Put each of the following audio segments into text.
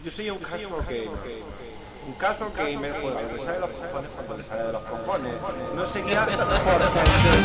Yo soy un casual gamer. Un casual gamer juega lo que sale de los cojones cuando le sale de los cojones. No seguirá porque...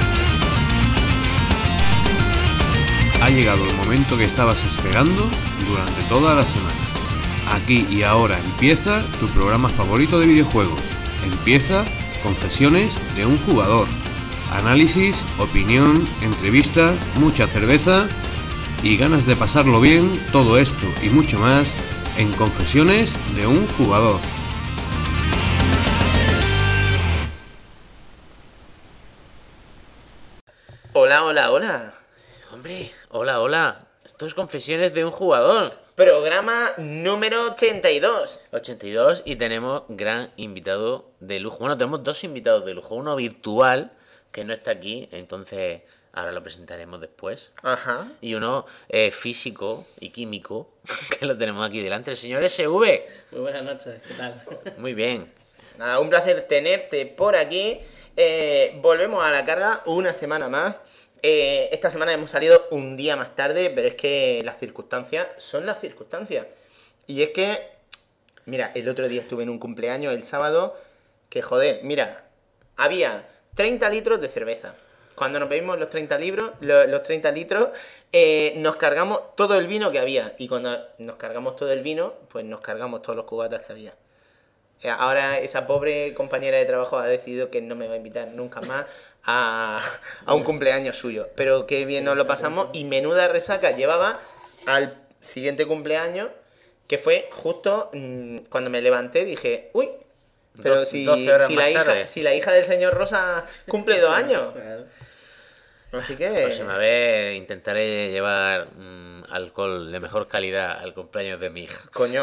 Ha llegado el momento que estabas esperando durante toda la semana. Aquí y ahora empieza tu programa favorito de videojuegos. Empieza Confesiones de un jugador. Análisis, opinión, entrevistas, mucha cerveza y ganas de pasarlo bien, todo esto y mucho más en Confesiones de un jugador. Hola, hola, hola. Hombre, hola. Esto es Confesiones de un jugador. Programa número 82. 82 y tenemos gran invitado de lujo. Bueno, tenemos dos invitados de lujo. Uno virtual, que no está aquí, entonces ahora lo presentaremos después. Ajá. Y uno físico y químico, que lo tenemos aquí delante, el señor SV. Muy buenas noches, ¿qué tal? Muy bien. Nada, un placer tenerte por aquí. Volvemos a la carga una semana más. Esta semana hemos salido un día más tarde, pero es que las circunstancias son las circunstancias. Y es que, mira, el otro día estuve en un cumpleaños, el sábado, que joder, mira, había 30 litros de cerveza. Cuando nos bebimos los 30 litros, nos cargamos todo el vino que había. Y cuando nos cargamos todo el vino, pues nos cargamos todos los cubatas que había. Ahora esa pobre compañera de trabajo ha decidido que no me va a invitar nunca más a un cumpleaños suyo. Pero qué bien nos lo pasamos y menuda resaca llevaba al siguiente cumpleaños, que fue justo cuando me levanté, dije, uy, pero si la hija del señor Rosa cumple 2 años. Así que... La próxima vez intentaré llevar alcohol de mejor calidad al cumpleaños de mi hija. Coño.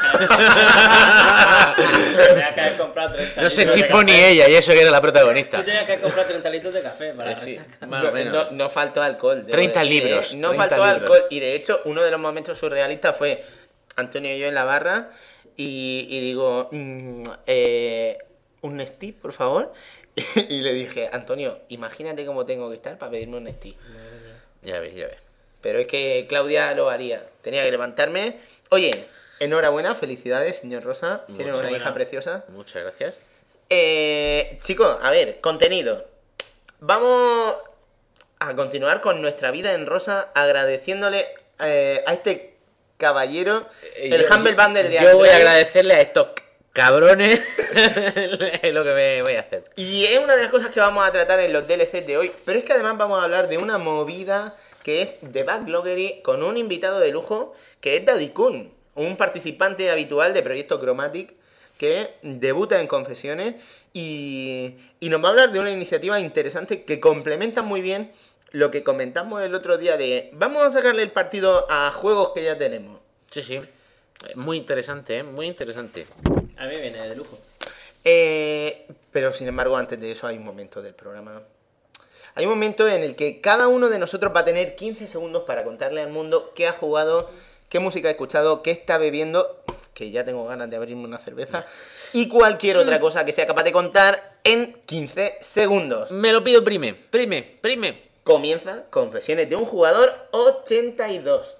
Tenía que haber comprado 30 No se litros de chispó ni café. ella, y eso que era la protagonista. Tú tenías que haber comprado 30 litros de café para la Sí, resaca. más o menos. No faltó alcohol. 30 decir, libros. No 30 faltó libros. alcohol. Y de hecho, uno de los momentos surrealistas fue Antonio y yo en la barra y digo, un Nestí, por favor. Y le dije, Antonio, imagínate cómo tengo que estar para pedirme un Nestí. Ya ves. Pero es que Claudia lo haría. Tenía que levantarme. Oye, enhorabuena, felicidades, señor Rosa. Tiene una hija preciosa. Muchas gracias. Chicos, a ver, contenido. Vamos a continuar con nuestra vida en rosa agradeciéndole a este caballero el Humble Bundle de Yo voy a Android. agradecerle a estos cabrones lo que me voy a hacer. Y es una de las cosas que vamos a tratar en los DLCs de hoy. Pero es que además vamos a hablar de una movida que es de Backloggery con un invitado de lujo que es Daddy Kun, un participante habitual de Proyecto Chromatic que debuta en Confesiones y nos va a hablar de una iniciativa interesante que complementa muy bien lo que comentamos el otro día de vamos a sacarle el partido a juegos que ya tenemos. Sí. Muy interesante, muy interesante. A mí viene de lujo. Pero sin embargo, antes de eso hay un momento del programa. Hay un momento en el que cada uno de nosotros va a tener 15 segundos para contarle al mundo qué ha jugado, qué música ha escuchado, qué está bebiendo, que ya tengo ganas de abrirme una cerveza, y cualquier otra cosa que sea capaz de contar en 15 segundos. Me lo pido prime. Comienza Confesiones de un jugador 82.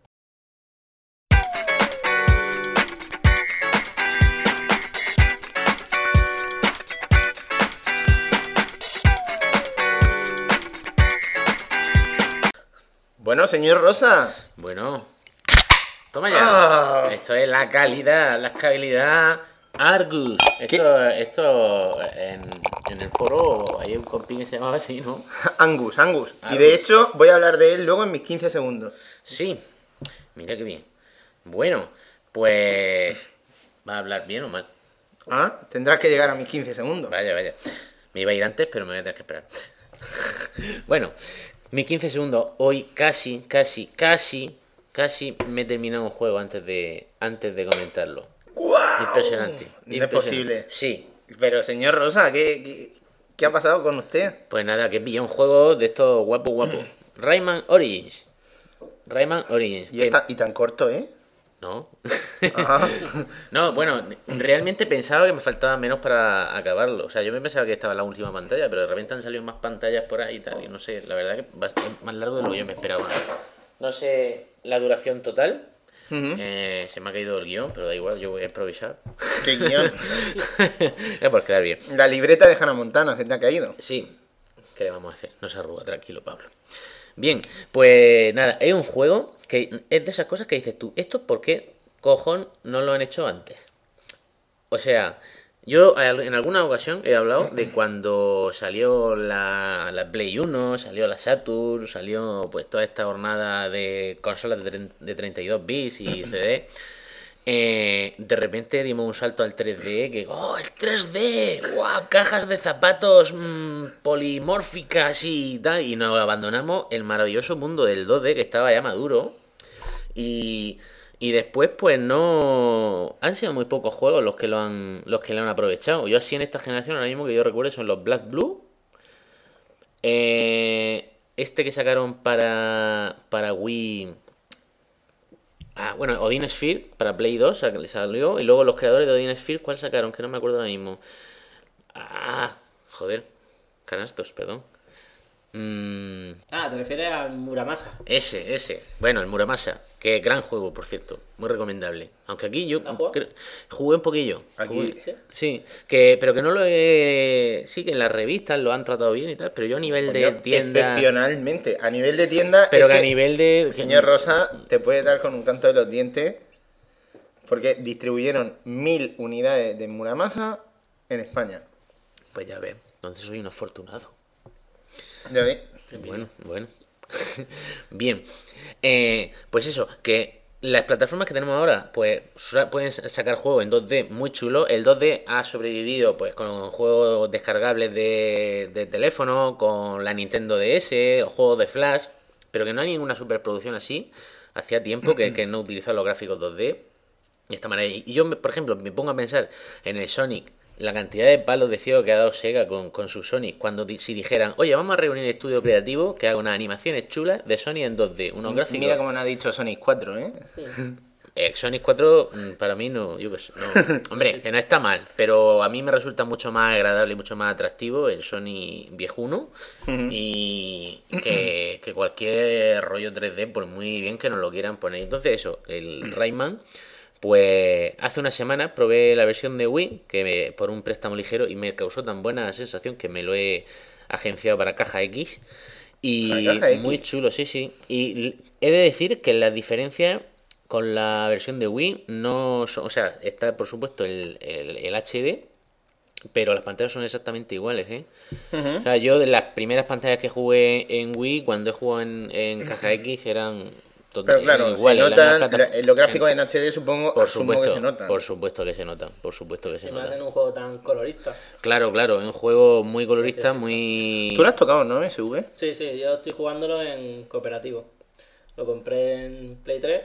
Bueno, señor Rosa. Bueno, toma ya. Ah. Esto es la calidad Argus. Esto en el foro hay un compi que se llamaba así, ¿no? Angus. Y de hecho voy a hablar de él luego en mis 15 segundos. Sí. Mira qué bien. Bueno, pues... ¿Va a hablar bien o mal? Ah, tendrás que llegar a mis 15 segundos. Vaya. Me iba a ir antes, pero me voy a tener que esperar. Bueno, mis 15 segundos. Hoy casi me he terminado un juego antes de comentarlo. ¡Guau! Impresionante. No es posible. Sí. Pero señor Rosa, ¿qué ha pasado con usted? Pues nada, que pilla un juego de estos guapo. Rayman Origins. Y tan corto, ¿eh? No. Ajá. No, bueno, realmente pensaba que me faltaba menos para acabarlo. O sea, yo me pensaba que estaba en la última pantalla, pero de repente han salido más pantallas por ahí y tal. Y no sé, la verdad que es más largo de lo que yo me esperaba. No sé la duración total, Se me ha caído el guión, pero da igual, yo voy a improvisar. ¿Qué guión? Es por quedar bien. La libreta de Hannah Montana se te ha caído. Sí, ¿qué le vamos a hacer? No se arruga, tranquilo, Pablo. Bien, pues nada, es un juego que es de esas cosas que dices tú, ¿esto por qué cojón no lo han hecho antes? O sea, yo en alguna ocasión he hablado de cuando salió la Play 1, salió la Saturn, salió pues toda esta hornada de consolas de 32 bits y CD. De repente dimos un salto al 3D, que ¡oh, el 3D! ¡Guau! Cajas de zapatos polimórficas y tal. Y nos abandonamos el maravilloso mundo del 2D, que estaba ya maduro. Y después, pues no. Han sido muy pocos juegos los que lo han aprovechado. Yo así en esta generación, ahora mismo que yo recuerdo, son los Black Blue. Este que sacaron para Wii. Bueno, Odin Sphere para Play 2 salió. Y luego los creadores de Odin Sphere, ¿cuál sacaron? Que no me acuerdo ahora mismo. Joder. Canastos, perdón. ¿Te refieres al Muramasa? Ese. Bueno, el Muramasa. Que gran juego, por cierto. Muy recomendable. Aunque aquí yo ¿Has jugado? jugué un poquillo. Aquí. ¿Sí? Sí, pero que no lo he... Sí, que en las revistas lo han tratado bien y tal, pero yo a nivel de Coño, tienda... Excepcionalmente. A nivel de tienda. Pero es que a nivel de... Señor Rosa, te puede dar con un canto de los dientes. Porque distribuyeron 1000 unidades de Muramasa en España. Pues ya ves, entonces soy un afortunado. ¿Ya ves? Bueno. Bien. Pues eso, que las plataformas que tenemos ahora, pues pueden sacar juegos en 2D muy chulos. El 2D ha sobrevivido pues con juegos descargables de teléfono, con la Nintendo DS, o juegos de Flash, pero que no hay ninguna superproducción así. Hacía tiempo que no utilizaba los gráficos 2D de esta manera. Y yo, por ejemplo, me pongo a pensar en el Sonic. La cantidad de palos de ciego que ha dado Sega con su Sonic. Si dijeran, oye, vamos a reunir el estudio creativo que haga unas animaciones chulas de Sonic en 2D, unos gráficos. Mira cómo nos ha dicho Sonic 4, ¿eh? Sonic 4 para mí no, yo qué sé, no. Hombre, que no está mal, pero a mí me resulta mucho más agradable y mucho más atractivo el Sonic viejuno y que cualquier rollo 3D, por muy bien que nos lo quieran poner. Entonces eso, el Rayman. Pues hace una semana probé la versión de Wii por un préstamo ligero y me causó tan buena sensación que me lo he agenciado para Caja X. Y ¿Para Caja X? muy chulo, sí. Y he de decir que las diferencias con la versión de Wii no son... O sea, está por supuesto el HD, pero las pantallas son exactamente iguales, ¿eh? O sea, yo de las primeras pantallas que jugué en Wii, cuando he jugado en Caja X, eran... Pero claro, iguales, se notan, los gráficos en HD supongo, por asumo supuesto, que se notan. por supuesto que se notan, por supuesto que se Y más notan. en un juego tan colorista. Claro, es un juego muy colorista, muy... ¿Tú lo has tocado, no, SV? Sí, yo estoy jugándolo en cooperativo. Lo compré en Play 3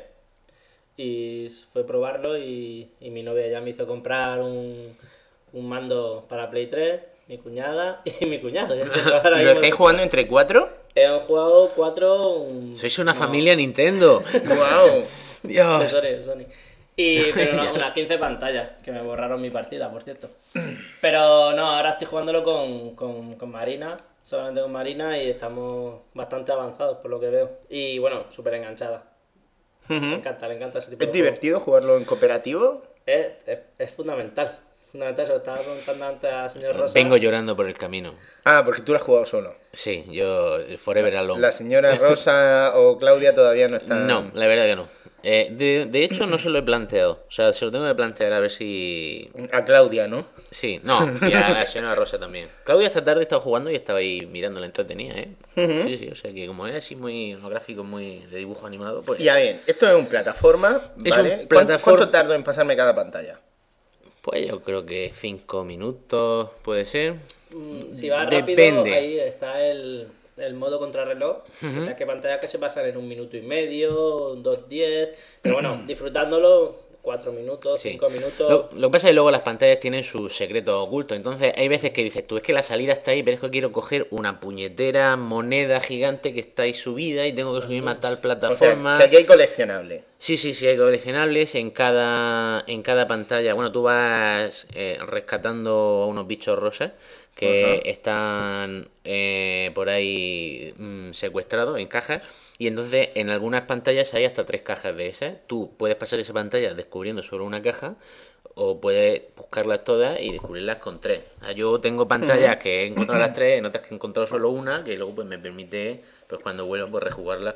y fue probarlo y mi novia ya me hizo comprar un mando para Play 3, mi cuñada y mi cuñado. Y entonces ahora ¿Lo mismo estáis jugando entre 4? Hemos jugado 4... Sois una familia Nintendo. ¡Wow! Dios. De Sony. Pero no, unas 15 pantallas, que me borraron mi partida, por cierto. Pero no, ahora estoy jugándolo con Marina, solamente con Marina, y estamos bastante avanzados por lo que veo. Y bueno, súper enganchada. Le encanta ese tipo de ¿Es divertido jugarlo en cooperativo? juego. Es fundamental. Fundamental, se lo estaba contando antes al señor Rosa. Vengo llorando por el camino. Ah, porque tú lo has jugado solo. Sí, yo forever alone. La señora Rosa o Claudia todavía no están... No, la verdad que no. De hecho, no se lo he planteado. O sea, se lo tengo que plantear a ver si... A Claudia, ¿no? Sí, no, y a la señora Rosa también. Claudia esta tarde estaba jugando y estaba ahí mirando la entretenida, ¿eh? Sí, o sea que como es así muy unos gráficos muy de dibujo animado, pues... Ya bien, esto es un plataforma, Es ¿vale? un plataforma- ¿Cuánto tardo en pasarme cada pantalla? Pues yo creo que 5 minutos puede ser. Si va rápido, Depende. ahí está el modo contrarreloj. O sea, que pantallas que se pasan en 1 minuto y medio, 2:10. Pero bueno, disfrutándolo, 4 minutos, Sí. 5 minutos. Lo que pasa es que luego las pantallas tienen sus secretos ocultos. Entonces hay veces que dices, tú es que la salida está ahí, pero es que quiero coger una puñetera moneda gigante que está ahí subida y tengo que subirme a tal O sea, plataforma. que aquí hay coleccionable. Sí, hay coleccionables en cada pantalla. Bueno, tú vas rescatando a unos bichos rosas que están por ahí secuestrados en cajas. Y entonces en algunas pantallas hay hasta 3 cajas de esas. Tú puedes pasar esa pantalla descubriendo solo una caja, o puedes buscarlas todas y descubrirlas con 3. O sea, yo tengo pantallas que he encontrado las 3, en otras que he encontrado solo una, que luego pues me permite, pues cuando vuelvo, pues rejugarlas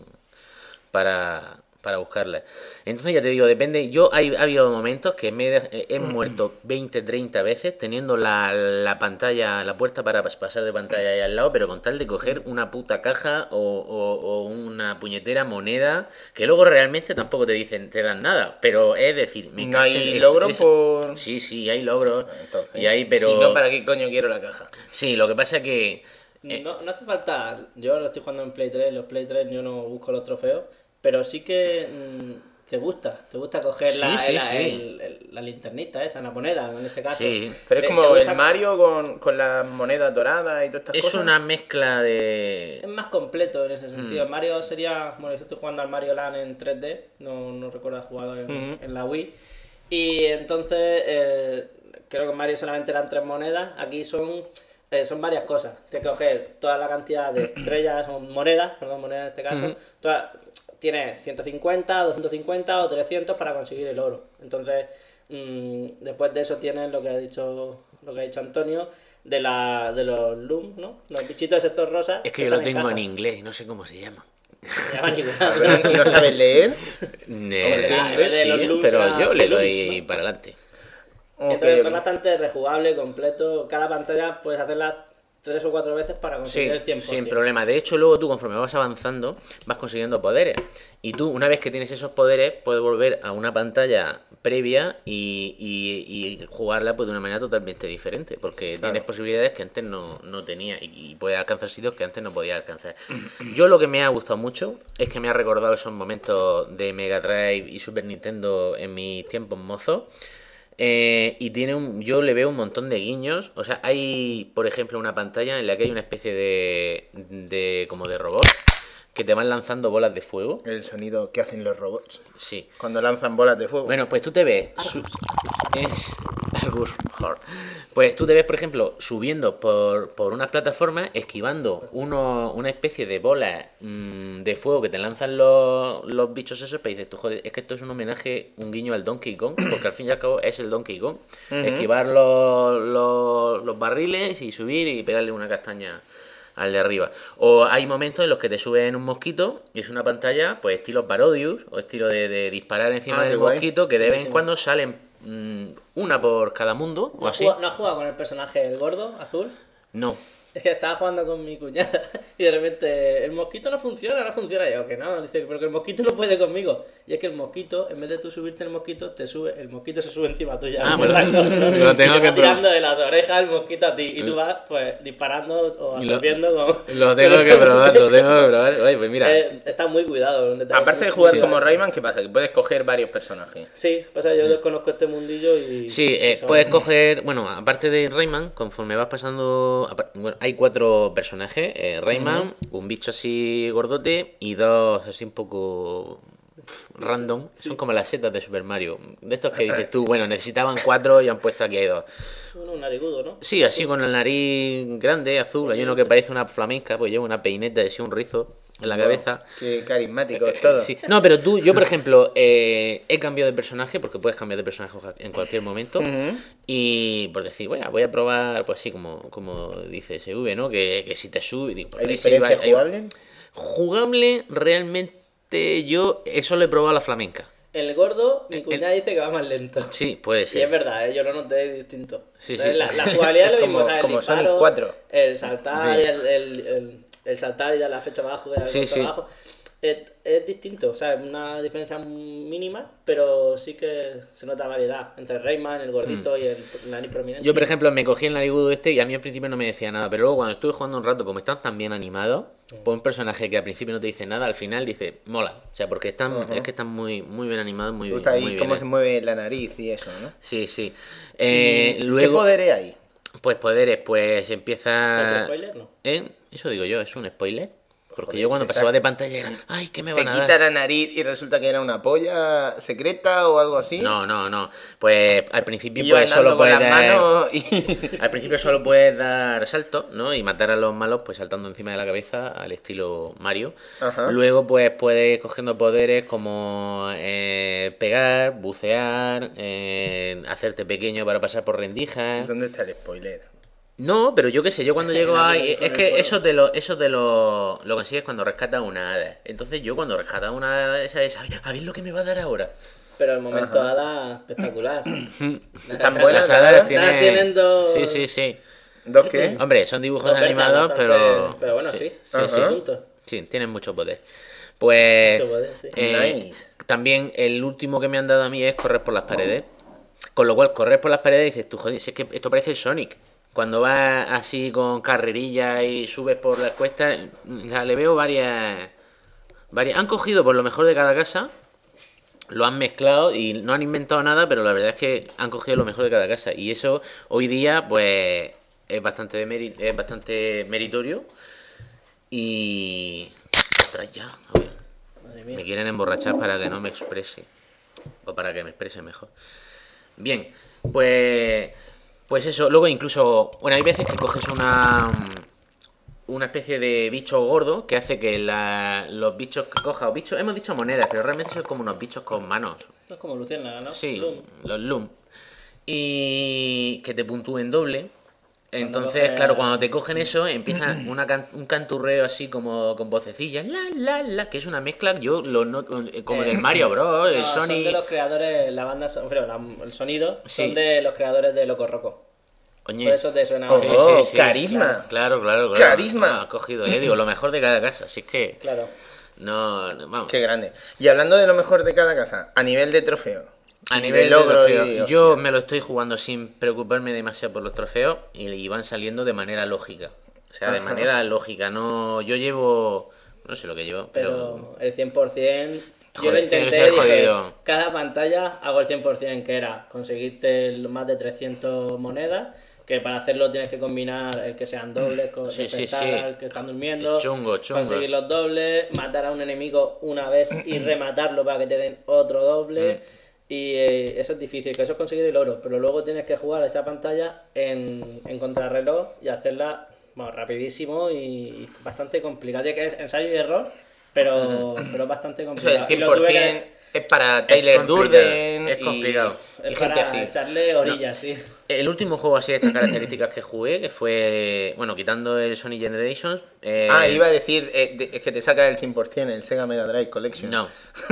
para buscarlas. Entonces ya te digo, depende. Ha habido momentos que he muerto 20, 30 veces teniendo la pantalla, la puerta para pasar de pantalla ahí al lado, pero con tal de coger una puta caja o una puñetera moneda, que luego realmente tampoco te dan nada. Pero es decir, no hay logros por... Sí, hay logros. Entonces, y hay, pero... Si no, ¿para qué coño quiero la caja? Sí, lo que pasa es que... No hace falta. Yo lo estoy jugando en Play 3. Los Play 3 yo no busco los trofeos. Pero sí que te gusta coger la linternita esa, la moneda en este caso. Sí, pero es como el Mario con las monedas doradas y todas estas cosas. Es una mezcla de... Es más completo en ese sentido. Mario sería... Bueno, yo estoy jugando al Mario Land en 3D, no recuerdo haber jugado en la Wii. Y entonces creo que en Mario solamente eran 3 monedas. Aquí son varias cosas. Tienes que coger toda la cantidad de estrellas, o monedas en este caso. Tienes 150, 250 o 300 para conseguir el oro. Entonces, después de eso tienes lo que ha dicho Antonio, de los Loom, ¿no? Los bichitos estos rosas. Es que yo lo tengo en inglés y no sé cómo se llama. Se llaman igual. ¿No sabes leer? Sí, pero yo le doy para adelante. Entonces es bastante rejugable, completo. Cada pantalla puedes hacerla 3 o 4 veces para conseguir el 100%. Sin problema. De hecho, luego tú, conforme vas avanzando, vas consiguiendo poderes. Y tú, una vez que tienes esos poderes, puedes volver a una pantalla previa y jugarla pues de una manera totalmente diferente. Porque tienes posibilidades que antes no tenía y puedes alcanzar sitios que antes no podías alcanzar. Yo lo que me ha gustado mucho es que me ha recordado esos momentos de Mega Drive y Super Nintendo en mis tiempos mozos. Y yo le veo un montón de guiños. O sea, hay, por ejemplo, una pantalla en la que hay una especie de como de robot que te van lanzando bolas de fuego. El sonido que hacen los robots. Sí. Cuando lanzan bolas de fuego. Bueno, pues tú te ves... Pues tú te ves, por ejemplo, subiendo por unas plataformas, esquivando una especie de bolas de fuego que te lanzan los bichos esos, pero dices tú, joder, es que esto es un homenaje, un guiño al Donkey Kong, porque al fin y al cabo es el Donkey Kong. Esquivar los barriles y subir y pegarle una castaña al de arriba. O hay momentos en los que te suben un mosquito y es una pantalla, pues estilo Parodius, o estilo de disparar encima del mosquito, que de vez en cuando salen una por cada mundo, o así. ¿No has jugado con el personaje el gordo, azul? No. Es que estaba jugando con mi cuñada y de repente el mosquito no funciona. Y yo, que no, dice, pero que el mosquito no puede conmigo. Y es que el mosquito, en vez de tú subirte el mosquito, el mosquito se sube encima tuya. Pues lo tengo que tirando de las orejas el mosquito a ti y tú vas pues disparando o absorbiendo lo tengo que probar. Oye, pues mira. Está muy cuidado. Aparte de jugar como Rayman, ¿qué pasa? Que puedes coger varios personajes. Sí, pasa que yo desconozco este mundillo y... Sí, puedes coger... Bueno, aparte de Rayman, conforme vas pasando... Bueno, hay 4 personajes, Rayman, un bicho así gordote y 2 así un poco random. Son como las setas de Super Mario. De estos que dices tú, bueno, necesitaban 4 y han puesto aquí hay 2. Es un narigudo, ¿no? Sí, así con el nariz grande, azul. Hay uno que parece una flamenca, pues lleva una peineta y así un rizo en la cabeza. Qué carismático es todo. Sí. No, pero yo por ejemplo, he cambiado de personaje, porque puedes cambiar de personaje en cualquier momento. Y por decir, voy a probar, pues así como dice SV, ¿no? Que si te sube... Digo, ¿Hay diferencia jugable? Jugable, realmente yo eso lo he probado a la flamenca. El gordo, mi cuñada dice que va más lento. Sí, puede ser. Y es verdad, yo lo noté distinto. Sí. La jugabilidad es lo mismo, ¿sabes? Como disparo, Sonic 4. El saltar, el saltar y dar la flecha abajo y dar el golpe abajo. Es distinto, o sea, es una diferencia mínima, pero sí que se nota variedad entre Rayman, el gordito y el nariz prominente. Yo, por ejemplo, me cogí el narigudo y a mí al principio no me decía nada, pero luego cuando estuve jugando un rato, como están tan bien animados, pues un personaje que al principio no te dice nada, al final dice, mola, o sea, porque es que están muy bien animados, muy bien. Gusta ahí cómo se mueve la nariz y eso, ¿no? Sí. Luego, ¿qué poderes hay? Pues poderes, pues empieza... ¿Es spoiler? No. Eso digo yo, ¿es un spoiler? Porque Joder, yo cuando se pasaba saca- de pantalla era, ay, ¿qué me Se van a quita dar? la nariz y resulta que era una polla secreta o algo así. No. Pues al principio Y yo pues andando solo con puedes las dar... manos y... Al principio solo puedes dar salto, ¿no? Y matar a los malos pues saltando encima de la cabeza al estilo Mario. Ajá. Luego pues puedes ir cogiendo poderes como pegar, bucear, hacerte pequeño para pasar por rendijas. ¿Dónde está el spoiler? No, pero yo qué sé, yo cuando llego la a... vida Es que eso lo consigues cuando rescatas una hada. Entonces yo cuando rescatas una hada esa es, a ver lo que me va a dar ahora. Pero el momento hada espectacular. Tan buena Las la hadas hada. tienen... tienen dos- Sí. ¿Dos qué? Hombre, son dibujos Dos veces animados, bastante- pero... Pero bueno, sí. Ajá. Puntos. Sí, tienen mucho poder. Pues... Mucho poder, sí. Nice. También el último que me han dado a mí es correr por las paredes. Con lo cual, correr por las paredes dices, tú, joder, si es que esto parece el Sonic. Cuando vas así con carrerilla y subes por las cuestas, le veo varias... Han cogido por lo mejor de cada casa, lo han mezclado y no han inventado nada, pero la verdad es que han cogido lo mejor de cada casa. Y eso hoy día, pues, es bastante meritorio. Y... Ostras, ya, a ver. Madre mía. Me quieren emborrachar para que no me exprese. O para que me exprese mejor. Bien, pues eso. Luego incluso... Bueno, hay veces que coges una especie de bicho gordo que hace que los bichos que coja... O bichos, hemos dicho monedas, pero realmente son como unos bichos con manos. No es como Luciérnaga, ¿no? Sí, Bloom. los Loom. Y que te puntúen doble. Entonces, coge- claro, cuando te cogen eso, empieza un canturreo así como con vocecillas, la, que es una mezcla, yo lo noto como del Mario Bros, el No, son de Sonic. los creadores, la banda, el sonido, Sí. son de los creadores de Loco Roco. Oye, Por eso te suena. Oh, sí. carisma. Claro. Carisma. Ha cogido, ya digo, lo mejor de cada casa, así es que Claro. no, vamos. Qué grande. Y hablando de lo mejor de cada casa, a nivel de trofeo. A y nivel de logro trofeo, yo me lo estoy jugando sin preocuparme demasiado por los trofeos y van saliendo de manera lógica. O sea, de Ajá. manera lógica, no... Yo llevo... No sé lo que llevo, pero... Pero el 100%. Yo Joder, lo tiene que intenté, ser dije, jodido. cada pantalla hago el 100%, que era conseguirte más de 300 monedas, que para hacerlo tienes que combinar el que sean dobles, con Sí, despertar sí. al que están durmiendo, Chungo. conseguir los dobles, matar a un enemigo una vez y rematarlo para que te den otro doble. Y eso es difícil, que eso es conseguir el oro, pero luego tienes que jugar esa pantalla en contrarreloj y hacerla rapidísimo y bastante complicado. Ya que es ensayo y error, pero es bastante Eso complicado. del Y lo tuve 100% es para Es Tyler complicado, Durden es complicado. y es gente para así. echarle orillas, sí. El último juego así de estas características que jugué, que fue... Bueno, quitando el Sonic Generations... Iba a decir, es que te saca el 100% el Sega Mega Drive Collection. No.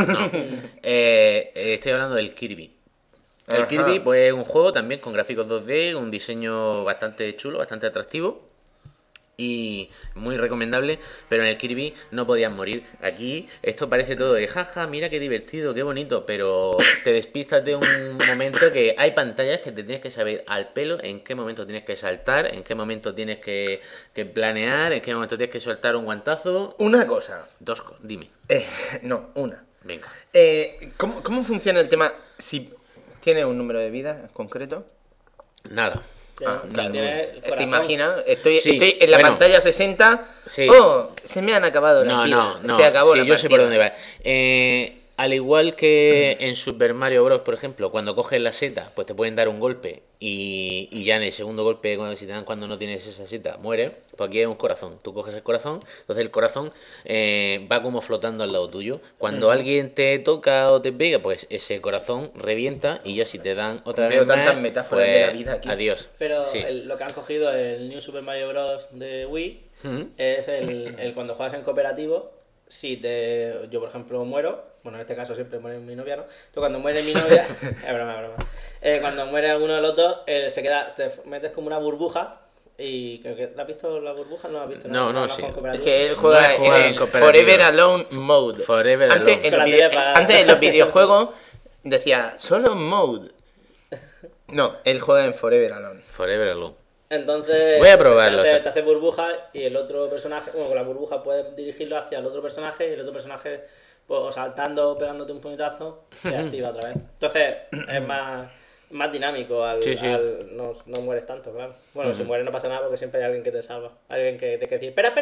Estoy hablando del Kirby. El Ajá. Kirby, pues, es un juego también con gráficos 2D, un diseño bastante chulo, bastante atractivo y muy recomendable, pero en el Kirby no podías morir. Aquí esto parece todo de jaja, mira qué divertido, qué bonito, pero te despistas de un momento que hay pantallas que te tienes que saber al pelo en qué momento tienes que saltar, en qué momento tienes que planear, en qué momento tienes que soltar un guantazo. Una cosa. Dime, No, una. venga. ¿Cómo funciona el tema si tiene un número de vida concreto? Nada. Tiene el ¿Te corazón. imaginas? Estoy Sí, en la bueno. pantalla 60. Sí. Oh, se me han acabado las No, vidas. no. Se acabó Sí, la yo sé por partida. dónde va. Al igual que en Super Mario Bros, por ejemplo, cuando coges la seta, pues te pueden dar un golpe y ya en el segundo golpe, si te dan cuando no tienes esa seta, mueres. Pues aquí es un corazón. Tú coges el corazón, entonces el corazón va como flotando al lado tuyo. Cuando alguien te toca o te pega, pues ese corazón revienta y ya si te dan otra Veo vez más, tantas metáforas pues, de la vida aquí. Adiós. Pero Sí. lo que han cogido el New Super Mario Bros. De Wii Ujú. es el cuando juegas en cooperativo. Yo, por ejemplo, muero, bueno, en este caso siempre muere mi novia, ¿no? Pero cuando muere mi novia, es broma. Cuando muere alguno de los dos, te metes como una burbuja. Y creo que, ¿la has visto la burbuja? No la has visto. No, Juegas sí. con Es cooperativo. que él No juega he jugado en en cooperativo. Forever Alone Mode. Forever Antes, Alone. en los Con la tele para- antes en los videojuegos decía solo Mode. No, él juega en Forever Alone. Forever Alone. Entonces, Voy a probarlo. te hace burbuja y el otro personaje, bueno, con la burbuja puedes dirigirlo hacia el otro personaje y el otro personaje, pues, o saltando o pegándote un puñetazo, te activa otra vez. Entonces, es más más dinámico. Sí. No mueres tanto, claro. Bueno, si mueres no pasa nada porque siempre hay alguien que te salva. Alguien que te dice, espera.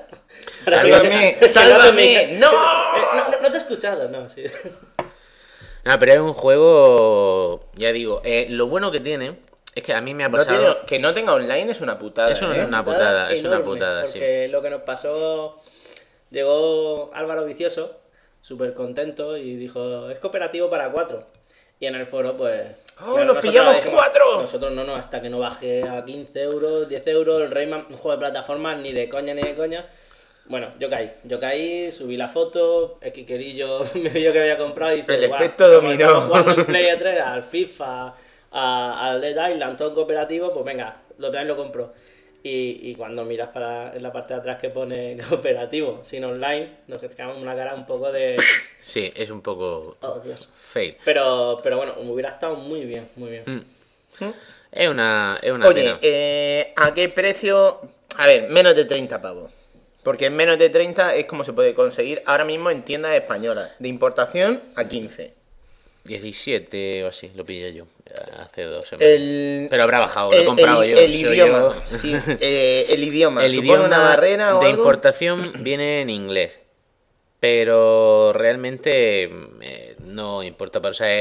¡Sálvame! ¡No! No te he escuchado, no, sí. No, pero es un juego, ya digo, lo bueno que tiene es que a mí me ha pasado... Que no tenga online es una putada. Es una putada, sí. Porque lo que nos pasó, llegó Álvaro Vicioso, súper contento, y dijo, es cooperativo para 4. Y en el foro, pues... ¡Oh, claro, nos pillamos dijimos, 4! Nosotros no, hasta que no baje a 15 euros, 10 euros, el Rayman, un juego de plataformas, ni de coña. Bueno, yo caí, subí la foto, el Quiquerillo me vio que había comprado y dice, El "Guau, efecto como dominó". estamos jugando en Play 3, al FIFA, al Dead Island, todo cooperativo, pues venga, también lo compro. Y cuando miras en la parte de atrás que pone cooperativo, sin online, nos quedamos una cara un poco de... Sí, es un poco Oh, Dios. fail. Pero bueno, me hubiera estado muy bien. Es una Oye, pena. ¿a qué precio? A ver, menos de 30 pavos. Porque en menos de 30 es como se puede conseguir ahora mismo en tiendas españolas. De importación a 15. 17 o así, lo pillé yo hace 2 semanas. Pero habrá bajado, lo he comprado yo. El soy idioma. yo. Sí, el idioma. El ¿Supone idioma una barrera o de algo? importación viene en inglés, pero realmente no importa. O sea,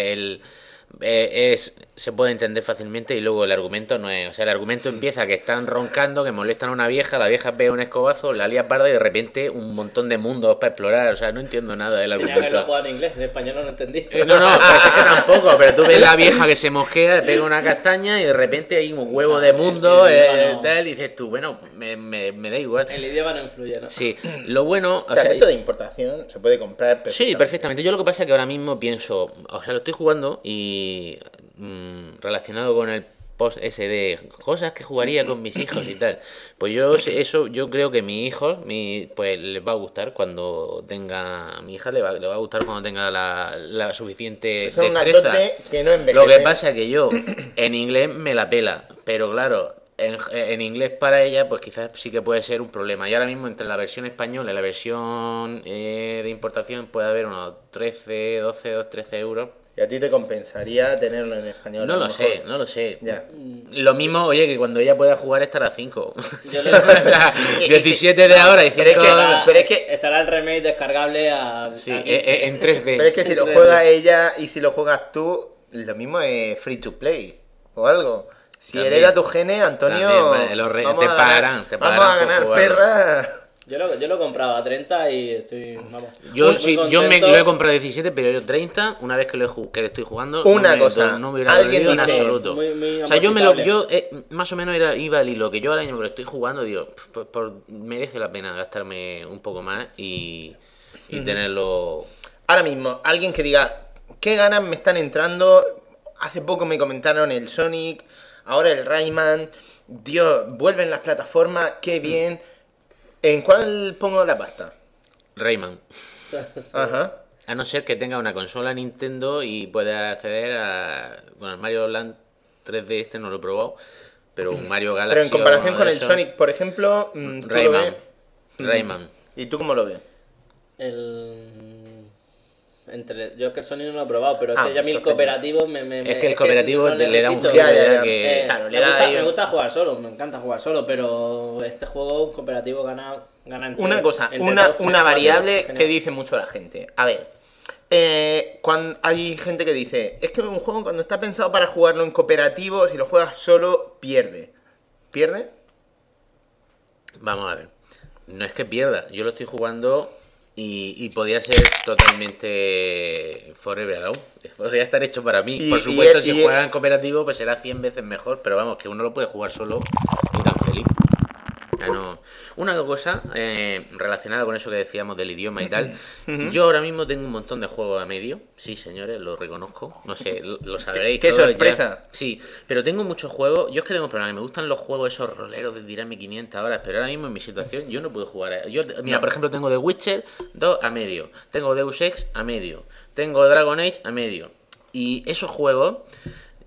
se puede entender fácilmente y luego el argumento no es... O sea, el argumento empieza que están roncando, que molestan a una vieja, la vieja pega un escobazo, la lía parda y de repente un montón de mundos para explorar. O sea, no entiendo nada del Tenía que haberlo argumento. jugado en inglés, en español no lo entendí. No, parece que tampoco, pero tú ves la vieja que se mosquea, le pega una castaña y de repente hay un huevo de mundo, no. tal, y dices tú, bueno, me da igual. El idioma no influye, ¿no? Sí, lo bueno... O sea, esto de importación se puede comprar Sí, perfectamente. Yo lo que pasa es que ahora mismo pienso, o sea, lo estoy jugando y relacionado con el post ese de cosas que jugaría con mis hijos y tal. Pues yo creo que mi hijo, pues les va a gustar cuando tenga, a mi hija le va a gustar cuando tenga la suficiente Son una destreza. dote que no envejece. Lo que pasa es que yo en inglés me la pela, pero claro, en inglés para ella, pues quizás sí que puede ser un problema. Y ahora mismo entre la versión española y la versión de importación puede haber unos 13 euros. Y a ti te compensaría tenerlo en español. No lo sé. Ya. Lo mismo, oye, que cuando ella pueda jugar estará 5. Yo le- O sea, 17 de ahora y 5 pero es que- estará el remake descargable a... Sí, a 15. en 3D. Pero es que si lo juega ella y si lo juegas tú, lo mismo es free to play o algo. Si También. hereda tus genes, Antonio, También, vale, te pagarán vamos a por ganar jugarlo. perra. Yo lo compraba a 30 y estoy... Vamos, Yo muy yo me contento. lo he comprado 17, pero yo 30, una vez que lo estoy jugando, Una no cosa, no me hubiera alguien dolido en dice, absoluto. muy O sea, amortizable. más o menos iba al hilo, que yo ahora mismo que lo estoy jugando, digo, merece la pena gastarme un poco más y tenerlo... Ahora mismo, alguien que diga, ¿qué ganas me están entrando? Hace poco me comentaron el Sonic, ahora el Rayman. Dios, vuelven las plataformas, qué bien. ¿En cuál pongo la pasta? Rayman. Ajá. A no ser que tenga una consola Nintendo y pueda acceder a... Bueno, el Mario Land 3D este no lo he probado, pero un Mario Galaxy... Pero en comparación o con de el eso, Sonic, por ejemplo, ¿tú lo Rayman. ves? Rayman. ¿Y tú cómo lo ves? Yo es que el Sonic no lo he probado, pero es Ah, que ya a mí el entonces cooperativo Es que el cooperativo le da un necesito. giro Ya. que... Claro, le me, da gusta, ahí- me gusta jugar solo, me encanta jugar solo, pero este juego cooperativo gana entre, Una cosa, entre una 2, 3, una 4, variable genial. que dice mucho la gente. A ver, cuando hay gente que dice, es que un juego cuando está pensado para jugarlo en cooperativo, si lo juegas solo, pierde. ¿Pierde? Vamos a ver. No es que pierda, yo lo estoy jugando y podría ser totalmente forever alone. Podría estar hecho para mí. Y- Por supuesto, y- si y- juega en cooperativo, pues será 100 veces mejor, pero vamos, que uno lo puede jugar solo y tan feliz. Ya no. Una cosa relacionada con eso que decíamos del idioma y tal. Yo ahora mismo tengo un montón de juegos a medio. Sí, señores, lo reconozco. No sé, lo sabréis. ¡Qué todos ya. sorpresa! Sí, pero tengo muchos juegos. Yo es que tengo problemas. Me gustan los juegos esos roleros de tirarme 500 horas. Pero ahora mismo en mi situación yo no puedo jugar. Mira, por ejemplo, tengo The Witcher 2 a medio. Tengo Deus Ex a medio. Tengo Dragon Age a medio. Y esos juegos,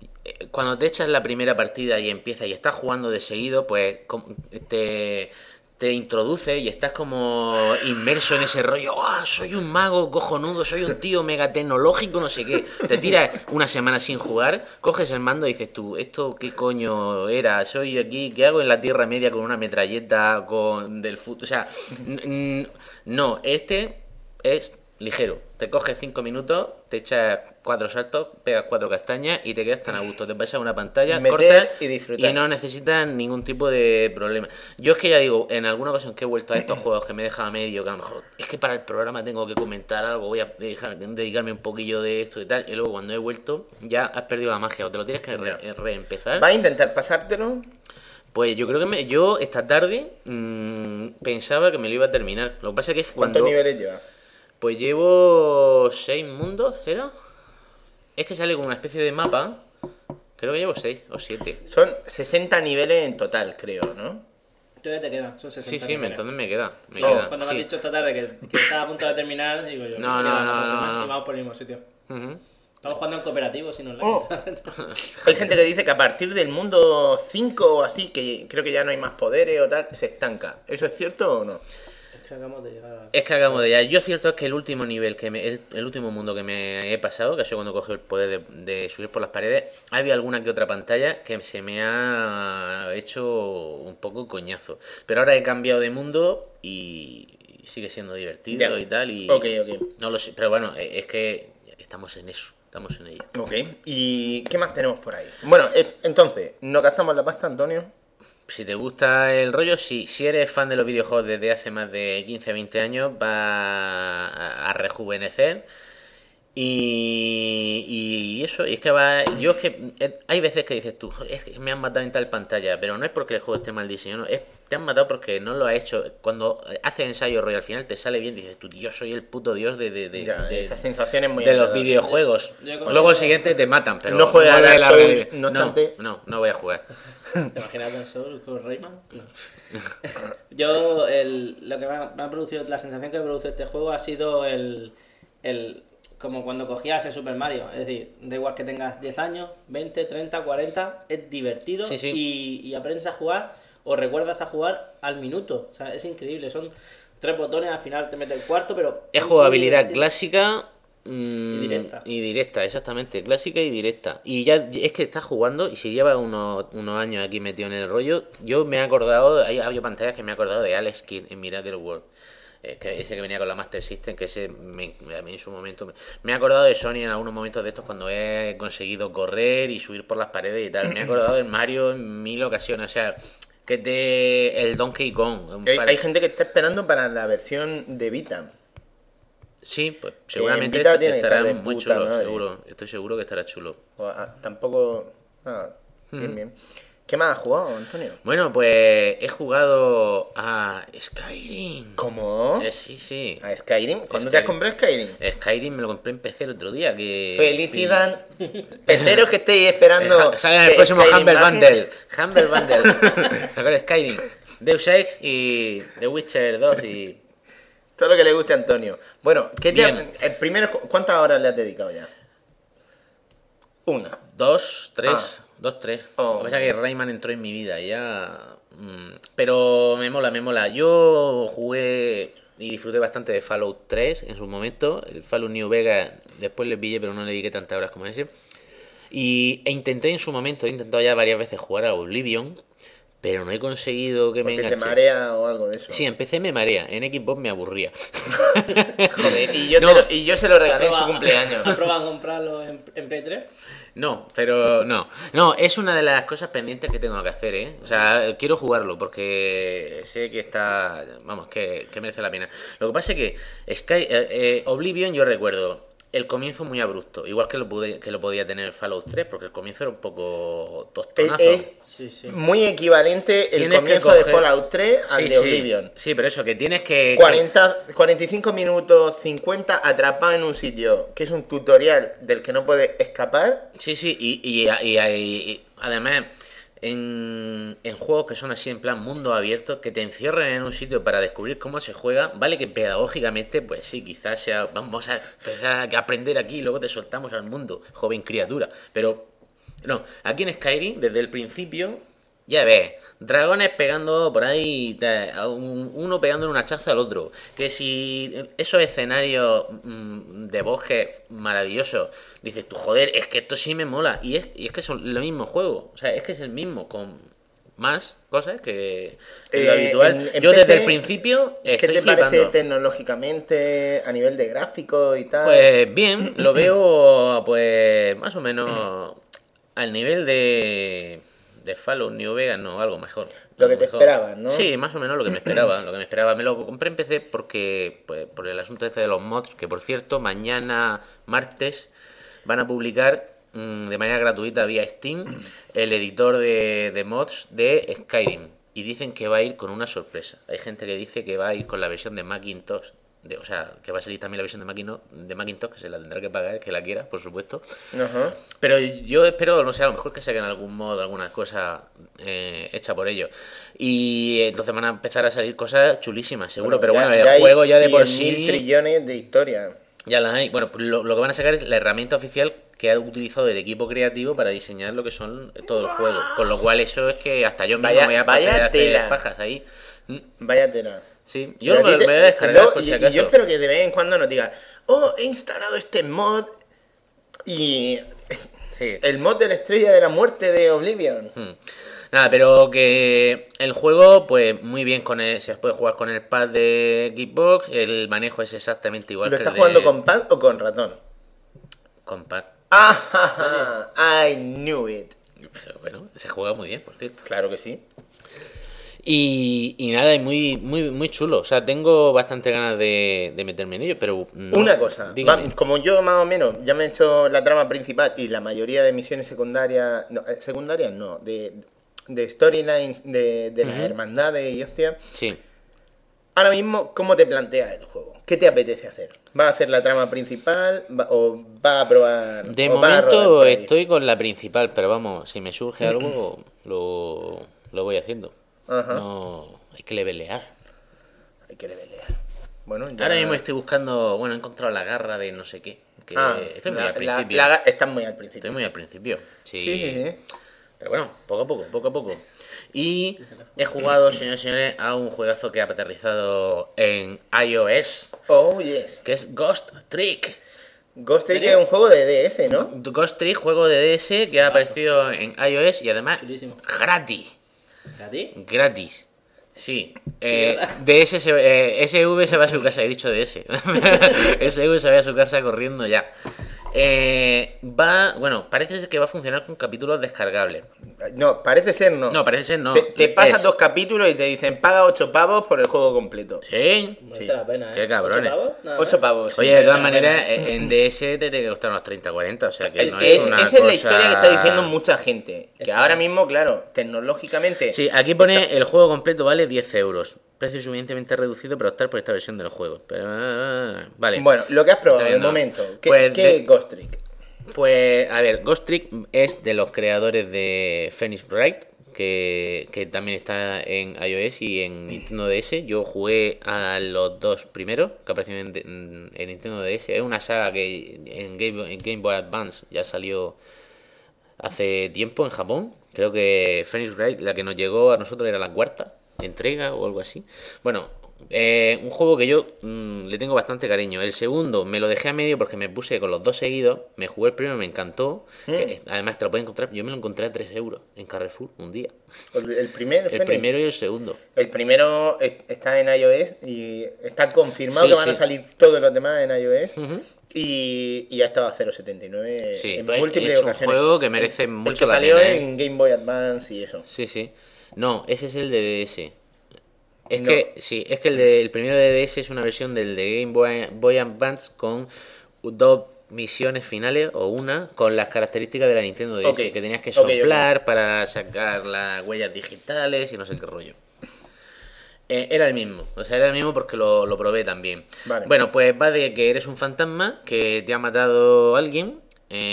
cuando te echas la primera partida y empiezas y estás jugando de seguido, pues te te introduce y estás como inmerso en ese rollo. ¡Ah, soy un mago cojonudo, soy un tío mega tecnológico, no sé qué! Te tiras una semana sin jugar, coges el mando y dices tú, ¿esto qué coño era? Soy aquí, ¿qué hago en la Tierra Media con una metralleta del futuro? O sea, no, este es ligero. Te coges 5 minutos, te echas 4 saltos, pegas 4 castañas y te quedas tan a gusto. Te pasas una pantalla, Meter cortas y disfrutar. y no necesitas ningún tipo de problema. Yo es que ya digo, en alguna ocasión que he vuelto a estos juegos que me he dejado a medio, que a lo mejor es que para el programa tengo que comentar algo, voy a dedicarme un poquillo de esto y tal, y luego cuando he vuelto ya has perdido la magia o te lo tienes que reempezar. ¿Vas a intentar pasártelo? Pues yo creo que yo esta tarde pensaba que me lo iba a terminar. Lo que pasa es que ¿Cuántos niveles llevas? Pues llevo 6 mundos, ¿era? Es que sale con una especie de mapa. Creo que llevo 6 o 7. Son 60 niveles en total, creo, ¿no? Todavía te queda, son 60 Sí, niveles. entonces me queda. Cuando me sí. has dicho esta tarde que estaba a punto de terminar, digo yo, No, me no, queda no, más no, última, no. y vamos por el mismo sitio. Ujú. Estamos jugando en cooperativo, sin online. Oh. Hay gente que dice que a partir del mundo 5 o así, que creo que ya no hay más poderes o tal, se estanca. ¿Eso es cierto o no? Es que acabamos de llegar a... Es que hagamos de ya. Yo cierto es que el último nivel, el último mundo que me he pasado, que ha sido cuando cogí el poder de subir por las paredes, había alguna que otra pantalla que se me ha hecho un poco coñazo. Pero ahora he cambiado de mundo y sigue siendo divertido Ya. y tal. Y Ok. no lo sé, pero bueno, es que estamos en eso, estamos en ello. Ok. ¿Y qué más tenemos por ahí? Bueno, entonces, ¿no gastamos la pasta, Antonio? Si te gusta el rollo, si eres fan de los videojuegos desde hace más de 15 20 años, va a rejuvenecer. Y eso, y es que yo es que hay veces que dices tú, es que me han matado en tal pantalla, pero no es porque el juego esté mal diseñado, no, te han matado porque no lo has hecho. Cuando haces ensayo rollo al final te sale bien, dices tú, yo soy el puto dios Esa sensación es muy de los agradable. videojuegos. Yo Luego el siguiente te matan, pero No juegas a vuelve Dark la Souls, realidad. no obstante. No voy a jugar. ¿Te imaginas Dark Souls con Rayman? No. Yo, lo que me ha producido, la sensación que me produce este juego ha sido como cuando cogías el Super Mario. Es decir, da igual que tengas 10 años, 20, 30, 40, es divertido Sí, sí. Y aprendes a jugar o recuerdas a jugar al minuto. O sea, es increíble. Son 3 botones, al final te mete el cuarto, pero... Es muy jugabilidad divertido. clásica directa. y directa, exactamente, clásica y directa. Y ya es que estás jugando y si llevas unos años aquí metido en el rollo, yo me he acordado, había pantallas que me he acordado de Alex Kidd en Miracle World. Que ese que venía con la Master System, que ese a mí en su momento me he acordado de Sony en algunos momentos de estos cuando he conseguido correr y subir por las paredes y tal. Me he acordado de Mario en 1000 ocasiones, o sea, que el Donkey Kong. Hay gente que está esperando para la versión de Vita. Sí, pues seguramente Vita tiene que estará estar de muy puta chulo, madre. seguro. Estoy seguro que estará chulo. Tampoco... Bien. ¿Qué más has jugado, Antonio? Bueno, pues he jugado a Skyrim. ¿Cómo? Sí. ¿A Skyrim? ¿Cuándo te has Skyrim. comprado Skyrim? Skyrim me lo compré en PC el otro día. ¡Felicidad! Peceros que estéis esperando... Sale en el que próximo Skyrim Humble baje. Bundle. Humble Bundle. Mejor Skyrim. Deus Ex y The Witcher 2 y... Todo lo que le guste a Antonio. Bueno, Bien. primero, ¿cuántas horas le has dedicado ya? Una. 2, 3. 2, 3. Oh. Lo que pasa es que Rayman entró en mi vida y ya... Pero me mola. Yo jugué y disfruté bastante de Fallout 3 en su momento. El Fallout New Vegas después le pillé, pero no le dediqué tantas horas como ese. He intentado ya varias veces jugar a Oblivion, pero no he conseguido que me Porque te enganche. marea o algo de eso. Sí, empecé me marea, en Xbox me aburría. Joder, No. y yo se lo regalé en su cumpleaños. ¿Has probado a comprarlo en Play 3? No, pero no. No, es una de las cosas pendientes que tengo que hacer, ¿eh? O sea, quiero jugarlo porque sé que está... Vamos, que merece la pena. Lo que pasa es que Oblivion yo recuerdo el comienzo muy abrupto. Igual que lo podía tener Fallout 3, porque el comienzo era un poco tostonazo. Sí. Muy equivalente el Tienes que comienzo de coger- Fallout 3 al Sí, de sí. Oblivion. Sí, pero eso, que tienes que... 45 minutos, 50 atrapado en un sitio, que es un tutorial del que no puedes escapar. Sí, y además en juegos que son así en plan mundo abierto, que te encierran en un sitio para descubrir cómo se juega, vale que pedagógicamente, pues sí, quizás sea, vamos a empezar a aprender aquí y luego te soltamos al mundo, joven criatura, pero no, aquí en Skyrim, desde el principio, Ya ves, dragones pegando por ahí, uno pegándole un hachazo al otro. Que si esos escenarios de bosque maravillosos, dices tú, joder, es que esto sí me mola. Y es que son los mismos juegos. O sea, es que es el mismo, con más cosas que lo habitual. en Yo PC, desde el principio ¿qué estoy te flipando. parece tecnológicamente, a nivel de gráfico y tal? Pues bien, lo veo pues más o menos al nivel de Fallout New Vegas, no, algo mejor. Lo que Algo te mejor. esperabas, ¿no? Sí, más o menos lo que me esperaba, lo que me esperaba. Me lo compré en PC porque, pues, por el asunto este de los mods, que por cierto, mañana martes van a publicar de manera gratuita vía Steam el editor de mods de Skyrim. Y dicen que va a ir con una sorpresa. Hay gente que dice que va a ir con la versión de Macintosh. O sea, que va a salir también la versión de Macintosh, que se la tendrá que pagar, que la quiera, por supuesto. Ajá. Pero yo espero, no sé, a lo mejor que saquen algún mod, alguna cosa hecha por ellos. Y entonces van a empezar a salir cosas chulísimas, seguro. Pero bueno, ya el juego ya de hay por 100.000 sí trillones de historia. ya las hay. Bueno, pues lo que van a sacar es la herramienta oficial que ha utilizado el equipo creativo para diseñar lo que son todo el juego. Con lo cual eso es que hasta yo mismo Vaya- me voy a vaya proceder a hacer tela. pajas ahí. Vaya tela. Sí, yo Pero me a ti lo voy a descargar luego- por si y acaso. yo espero que de vez en cuando nos digas, oh, he instalado este mod y Sí. el mod de la estrella de la muerte de Oblivion. Nada, pero que el juego, pues muy bien se puede jugar con el pad de Xbox, el manejo es exactamente igual ¿Lo que estás el de... jugando con pad o con ratón? con pad. Ah, I knew it. Pero bueno, se juega muy bien, por cierto. Claro que sí. Y nada, es muy, muy, muy chulo. O sea, tengo bastante ganas de meterme en ello, pero no. Una cosa, Dígame. como yo más o menos ya me he hecho la trama principal y la mayoría de misiones secundarias, no, secundarias no, de storylines de las hermandades y hostia, Sí. ahora mismo, ¿cómo te planteas el juego? ¿Qué te apetece hacer? ¿Vas a hacer la trama principal o vas a probar? De o vas a rodar momento por ahí? estoy con la principal, pero vamos, si me surge algo, lo voy haciendo. Ajá. No, hay que levelear. Hay que levelear. Bueno, ya... Ahora mismo estoy buscando, bueno, he encontrado la garra de no sé qué. Que estoy muy al principio. Estás muy al principio. Estoy muy al principio. Sí. Sí. Pero bueno, poco a poco, poco a poco. Y he jugado, señores y señores, a un juegazo que ha aterrizado en iOS, Oh, yes. que es Ghost Trick. Ghost Trick ¿Serio? es un juego de DS, ¿no? Ghost Trick, juego de DS que ha aparecido en iOS y además Chulísimo. gratis. ¿A ti? Gratis. Sí. DS SV se va a su casa, he dicho DS. SV se va a su casa corriendo ya. Bueno, parece ser que va a funcionar con capítulos descargables. No, parece ser no. No, parece ser no. Te pasas Es- 2 capítulos y te dicen paga 8 pavos por el juego completo. Sí. Merece la pena, ¿eh? Qué cabrones. ¿8 pavos? Nada 8 más. pavos. sí. Oye, de todas merece la maneras, pena. en DS te tiene que costar unos 30-40, o sea que no Esa es una es la cosa- historia que está diciendo mucha gente. Que ahora mismo, claro, tecnológicamente. Sí, aquí pone el juego completo vale 10 euros. Precio suficientemente reducido para optar por esta versión del juego. Pero, vale. Bueno, lo que has probado Está de bien, ¿no? momento. ¿Qué, Pues qué de- es Ghost Trick? Pues, a ver, Ghost Trick es de los creadores de Phoenix Wright, que también está en iOS y en Nintendo DS. Yo jugué a los dos primeros que aparecieron en Nintendo DS. Es una saga que en Game Boy Advance ya salió hace tiempo en Japón. Creo que Phoenix Wright, la que nos llegó a nosotros, era la cuarta entrega o algo así. Bueno, un juego que yo le tengo bastante cariño. El segundo me lo dejé a medio porque me puse con los dos seguidos. Me jugué el primero, me encantó. Que, además te lo puedes encontrar. Yo me lo encontré a 3 euros en Carrefour un día. El primer El Phoenix. primero y el segundo. El primero está en iOS y está confirmado Sí, que van a sí. salir todos los demás en iOS. Ujú. Y ha estado a 0,79 Sí, en pues múltiples es un ocasiones. juego que merece El mucho que la salió pena, ¿eh? en Game Boy Advance y eso. Sí, sí. No, ese es el de DS. Es No. que, sí, es que el primero de DS es una versión del de Game Boy Advance con 2 misiones finales o una con las características de la Nintendo DS, Ok, que tenías que ok, ok. soplar para sacar las huellas digitales y no sé qué rollo. Era el mismo, o sea, era el mismo porque lo probé también. Vale. Bueno, pues va de que eres un fantasma que te ha matado alguien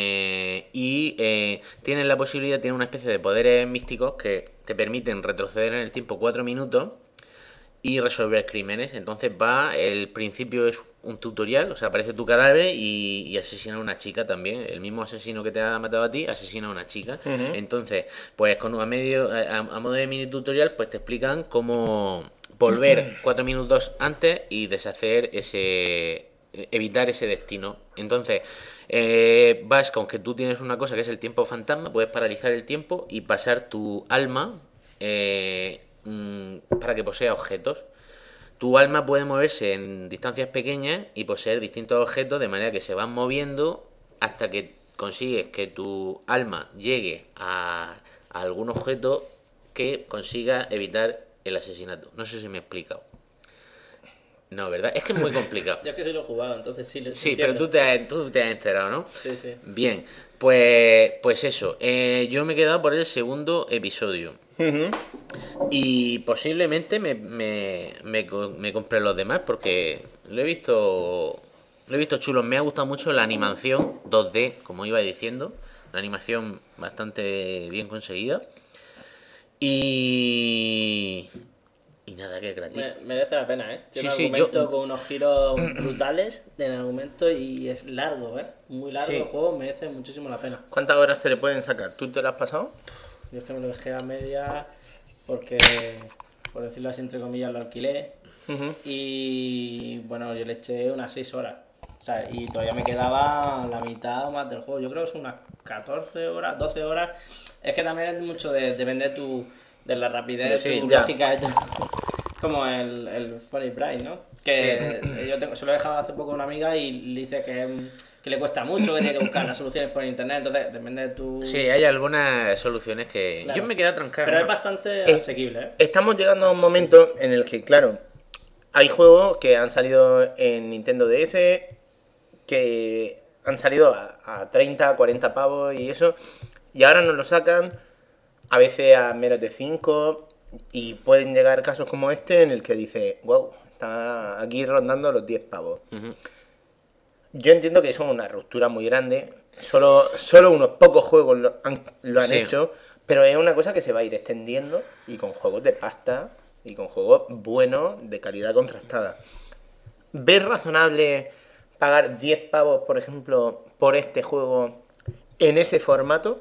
tienes la posibilidad, tienes una especie de poderes místicos que te permiten retroceder en el tiempo 4 minutos y resolver crímenes. Entonces el principio es un tutorial, o sea, aparece tu cadáver y asesina a una chica también. El mismo asesino que te ha matado a ti asesina a una chica. Entonces, pues a modo de mini tutorial, pues te explican cómo volver 4 minutos antes y deshacer evitar ese destino. Entonces, vas con que tú tienes una cosa que es el tiempo fantasma, puedes paralizar el tiempo y pasar tu alma para que posea objetos. Tu alma puede moverse en distancias pequeñas y poseer distintos objetos de manera que se van moviendo hasta que consigues que tu alma llegue a algún objeto que consiga evitar el asesinato. No sé si me he explicado. No, ¿verdad? Es que es muy complicado. Yo es que sí lo he jugado, entonces sí lo Sí, entiendo. pero tú te has enterado, ¿no? Sí, sí. Bien, pues eso. Yo me he quedado por el segundo episodio. Y posiblemente me compré los demás porque lo he visto chulo. Me ha gustado mucho la animación 2D, como iba diciendo. Una animación bastante bien conseguida. Y nada, que gratis. Merece la pena, ¿eh? Tiene Sí, un argumento con unos giros brutales del argumento y es largo, ¿eh? Muy largo Sí. el juego, merece muchísimo la pena. ¿Cuántas horas se le pueden sacar? ¿Tú te lo has pasado? Yo es que me lo dejé a media porque, por decirlo así, entre comillas, lo alquilé. Y bueno, yo le eché unas 6 horas. O sea, y todavía me quedaba la mitad o más del juego. Yo creo que son unas 14 horas, 12 horas. Es que también es mucho depende de la rapidez de Sí, tu ya. lógica. Como el Funny Bright, ¿no? Que se lo he dejado hace poco a una amiga y le dice que le cuesta mucho, que tiene que buscar las soluciones por internet. Entonces, depende de tu... Sí, hay algunas soluciones que Claro. yo me quedé trancado. Pero ¿no? es bastante asequible, ¿eh? Estamos llegando a un momento en el que, claro, hay juegos que han salido en Nintendo DS que han salido a 30, 40 pavos y eso, y ahora nos lo sacan a veces a menos de 5 y pueden llegar casos como este en el que dice, wow, está aquí rondando los 10 pavos. Ujú. Yo entiendo que eso es una ruptura muy grande, solo unos pocos juegos lo han Sí. hecho, pero es una cosa que se va a ir extendiendo y con juegos de pasta y con juegos buenos de calidad contrastada. ¿Ves razonable pagar 10 pavos, por ejemplo, por este juego en ese formato?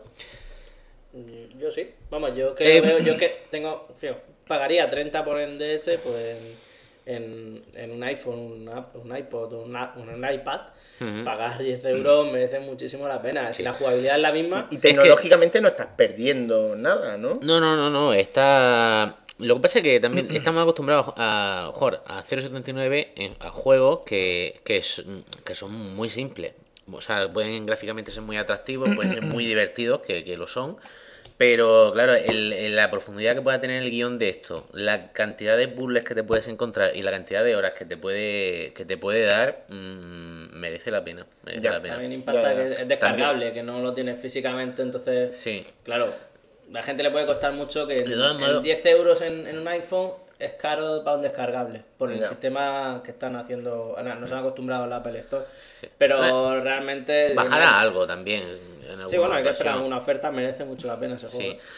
Yo sí. Vamos, yo que yo que tengo, fío, pagaría 30 por el DS, pues en un iPhone, un iPod, un iPad, pagar 10 euros merece muchísimo la pena. Si la jugabilidad es la misma, Y tecnológicamente no estás perdiendo nada, ¿no? No, está... Lo que pasa es que también estamos acostumbrados a jugar a 0.79 a juegos que son muy simples. O sea, pueden gráficamente ser muy atractivos, pueden ser muy divertidos, que lo son. Pero claro, la profundidad que pueda tener el guión de esto, la cantidad de puzzles que te puedes encontrar y la cantidad de horas que te puede dar, merece la pena. Merece Ya, la pena. también impacta Ya. que es descargable, que no lo tienes físicamente, entonces, Sí. claro, la gente le puede costar mucho que De todos modos- 10 euros en un iPhone es caro para un descargable, por el Ya. sistema que están haciendo, no se han acombrado a la Apple Store, pero realmente... Bajará algo también. En Sí, bueno, hay que alguna esperar ocasión. una oferta, merece mucho la pena ese juego. Sí.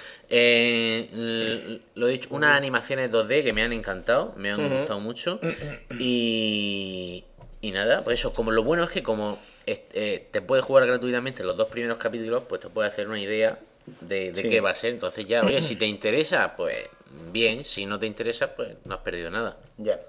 Lo he dicho, unas animaciones 2D que me han encantado, me han gustado mucho. Y nada, pues eso, como lo bueno es que como te puedes jugar gratuitamente los 2 primeros capítulos, pues te puedes hacer una idea de Sí. qué va a ser. Entonces ya, oye, si te interesa, pues bien, si no te interesa, pues no has perdido nada. Ya.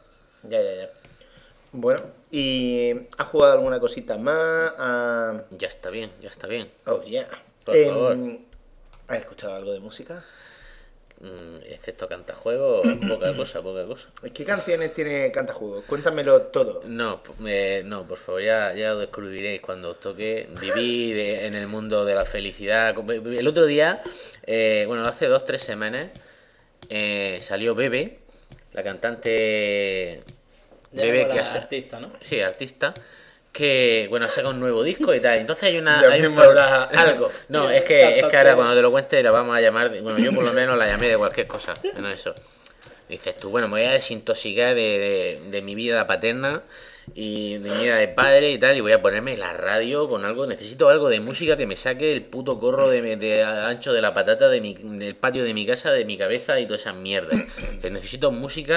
Bueno, ¿y has jugado alguna cosita más? Ya está bien, ya está bien. Oh, yeah. Por favor. ¿Has escuchado algo de música? Excepto cantajuegos, poca cosa. ¿Qué canciones tiene Cantajuegos? Cuéntamelo todo. No, no, por favor, ya lo descubriréis cuando os toque vivir en el mundo de la felicidad. El otro día, hace 2-3 semanas, salió Bebe, la cantante Ya Bebe como que la hace... artista, ¿no? Sí, artista. Que, ha sacado un nuevo disco y tal. Entonces hay Ya hay mismo habrá algo. No, es que ahora cuando te lo cuente la vamos a llamar... Bueno, yo por lo menos la llamé de cualquier cosa, menos eso. Dices tú, bueno, me voy a desintoxicar de mi vida paterna y de mi vida de padre y tal, y voy a ponerme la radio con algo, necesito algo de música que me saque el puto corro de ancho de la patata del patio de mi casa, de mi cabeza y toda esa mierda. Necesito música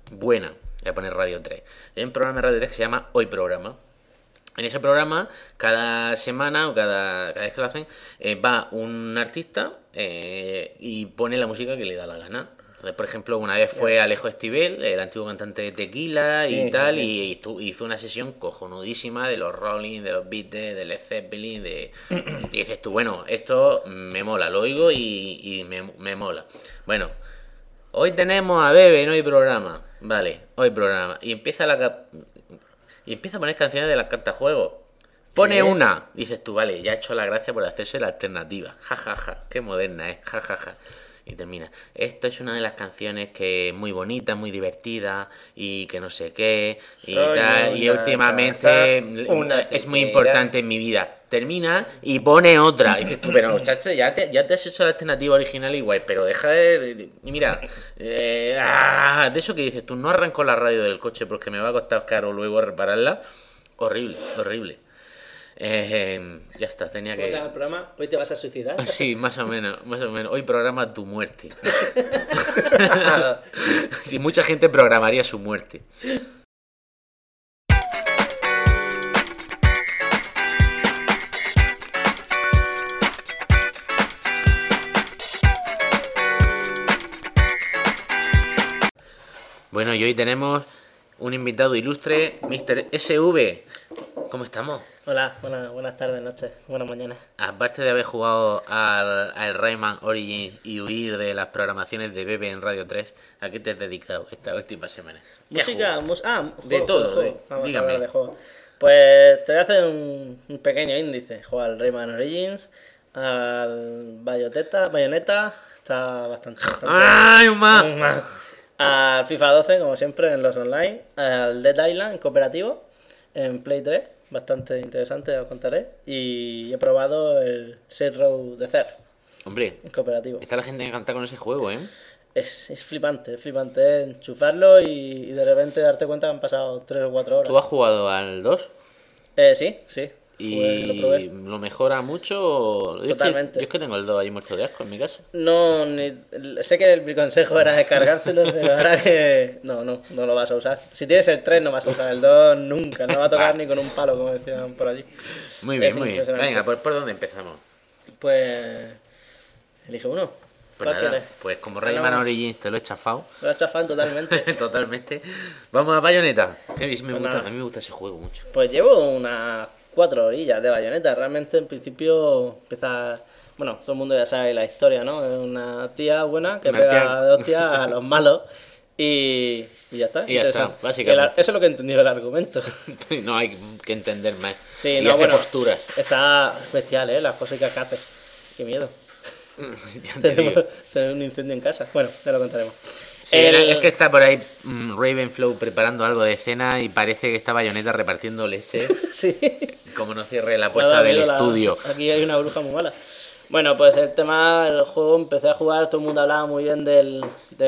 buena. Voy a poner Radio 3. Hay un programa de Radio 3 que se llama Hoy Programa. En ese programa, cada semana o cada vez que lo hacen, va un artista y pone la música que le da la gana. Entonces, por ejemplo, una vez fue Alejo Stivel, el antiguo cantante de Tequila y tal, sí. y hizo una sesión cojonudísima de los Rolling, de los Beatles, de Led Zeppelin, y dices tú, bueno, esto me mola, lo oigo y me mola. Bueno, hoy tenemos a Bebe, no hay programa. Vale, hoy programa. Y empieza a poner canciones de las cartajuegos. Pone una. Dices tú, vale, ya ha hecho la gracia por hacerse la alternativa. Ja, ja, ja. Qué moderna es. Ja, ja, ja. Y termina. Esto es una de las canciones que es muy bonita, muy divertida y que no sé qué. Y tal. Y últimamente es muy importante en mi vida. Termina y pone otra. Y dices tú, pero muchacho, ya te has hecho la alternativa original igual, pero deja de... Y mira, de eso que dices tú, no arranco la radio del coche porque me va a costar caro luego repararla. Horrible, horrible. Ya está, tenía ¿Cómo se llama que... el programa? ¿Hoy te vas a suicidar? Sí, más o menos. Hoy programa tu muerte. Sí, mucha gente programaría su muerte. Bueno, y hoy tenemos un invitado ilustre, Mr. SV. ¿Cómo estamos? Hola, buenas tardes, noches, buenas mañanas. Aparte de haber jugado al Rayman Origins y huir de las programaciones de Bebe en Radio 3, ¿a qué te has dedicado esta última semana? ¿Qué has Música, jugado? juego, De todo, juego. Vamos a dígame. hablar de juego. Pues te voy a hacer un pequeño índice. Juego al Rayman Origins, al Bayonetta, está bastante. ¡Ay, más! más. Al FIFA 12, como siempre, en los online. Al Dead Island, en cooperativo, en Play 3, bastante interesante, os contaré. Y he probado el Saints Row The Third, Hombre, en cooperativo. está la gente encantada con ese juego, ¿eh? Es flipante enchufarlo y de repente darte cuenta que han pasado 3 o 4 horas. ¿Tú has jugado al 2? Sí. ¿Y Lo probé. lo mejora mucho? Totalmente. Yo es que tengo el 2 ahí muerto de asco en mi casa. No, sé que mi consejo era descargárselo, pero ahora que no lo vas a usar. Si tienes el 3 no vas a usar el 2 nunca, no va a tocar ni con un palo, como decían por allí. Muy bien, Es muy bien. impresionante. Venga, ¿por dónde empezamos? Pues elige uno. Pues ¿Cuál nada, quieres? pues como Rayman No. Origins te lo he chafado. Lo has chafado totalmente. Totalmente. Vamos a Bayonetta. Que a mí Pues nada. me gusta ese juego mucho. Pues llevo unas 4 orillas de Bayonetta. Realmente, en principio, empieza... Bueno, todo el mundo ya sabe la historia, ¿no? Es una tía buena que Una pega tía- de hostias a los malos y ya está. Y ya está, interesante. básicamente. Eso es lo que he entendido del argumento. No hay que entender más. Sí, y no, hace bueno, posturas. Está bestial, ¿eh? Las cosas que hace. Qué miedo. Ya te digo. Se ve un incendio en casa. Bueno, ya lo contaremos. Sí, es que está por ahí Ravenflow preparando algo de cena y parece que está Bayonetta repartiendo leche. Sí. Como no cierre la Me ha puerta dado del miedo estudio. Aquí hay una bruja muy mala. Bueno, pues el tema del juego, empecé a jugar, todo el mundo hablaba muy bien del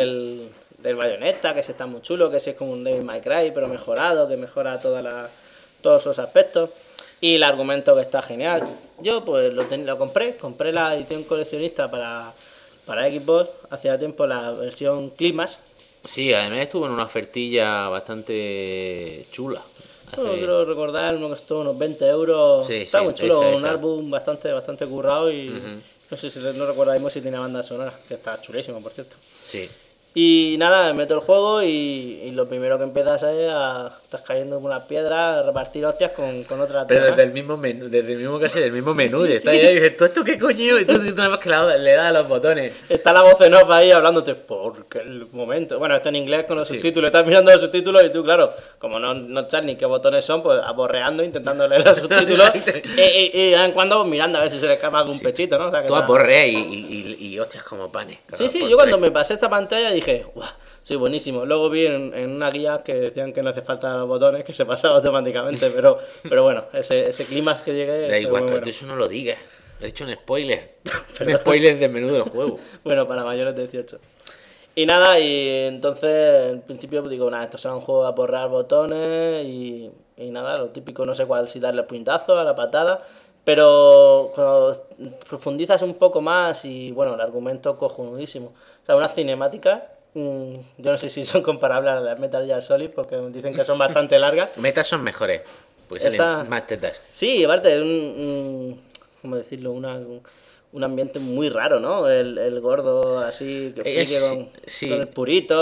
Bayonetta, que si está muy chulo, que si es como un Devil May Cry, pero mejorado, que mejora todos esos aspectos. Y el argumento que está genial. Yo pues lo compré la edición coleccionista para Xbox, hacía tiempo la versión Climax. Sí, además estuvo en una ofertilla bastante chula. Yo creo recordar, me costó unos 20 euros. Sí, Está sí, muy chulo, esa. un álbum bastante currado y no sé si no recuerdo mismo si tiene banda sonora, que está chulísimo, por cierto. Sí. Y nada, me meto el juego y lo primero que empiezas es estás cayendo como unas piedras, a repartir hostias con otra Pero tía. desde el mismo menú, casi del mismo menú. sí, y está sí. ahí y dices, ¿tú esto qué coño? Y tú nada más que le das a los botones. Está la voz en off ahí hablándote porque el momento. Bueno, está en inglés con los Sí. subtítulos, estás mirando los subtítulos y tú, claro, como no sabes ni qué botones son, pues aborreando, intentando leer los subtítulos y de vez en cuando mirando a ver si se le escapa algún pechito, ¿no? O sea, que Tú está- aporreas y hostias como panes. Sí, yo cuando me pasé esta pantalla dije, ¡guau! Sí, buenísimo. Luego vi en una guía que decían que no hace falta los botones, que se pasaba automáticamente, pero bueno, ese clima que llegué. Da fue igual, muy pero bueno. tú eso no lo digas. He dicho un spoiler. Un Perdón. spoiler del menú del juego. Bueno, para mayores de 18. Y nada, y entonces en principio pues digo, nada, esto será un juego a porrar botones y nada, lo típico, no sé cuál, si darle puñetazo a la patada, pero cuando profundizas un poco más y bueno, el argumento cojonudísimo. O sea, una cinemática yo no sé si son comparables a las de Metal Gear Solid, porque dicen que son bastante largas. Metas son mejores, pues Esta- salen más tetas. Sí, aparte, ¿cómo decirlo? Un ambiente muy raro, ¿no? El gordo así, que flique sí. con el purito,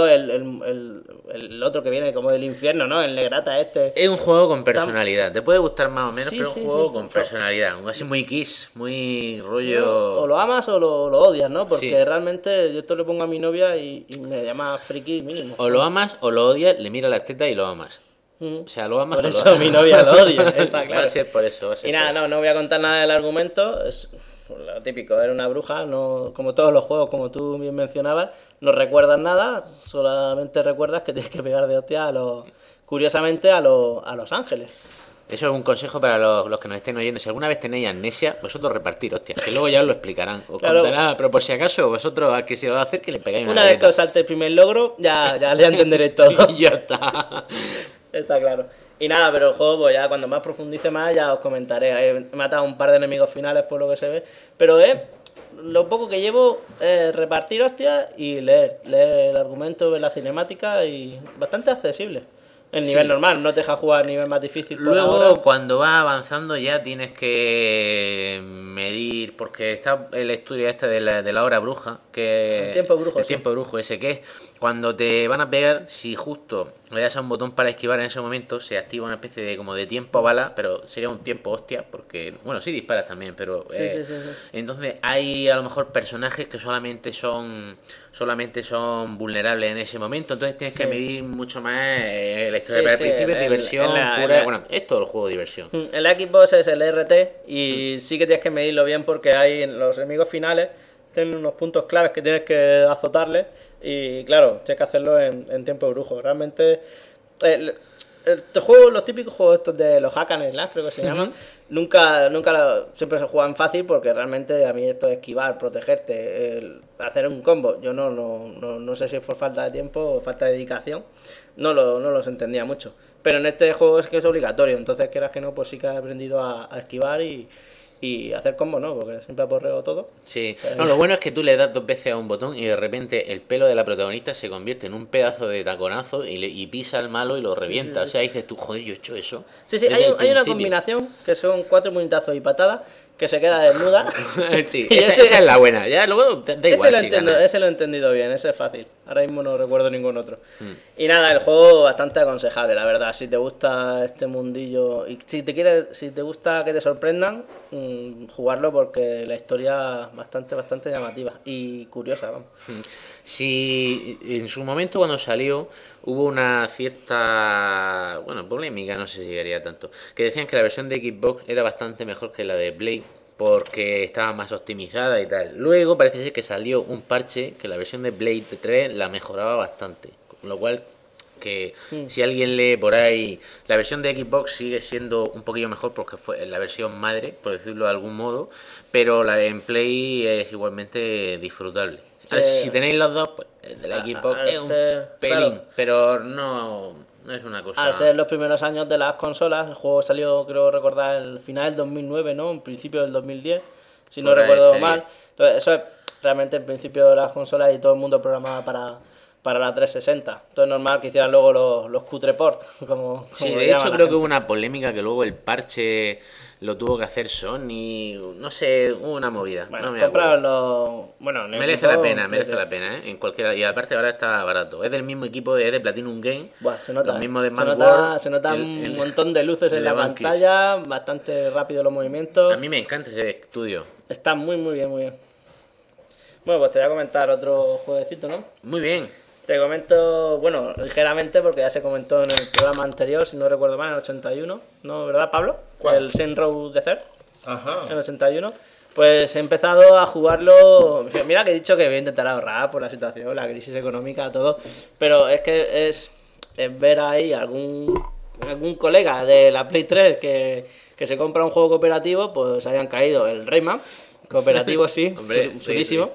el otro que viene como del infierno, ¿no? El negrata este. Es un juego con personalidad. Te puede gustar más o menos, Sí, pero es sí, un juego sí. con personalidad. Así muy kiss, muy rollo. O lo amas o lo odias, ¿no? Porque Sí. realmente yo esto le pongo a mi novia y me llama friki mínimo. O lo amas o lo odias, le mira las tetas y lo amas. O sea, lo amas Por o eso lo amas. mi novia lo odia, está Va claro. a ser por eso, va a ser Y nada, por- no voy a contar nada del argumento. Es lo típico, era una bruja, no, como todos los juegos, como tú bien mencionabas, no recuerdas nada, solamente recuerdas que tienes que pegar de hostia curiosamente a los ángeles. Eso es un consejo para los que nos estén oyendo. Si alguna vez tenéis amnesia, vosotros repartir, hostias, que luego ya os lo explicarán. Os Claro. contarán, pero por si acaso, vosotros al que se lo va a hacer, que le pegáis una Una vez que galleta. os salte el primer logro, ya entenderéis todo. Y ya está. Está claro. Y nada, pero el juego, pues ya cuando más profundice más, ya os comentaré. He matado un par de enemigos finales por lo que se ve. Pero lo poco que llevo es repartir hostias y leer el argumento, ver la cinemática y bastante accesible. El Sí. nivel normal, no te deja jugar a nivel más difícil por Luego, ahora. cuando vas avanzando, ya tienes que medir, porque está la historia esta de la hora bruja, que El tiempo brujo, el sí. tiempo brujo ese que es cuando te van a pegar, si justo le das a un botón para esquivar en ese momento, se activa una especie de como de tiempo a bala, pero sería un tiempo hostia, porque bueno, sí disparas también, pero Sí, sí. entonces hay a lo mejor personajes que solamente son vulnerables en ese momento, entonces tienes que Sí. medir mucho más la historia. Sí, Pero al sí, principio es en diversión la- pura, bueno, es todo el juego diversión. El Xbox es el RT y sí que tienes que medirlo bien porque hay en los enemigos finales tienen unos puntos claves que tienes que azotarles y claro, tienes que hacerlo en tiempo brujo. Realmente los típicos juegos estos de los hack and slash, creo que se llaman, siempre se juegan fácil porque realmente a mí esto es esquivar, protegerte, hacer un combo. Yo no sé si es por falta de tiempo o falta de dedicación, no los entendía mucho. Pero en este juego es que es obligatorio, entonces quieras que no, pues sí que he aprendido a esquivar y hacer combo, ¿no? Porque siempre aporreo todo. Sí, no, lo bueno es que tú le das 2 veces a un botón y de repente el pelo de la protagonista se convierte en un pedazo de taconazo y pisa al malo y lo revienta. O sea, dices tú, joder, yo he hecho eso. Sí, desde hay el una principio. combinación que son 4 puñetazos y patadas que se queda desnuda. Sí, Y esa es la buena. Ya luego da igual si gana. Ese lo he entendido bien, ese es fácil. Ahora mismo no recuerdo ningún otro. Hmm. Y nada, el juego bastante aconsejable, la verdad. Si te gusta este mundillo y si te gusta que te sorprendan, jugarlo porque la historia bastante llamativa y curiosa, vamos. Si en su momento cuando salió hubo una cierta, bueno, polémica, no sé si llegaría tanto, que decían que la versión de Xbox era bastante mejor que la de Play porque estaba más optimizada y tal. Luego parece ser que salió un parche que la versión de Play 3 la mejoraba bastante, con lo cual que si alguien lee por ahí, la versión de Xbox sigue siendo un poquillo mejor porque fue la versión madre, por decirlo de algún modo, pero la en Play es igualmente disfrutable. Ahora, si tenéis los dos, pues el de la Xbox al es un ser- pelín, claro. pero no es una cosa... Al ser los primeros años de las consolas, el juego salió, creo recordar, el final del 2009, ¿no? En principio del 2010, si no Por ahí recuerdo sería. mal. Entonces, eso es realmente el principio de las consolas y todo el mundo programaba para la 360. Entonces es normal que hicieran luego los cutre port, como Sí, le de llama hecho la creo que gente. hubo una polémica que luego el parche lo tuvo que hacer Sony, no sé, hubo una movida. Bueno, no me acuerdo. comprarlo... Bueno, en Merece Xbox, la pena, ¿eh? En cualquiera, y aparte ahora está barato. Es del mismo equipo de Platinum Game. Buah, se nota, Los mismos de se Mad nota, World, se nota el- un el- montón de luces el en de la Vanquish. pantalla, bastante rápido los movimientos. A mí me encanta ese estudio. Está muy bien, muy bien. Bueno, pues te voy a comentar otro jueguecito, ¿no? Muy bien. Te comento, bueno, ligeramente porque ya se comentó en el programa anterior, si no recuerdo mal, en el 81, ¿no? ¿Verdad, Pablo? ¿Cuál? El Saints Row The Third, en Ajá. el 81. Pues he empezado a jugarlo. Mira que he dicho que voy a intentar ahorrar por la situación, la crisis económica, todo. Pero es que es ver ahí algún colega de la Play 3 que se compra un juego cooperativo, pues hayan caído el Rayman. Cooperativo, sí, Hombre, sí, chulísimo.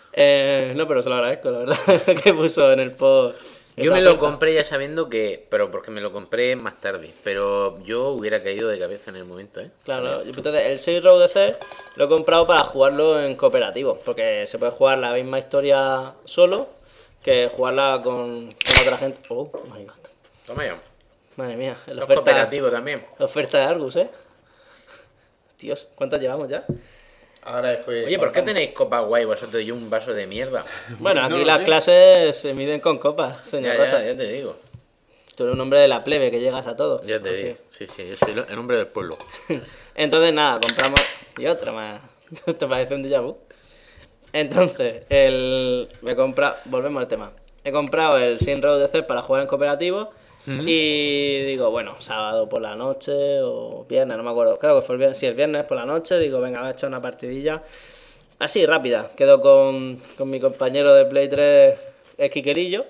No, pero se lo agradezco, la verdad, que puso en el post. Yo esa me lo oferta. compré ya sabiendo que... Pero porque me lo compré más tarde. Pero yo hubiera caído de cabeza en el momento, ¿eh? Claro, entonces el Saints Row DC lo he comprado para jugarlo en cooperativo, porque se puede jugar la misma historia solo, que jugarla con otra gente. Oh my god. Toma ya. Madre mía, la Los oferta, cooperativos también. la oferta de Argus, Dios, ¿cuántas llevamos ya? Ahora después. Oye, ¿por qué tenéis copa guay vosotros y un vaso de mierda? Bueno, No aquí lo las sé. clases se miden con copas, señor Rosa. Ya te digo. Tú eres un hombre de la plebe que llegas a todo. Ya te Así. digo. Sí, yo soy el hombre del pueblo. Entonces, nada, compramos. Y otra más. ¿Te parece un déjà vu? Entonces, volvemos al tema. He comprado el Sin Road de Cell para jugar en cooperativo. Y digo, bueno, sábado por la noche o viernes, no me acuerdo. Creo que fue el viernes. Sí, el viernes por la noche. Digo, venga, voy a echar una partidilla. Así, rápida. Quedo con mi compañero de Play 3, Esquiquerillo.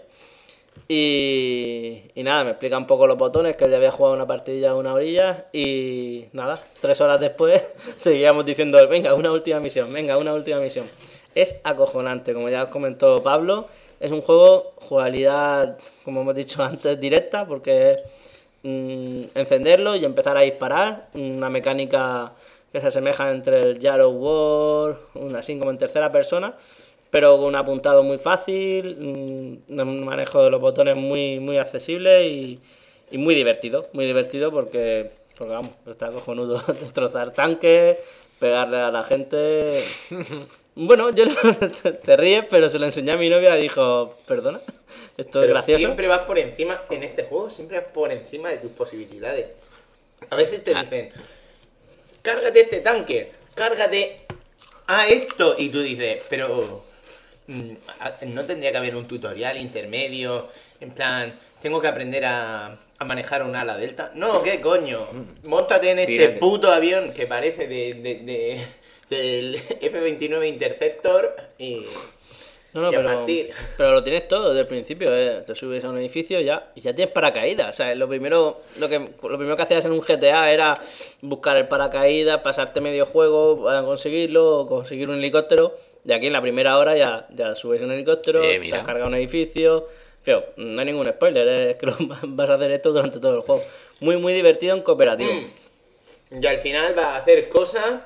Y nada, me explica un poco los botones, que él ya había jugado una partidilla a una orilla. Y nada, 3 horas después seguíamos diciendo, venga, una última misión, venga, una última misión. Es acojonante, como ya comentó Pablo. Es un juego, jugabilidad, como hemos dicho antes, directa, porque es encenderlo y empezar a disparar. Una mecánica que se asemeja entre el Shadow War, así como en tercera persona, pero con un apuntado muy fácil, un manejo de los botones muy accesible y muy divertido porque vamos, está cojonudo destrozar tanques, pegarle a la gente. Bueno, yo te ríes, pero se lo enseñé a mi novia y dijo, perdona, esto es Pero gracioso. siempre vas por encima, en este juego, siempre vas por encima de tus posibilidades. A veces te dicen, cárgate este tanque, cárgate a esto, y tú dices, pero no tendría que haber un tutorial intermedio, en plan, tengo que aprender a manejar un ala delta. No, ¿qué coño? Móntate en este Tírate. puto avión que parece del F-29 Interceptor y No, y a partir. pero lo tienes todo desde el principio, te subes a un edificio y ya tienes paracaídas. O sea, lo primero que hacías en un GTA era buscar el paracaídas, pasarte medio juego para conseguirlo, o conseguir un helicóptero. Y aquí en la primera hora ya subes un helicóptero, te Mira. has cargado un edificio. Pero no hay ningún spoiler, es que vas a hacer esto durante todo el juego. Muy divertido en cooperativo. Y al final vas a hacer cosas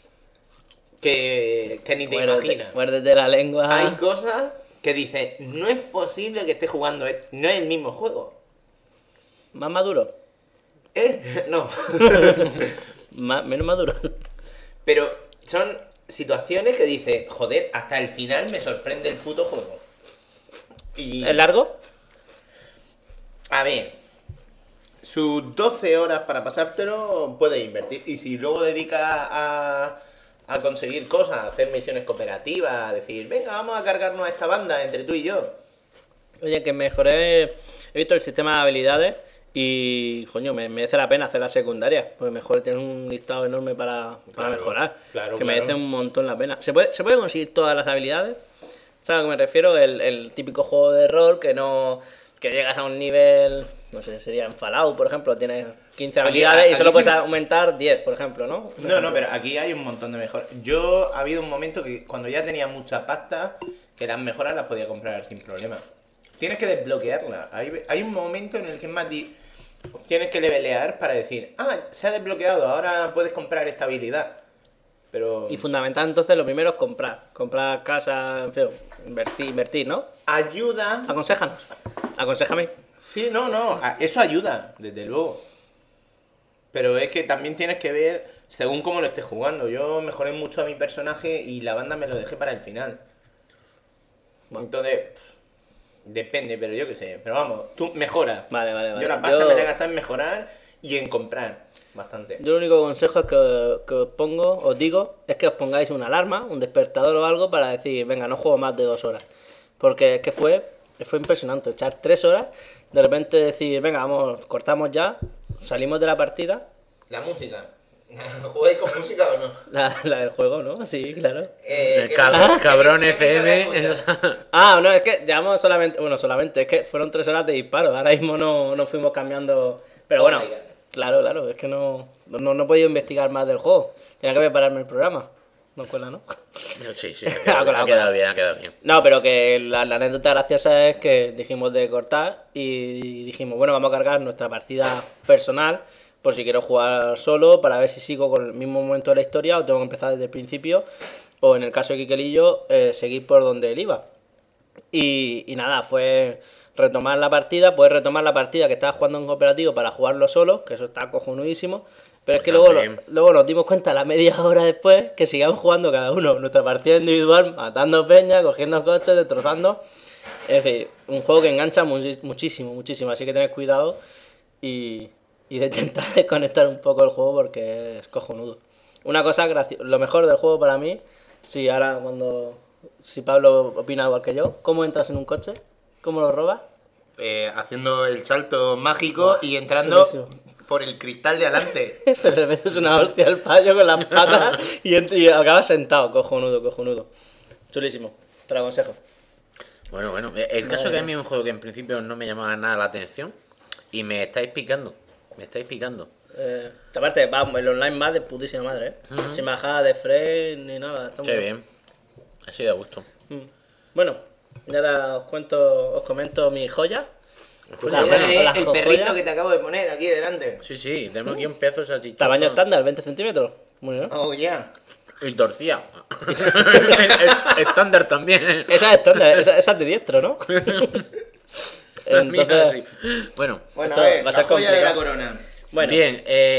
que ni te imaginas. Muérdete la lengua. Hay cosas que dices, no es posible que esté jugando, no es el mismo juego. Más maduro. No. Menos maduro. Pero son situaciones que dices, joder, hasta el final me sorprende el puto juego. Y, ¿Es largo? a ver, sus 12 horas para pasártelo puedes invertir. Y si luego dedicas a conseguir cosas, a hacer misiones cooperativas, a decir, venga, vamos a cargarnos a esta banda entre tú y yo. Oye, que mejoré. He visto el sistema de habilidades y, coño, me merece la pena hacer las secundarias. Pues mejor tener un listado enorme para Claro, mejorar. claro, que claro. merece un montón la pena. ¿Se puede conseguir todas las habilidades? ¿Sabes a lo que me refiero? El típico juego de rol que llegas a un nivel, no sé, sería en Fallout, por ejemplo, tienes 15 habilidades y aquí solo puedes sí- aumentar 10, por ejemplo, ¿no? No, pero aquí hay un montón de mejoras. Yo ha habido un momento que cuando ya tenía mucha pasta, que las mejoras las podía comprar sin problema. Tienes que desbloquearlas. Hay un momento en el que es más tienes que levelear para decir, se ha desbloqueado, ahora puedes comprar esta habilidad. Pero Y fundamental, entonces, lo primero es comprar casa, en fin, invertir, ¿no? ayuda. Aconséjanos. Aconséjame. Sí, no, eso ayuda, desde luego. Pero es que también tienes que ver según cómo lo estés jugando. Yo mejoré mucho a mi personaje y la banda me lo dejé para el final. Bueno. Entonces, depende, pero yo qué sé. Pero vamos, tú mejora. Vale. Yo la pasta me la he gastado en mejorar y en comprar bastante. Yo lo único consejo que os digo, es que os pongáis una alarma, un despertador o algo para decir, venga, no juego más de 2 horas. Porque es que fue impresionante, echar 3 horas, de repente decir, venga, vamos, cortamos ya, salimos de la partida, La música. ¿Jugáis con música o no? la del juego, ¿no? Sí, claro. Cabrón ¿qué FM. emisora escuchas? No, es que llevamos solamente, es que fueron 3 horas de disparo, ahora mismo no fuimos cambiando, pero Oh bueno, my God. claro, es que no he podido investigar más del juego, tenía que prepararme el programa, no cuela, ¿no? Sí, Cola. ha quedado bien. No, pero que la anécdota graciosa es que dijimos de cortar y dijimos, bueno, vamos a cargar nuestra partida personal por si quiero jugar solo para ver si sigo con el mismo momento de la historia o tengo que empezar desde el principio o en el caso de Quiquelillo seguir por donde él iba. Y nada, fue retomar la partida, puedes retomar la partida que estabas jugando en cooperativo para jugarlo solo, que eso está cojonudísimo. Pero es que luego nos dimos cuenta la media hora después que sigamos jugando cada uno nuestra partida individual, matando peña, cogiendo coches, destrozando. Es decir, un juego que engancha muchísimo, muchísimo. Así que tened cuidado y de intentar desconectar un poco el juego porque es cojonudo. Una cosa, lo mejor del juego para mí, si Pablo opina igual que yo, ¿cómo entras en un coche? ¿Cómo lo robas? Haciendo el salto mágico y entrando por el cristal de adelante. Pero le metes una hostia al payo con las patas y acabas sentado, cojonudo. Chulísimo, te lo aconsejo. Bueno, el caso que a mí es un juego que en principio no me llamaba nada la atención y me estáis picando. Aparte, el online va de putísima madre, ¿eh? Sin bajada de frame ni nada. Qué bien, así de gusto. Bueno, y ahora os comento mi joya. El perrito que te acabo de poner aquí delante. Sí, tenemos aquí un pedazo de salchichón. Tamaño estándar, 20 centímetros. Muy bien. Oh, yeah. Y torcía. Estándar también. Esa es estándar, esa es de diestro, ¿no? Entonces, sí. Bueno, a ver, va a ser la joya de la complicado. corona. Bueno, bien,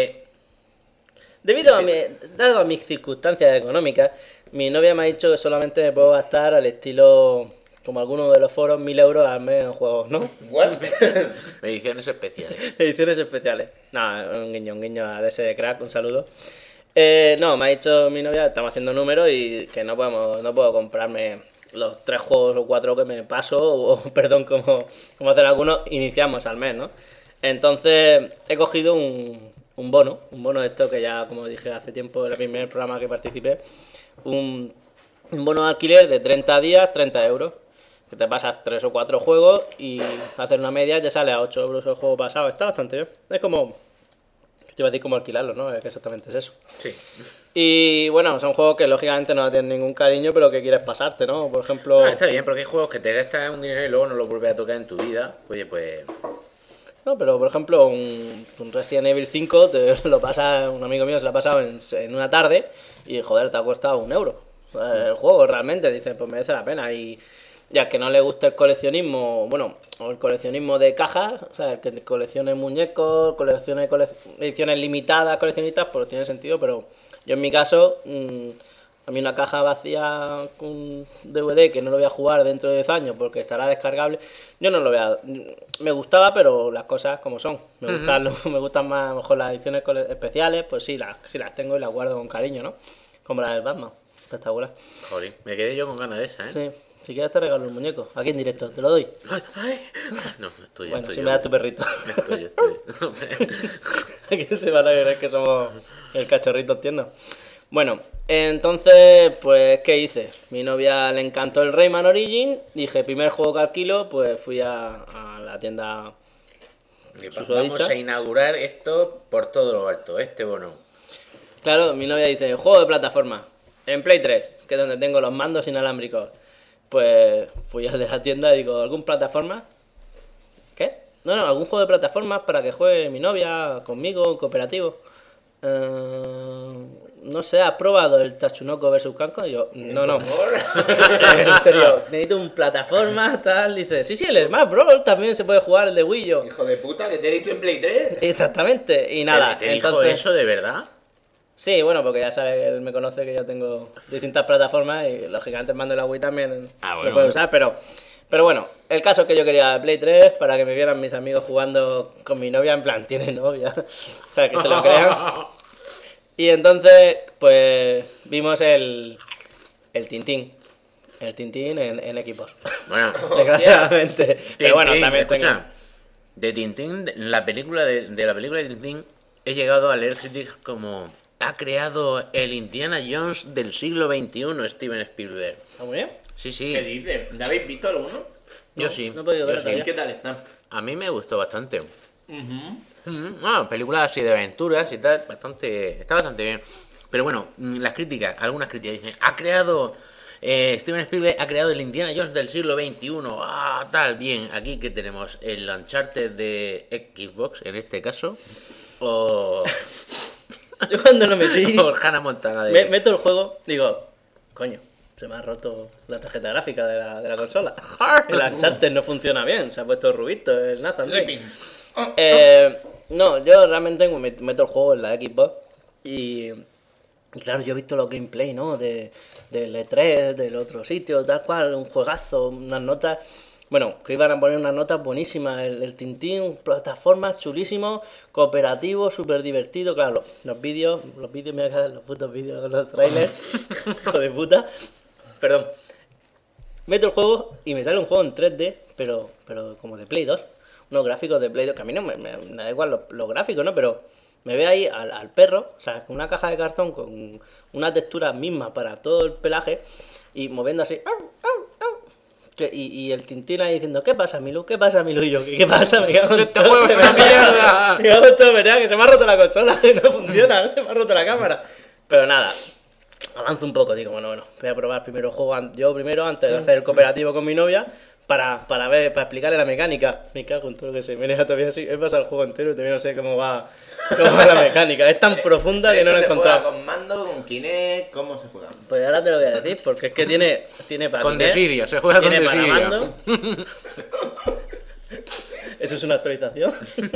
dado a mis circunstancias económicas, mi novia me ha dicho que solamente me puedo gastar al estilo, como algunos de los foros, 1.000 euros al mes en juegos, ¿no? What? ediciones especiales. Ediciones especiales. No, un guiño a DS de Crack, un saludo. No, me ha dicho mi novia, estamos haciendo números y que no puedo comprarme los 3 juegos o 4 que me paso, o perdón, como hacen algunos, iniciamos al mes, ¿no? Entonces he cogido un bono de esto que ya, como dije hace tiempo en el primer programa que participé, un bono de alquiler de 30 días, 30 euros, que te pasas 3 o 4 juegos y hacer una media te sale a 8 euros el juego pasado, está bastante bien, es como... Yo iba a decir cómo alquilarlo, ¿no? Es que exactamente es eso. Sí. Y bueno, son juegos que lógicamente no tienen ningún cariño, pero que quieres pasarte, ¿no? Por ejemplo... Está bien, porque hay juegos que te gastas un dinero y luego no lo vuelves a tocar en tu vida. Oye, pues... No, pero por ejemplo, un Resident Evil 5 un amigo mío se lo ha pasado en una tarde y joder, te ha costado 1 euro. El juego realmente, dice, pues merece la pena. Y al que no le gusta el coleccionismo, bueno, o el coleccionismo de cajas, o sea, el que coleccione muñecos, coleccione ediciones limitadas, coleccionistas, pues tiene sentido, pero yo en mi caso, a mí una caja vacía con DVD que no lo voy a jugar dentro de 10 años porque estará descargable, yo no lo voy a... Me gustaba, pero las cosas como son. Me gustan más, a lo mejor las ediciones especiales, pues sí, las tengo y las guardo con cariño, ¿no? Como la del Batman, espectacular. Joder, me quedé yo con ganas de esa, ¿eh? Sí. Si quieres te regalo el muñeco, aquí en directo, te lo doy. Ay. No, estoy Bueno, si me das tu perrito. Estoy. Que se van a creer que somos el cachorrito tierno. Bueno, entonces, pues, ¿qué hice? Mi novia le encantó el Rayman Origin. Dije, primer juego que alquilo, pues fui a la tienda. Vamos a inaugurar esto por todo lo alto, este bono. Claro, mi novia dice, juego de plataforma, en Play 3, que es donde tengo los mandos inalámbricos. Pues fui al de la tienda y digo, ¿algún plataforma? ¿Qué? No, algún juego de plataformas para que juegue mi novia conmigo, en cooperativo. No sé, ¿has probado el Tatsunoko vs Capcom? Y yo, no. En serio, necesito un plataforma, tal. Dice, sí, el Smash Bros. También se puede jugar, el de Wii U. Hijo de puta, que te he dicho en Play 3. Exactamente, y nada. ¿Te dijo eso de verdad? Sí, bueno, porque ya sabe que él me conoce, que yo tengo distintas plataformas y lógicamente el mando de la Wii también lo puedo usar, pero bueno, el caso es que yo quería Play 3 para que me vieran mis amigos jugando con mi novia, en plan, tiene novia, para que se lo crean. Y entonces, pues, vimos el Tintín en equipos. Bueno, desgraciadamente. Pero bueno, también escucha, de Tintín, la película de la película de Tintín, he llegado a leer críticas como... Ha creado el Indiana Jones del siglo XXI, Steven Spielberg. ¿Está muy bien? Sí. ¿Qué dices? ¿Le habéis visto alguno? Yo sí. No he podido verlo ¿Y todavía. qué tal está? A mí me gustó bastante. Bueno, películas así de aventuras y tal, está bastante bien. Pero bueno, algunas críticas dicen, Steven Spielberg ha creado el Indiana Jones del siglo XXI. Tal, bien. Aquí que tenemos el Uncharted de Xbox, en este caso. O... Yo cuando lo metí... o Hannah Montana de... Meto el juego, digo, coño, se me ha roto la tarjeta gráfica de la consola. El Uncharted no funciona bien, se ha puesto rubito el Nathan Drake. No, yo realmente meto el juego en la Xbox y claro, yo he visto los gameplay, ¿no? Del E3, del otro sitio, tal cual, un juegazo, unas notas. Bueno, que iban a poner unas notas buenísimas, el Tintín, plataformas chulísimo, cooperativo, súper divertido. Claro, los vídeos me voy a quedar los putos vídeos, los trailers, hijo de puta. Perdón. Meto el juego y me sale un juego en 3D, pero como de Play 2. Unos gráficos de Play 2, que a mí no me da igual los gráficos, ¿no? Pero me ve ahí al perro, o sea, con una caja de cartón con una textura misma para todo el pelaje y moviendo así. Y el Tintín ahí diciendo, ¿qué pasa, Milu? ¿Qué pasa, Milu? Y yo, ¿qué pasa? Me cago en todo. juego es una mierda. Me cago en todo, ¿verdad? Que se me ha roto la consola, que no funciona, no se me ha roto la cámara. Pero nada, avanzo un poco, digo, bueno, voy a probar primero el juego yo primero, antes de hacer el cooperativo con mi novia, para explicarle la mecánica. Me cago en todo lo que se me deja todavía así. He pasado el juego entero y todavía no sé cómo va la mecánica. Es tan profunda que no lo he encontrado. ¿Se juega con mando, con Kinect? ¿Cómo se juega? Pues ahora te lo voy a decir, porque es que tiene para Con Kinect, desidia, se juega con tiene para desidia. mando. ¿Eso es una actualización?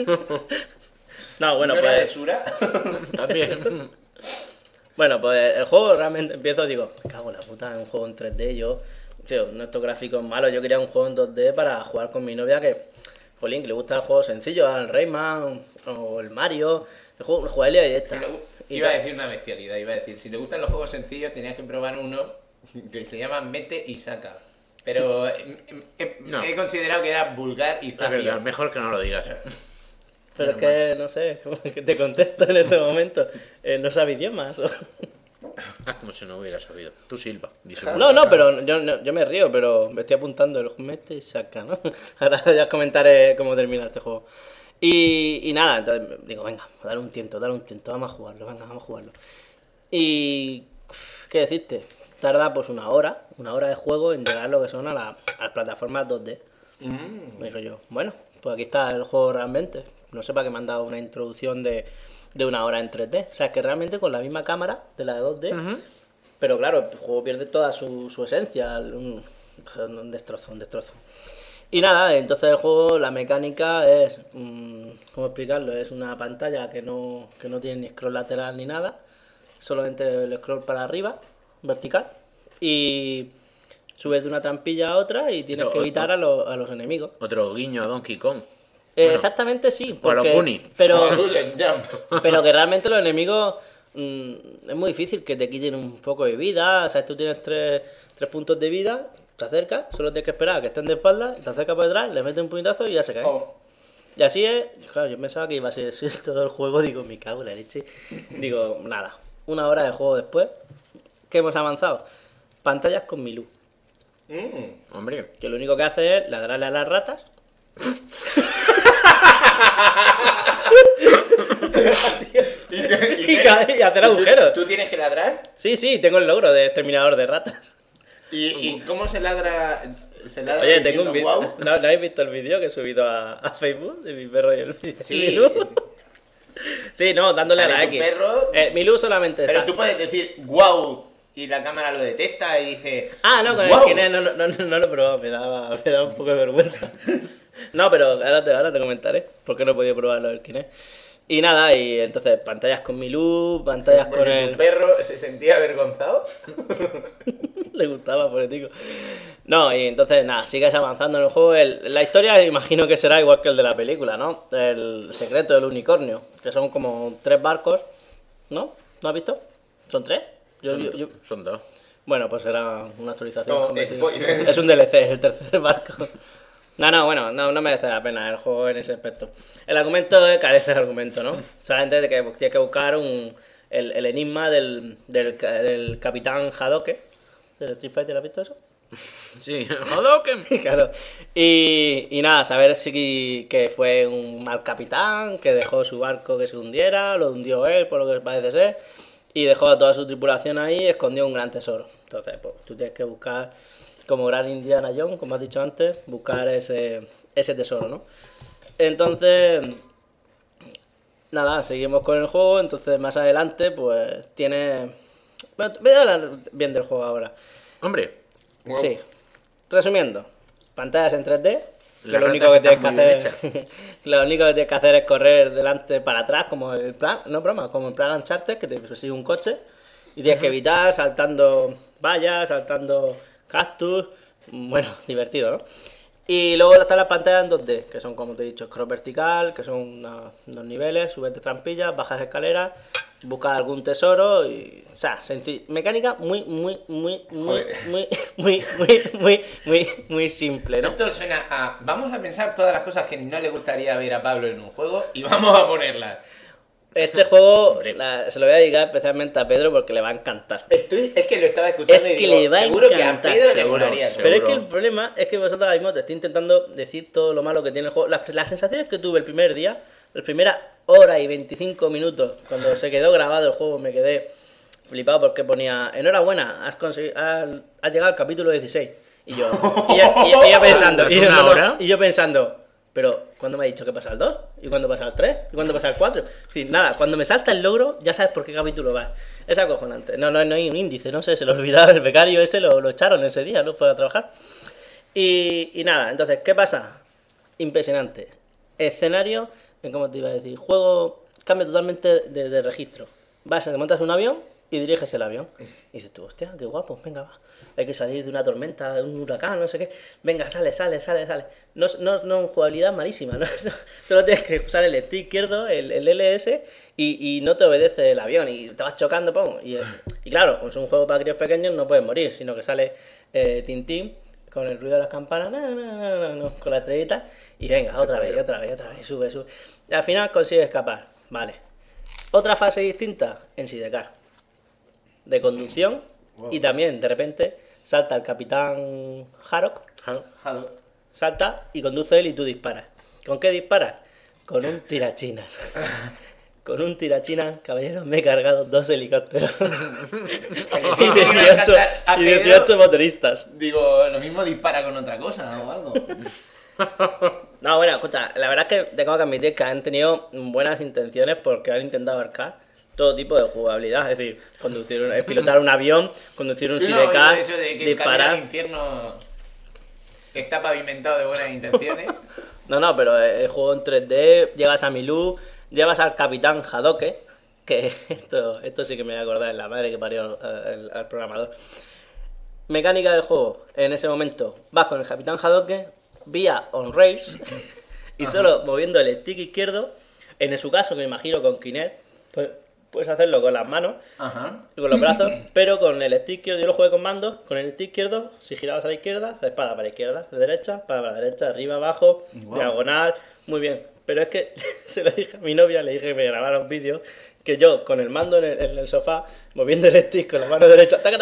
No, bueno, ¿No era de pues... Sura? También. Bueno, pues el juego realmente empiezo, digo, me cago en la puta, en un juego en 3D, yo... Tío, no estos gráficos malos, yo quería un juego en 2D para jugar con mi novia que... Jolín, que le gusta el juego sencillo, el Rayman o el Mario, el juego, jugabilidad directa. Iba a decir una bestialidad, iba a decir, si le gustan los juegos sencillos tenías que probar uno que se llama Mete y Saca. Pero No. he considerado que era vulgar y Es verdad, zafio. mejor que no lo digas. Pero es que, no sé, que te contesto en este momento, no sabe idiomas o... Haz como si no hubiera sabido. Tú silba. No, pero yo me río, pero me estoy apuntando el mete y saca, ¿no? Ahora ya os comentaré cómo termina este juego. Y nada, entonces digo, venga, dale un tiento, vamos a jugarlo, venga, vamos a jugarlo. Y... ¿qué decirte? Tarda pues una hora de juego en llegar lo que son a las plataformas 2D. Me digo yo, bueno, pues aquí está el juego realmente. No sé para qué me han dado una introducción de una hora en 3D. O sea, es que realmente con la misma cámara de la de 2D, pero claro, el juego pierde toda su esencia. Un destrozo. Y nada, entonces el juego, la mecánica es, ¿cómo explicarlo? Es una pantalla que no tiene ni scroll lateral ni nada, solamente el scroll para arriba, vertical, y subes de una trampilla a otra y tienes que evitar a los enemigos. Otro guiño a Donkey Kong. Exactamente sí, o a los porque, Goonies. pero que realmente los enemigos es muy difícil que te quiten un poco de vida. O sea, tú tienes tres puntos de vida, te acercas, solo tienes que esperar a que estén de espalda, te acercas por detrás, le metes un puñetazo y ya se cae. Y así es, claro, yo pensaba que iba a ser así todo el juego, digo, me cago en la leche. Digo, nada, una hora de juego después, ¿qué hemos avanzado? Pantallas con Milu, Hombre. que lo único que hace es ladrarle a las ratas. y hacer agujeros. ¿Tú tienes que ladrar? Sí, tengo el logro de exterminador de ratas. ¿Y cómo se ladra? ¿Se ladra Oye, tengo un diciendo vídeo. guau? ¿No habéis visto el vídeo que he subido a Facebook de mi perro y el Sí. Milu? Sí, no, dándole a Sale la tu X. perro. Milu solamente Pero sale. tú puedes decir guau y la cámara lo detecta y dice... Ah, no, con "Guau". el Kinect no lo he probado, me daba un poco de vergüenza. No, pero ahora te comentaré por qué no he podido probarlo del Kinect. Y nada, y entonces pantallas con Milu, pantallas con Porque el... tu perro se sentía avergonzado. Le gustaba, político. No, y entonces nada, sigues avanzando en el juego. La historia imagino que será igual que el de la película, ¿no? El secreto del unicornio, que son como 3 barcos, ¿no? ¿No has visto? ¿Son 3? Son dos. Bueno, pues será una actualización. No, como spoiler. es un DLC, es el tercer barco. Bueno, no merece la pena el juego en ese aspecto. El argumento carece de argumento, ¿no? Solamente de que tienes que buscar el enigma del capitán Haddoken. ¿De Street Fighter has visto eso? Sí, Hadouken. Claro. Y nada, saber si que fue un mal capitán, que dejó su barco que se hundiera, lo hundió él, por lo que parece ser, y dejó a toda su tripulación ahí y escondió un gran tesoro. Entonces, pues tú tienes que buscar, como gran Indiana Jones, como has dicho antes, buscar ese tesoro, ¿no? Entonces, nada, seguimos con el juego. Entonces, más adelante, pues tiene... Bueno, voy a hablar bien del juego ahora. Hombre, Sí. Resumiendo, pantallas en 3D. Que Las lo único ratas que tienes que están muy hacer lo único que tienes que hacer es correr delante para atrás como el plan, no broma, como en plan Uncharted, que te persigue un coche y tienes que evitar saltando vallas, saltando cactus, bueno, divertido, ¿no? Y luego están las pantallas en 2D, que son, como te he dicho, scroll vertical, que son unos niveles, subes de trampillas, bajas escaleras, buscas algún tesoro y... O sea, mecánica muy simple, ¿no? Esto suena a... Vamos a pensar todas las cosas que no le gustaría ver a Pablo en un juego y vamos a ponerlas. Este juego se lo voy a dedicar especialmente a Pedro porque le va a encantar. Es que lo estaba escuchando Es y que digo, le va a seguro que a encantar, Pedro le seguro, molaría eso. Pero es seguro. que el problema es que vosotros ahora mismo te estoy intentando decir todo lo malo que tiene el juego. Las sensaciones que tuve el primer día, la primera hora y 25 minutos, cuando se quedó grabado el juego, me quedé flipado porque ponía: enhorabuena, has llegado al capítulo 16. Y yo pensando, ¿Es una hora? y yo pensando, pero ¿cuándo me ha dicho que pasa el 2? ¿Y cuándo pasa el 3? ¿Y cuándo pasa el 4? Es decir, nada, cuando me salta el logro, ya sabes por qué capítulo va. Es acojonante. No hay un índice, no sé, se lo olvidaba el becario ese, lo echaron ese día, no fue a trabajar. Y nada, entonces, ¿qué pasa? Impresionante. Escenario, ¿cómo te iba a decir? Juego cambia totalmente de registro. Te montas un avión y diriges el avión. Y dices tú, hostia, qué guapo, venga, va. Hay que salir de una tormenta, de un huracán, no sé qué. Venga, sale. No, jugabilidad malísima, ¿no? Solo tienes que usar el stick izquierdo, el LS, y no te obedece el avión, y te vas chocando, ¡pum! Y claro, es un juego para críos pequeños, no puedes morir, sino que sale Tintín con el ruido de las campanas, con la estrellita, y venga, otra vez, sube. Y al final consigues escapar, vale. Otra fase distinta en Sidecar, de conducción, y también, de repente, salta el capitán Haddock, salta y conduce él y tú disparas. ¿Con qué disparas? Con un tirachinas. Con un tirachinas, caballeros, me he cargado 2 helicópteros. y 18 motoristas. Digo, lo mismo dispara con otra cosa o algo. No, bueno, escucha, la verdad es que tengo que admitir que han tenido buenas intenciones porque han intentado abarcar todo tipo de jugabilidad, es decir, pilotar un avión, conducir un sidecar, Eso de que el camino disparar. al infierno está pavimentado de buenas intenciones. No, pero el juego en 3D, llegas a Milú, llevas al capitán Haddock, que esto sí que me voy a acordar, en la madre que parió al programador. Mecánica del juego, en ese momento, vas con el capitán Haddock vía on rails y solo moviendo el stick izquierdo, en su caso, que me imagino con Kinect, pues puedes hacerlo con las manos y con los brazos, pero con el stick izquierdo, yo lo jugué con mandos, con el stick izquierdo, si girabas a la izquierda, de espada para la izquierda, de derecha, para la derecha, arriba, abajo, diagonal, muy bien. Pero es que se lo dije a mi novia, le dije que me grabara un vídeo, que yo con el mando en el sofá, moviendo el stick con la mano derecha, taca,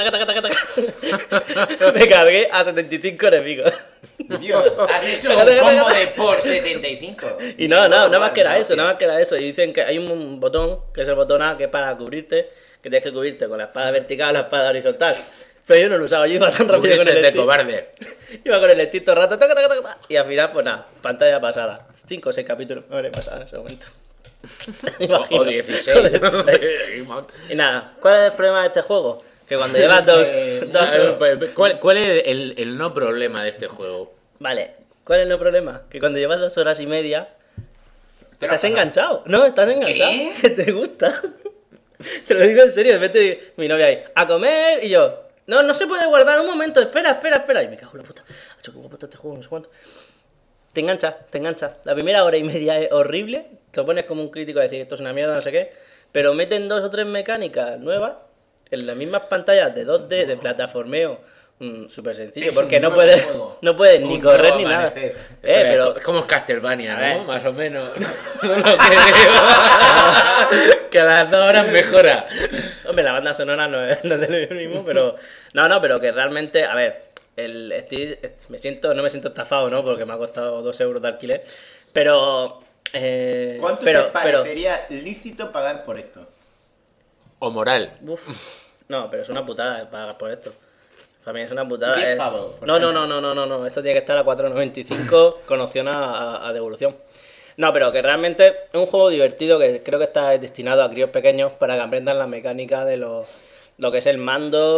me cargué a 75 enemigos. Dios, has hecho un combo de por 75. Y nada más que era eso. Y dicen que hay un botón, que es el botón A, que es para cubrirte, que tienes que cubrirte con la espada vertical o la espada horizontal. Pero yo no lo usaba, yo iba tan rápido con el de stick. cobarde. Iba con el stick todo el rato, taca, y al final, pues nada, pantalla pasada. 5 o 6 capítulos me habré pasado en ese momento. O 16. Y nada, ¿cuál es el problema de este juego? Que cuando llevas dos ¿Cuál es el no problema de este juego? Vale, ¿cuál es el problema? Que cuando llevas 2 horas y media estás enganchado. No, estás enganchado. ¿Qué? Que te gusta. Te lo digo en serio, de repente mi novia ahí, a comer, y yo, no se puede guardar un momento, espera. Y me cago en la puta. Qué guapo está este juego, no sé cuánto. Te engancha. La primera hora y media es horrible. Te pones como un crítico a decir esto es una mierda, no sé qué. Pero meten 2 o 3 mecánicas nuevas en las mismas pantallas de 2D, de plataformeo. Súper sencillo, Es porque un no nuevo puedes, juego. no puedes ni Un correr nuevo ni nada. amanecer. Pero Es como Castlevania, A ver. ¿no? Más o menos. No lo creo. Que a las 2 horas mejora. hombre, la banda sonora no es lo mismo, pero pero que realmente, a ver, no me siento estafado, ¿no? Porque me ha costado 2 euros de alquiler, pero ¿Cuánto pero, te parecería lícito pagar por esto? O moral. No, pero es una putada pagar por esto. Para mí es una putada. 10 pavos, por No. ejemplo. Esto tiene que estar a 4,95 con opción a devolución. No, pero que realmente es un juego divertido que creo que está destinado a críos pequeños para que aprendan la mecánica de lo que es el mando,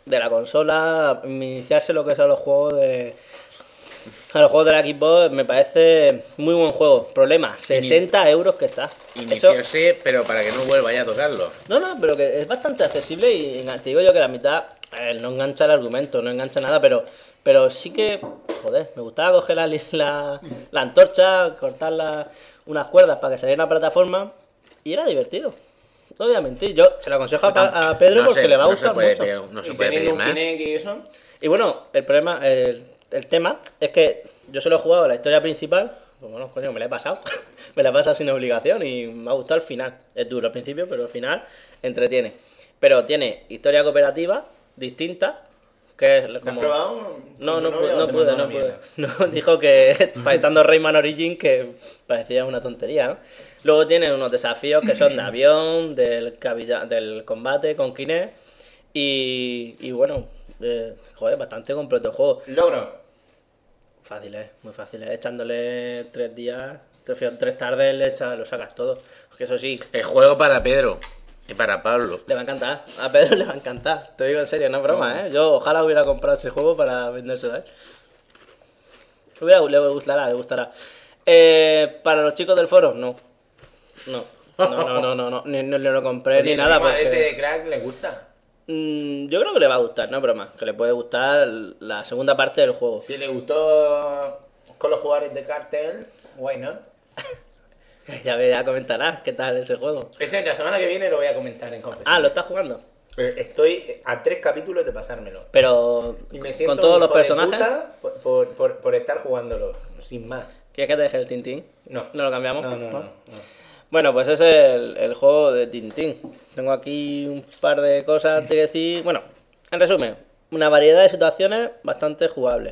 de la consola, iniciarse lo que son los juegos de... A los juegos de la Xbox me parece muy buen juego. Problema, 60 euros que está. Eso... Iniciarse, pero para que no vuelva ya a tocarlo. No, pero que es bastante accesible y te digo yo que la mitad no engancha el argumento, no engancha nada, pero sí que, joder, me gustaba coger la antorcha, cortar unas cuerdas para que saliera una plataforma y era divertido. Obviamente, yo se lo aconsejo a Pedro porque le va a gustar mucho. No se ¿Y puede teniendo pedir un más. Kinect y eso? Y bueno, el problema, el tema es que yo solo he jugado la historia principal, pues bueno, coño, me la he pasado. Me la he pasado sin obligación y me ha gustado el final. Es duro al principio, pero al final entretiene. Pero tiene historia cooperativa distinta, que es como... ¿Has probado? No pude. No, dijo que estando Rayman Origin que parecía una tontería, ¿no? Luego tiene unos desafíos que son de avión, del combate con Kinect y bueno, joder, bastante completo el juego. Logro. Fácil, muy fácil. Echándole 3 días, 3 tardes, lo sacas todo. Porque eso sí, El juego para Pedro y para Pablo. le va a encantar. A Pedro le va a encantar. Te digo en serio, no es broma, ¿eh? Yo ojalá hubiera comprado ese juego para vendérselo, ¿eh? Le gustará. Para los chicos del foro, no. No, ni lo compré ni nada. A Porque... ese crack le gusta. yo creo que le va a gustar, no es broma. Que le puede gustar la segunda parte del juego. Si le gustó con los jugadores de cartel, why not? Ya comentarás qué tal ese juego. Ese la semana que viene lo voy a comentar en confesión. Ah, ¿lo estás jugando? Estoy a 3 capítulos de pasármelo. Pero Y me siento con todos un los hijo de personajes. puta por estar jugándolo, sin más. ¿Quieres que te deje el Tintín? No. ¿No lo cambiamos? No. Bueno, pues ese es el juego de Tintín. Tengo aquí un par de cosas que decir. Bueno, en resumen, una variedad de situaciones bastante jugables.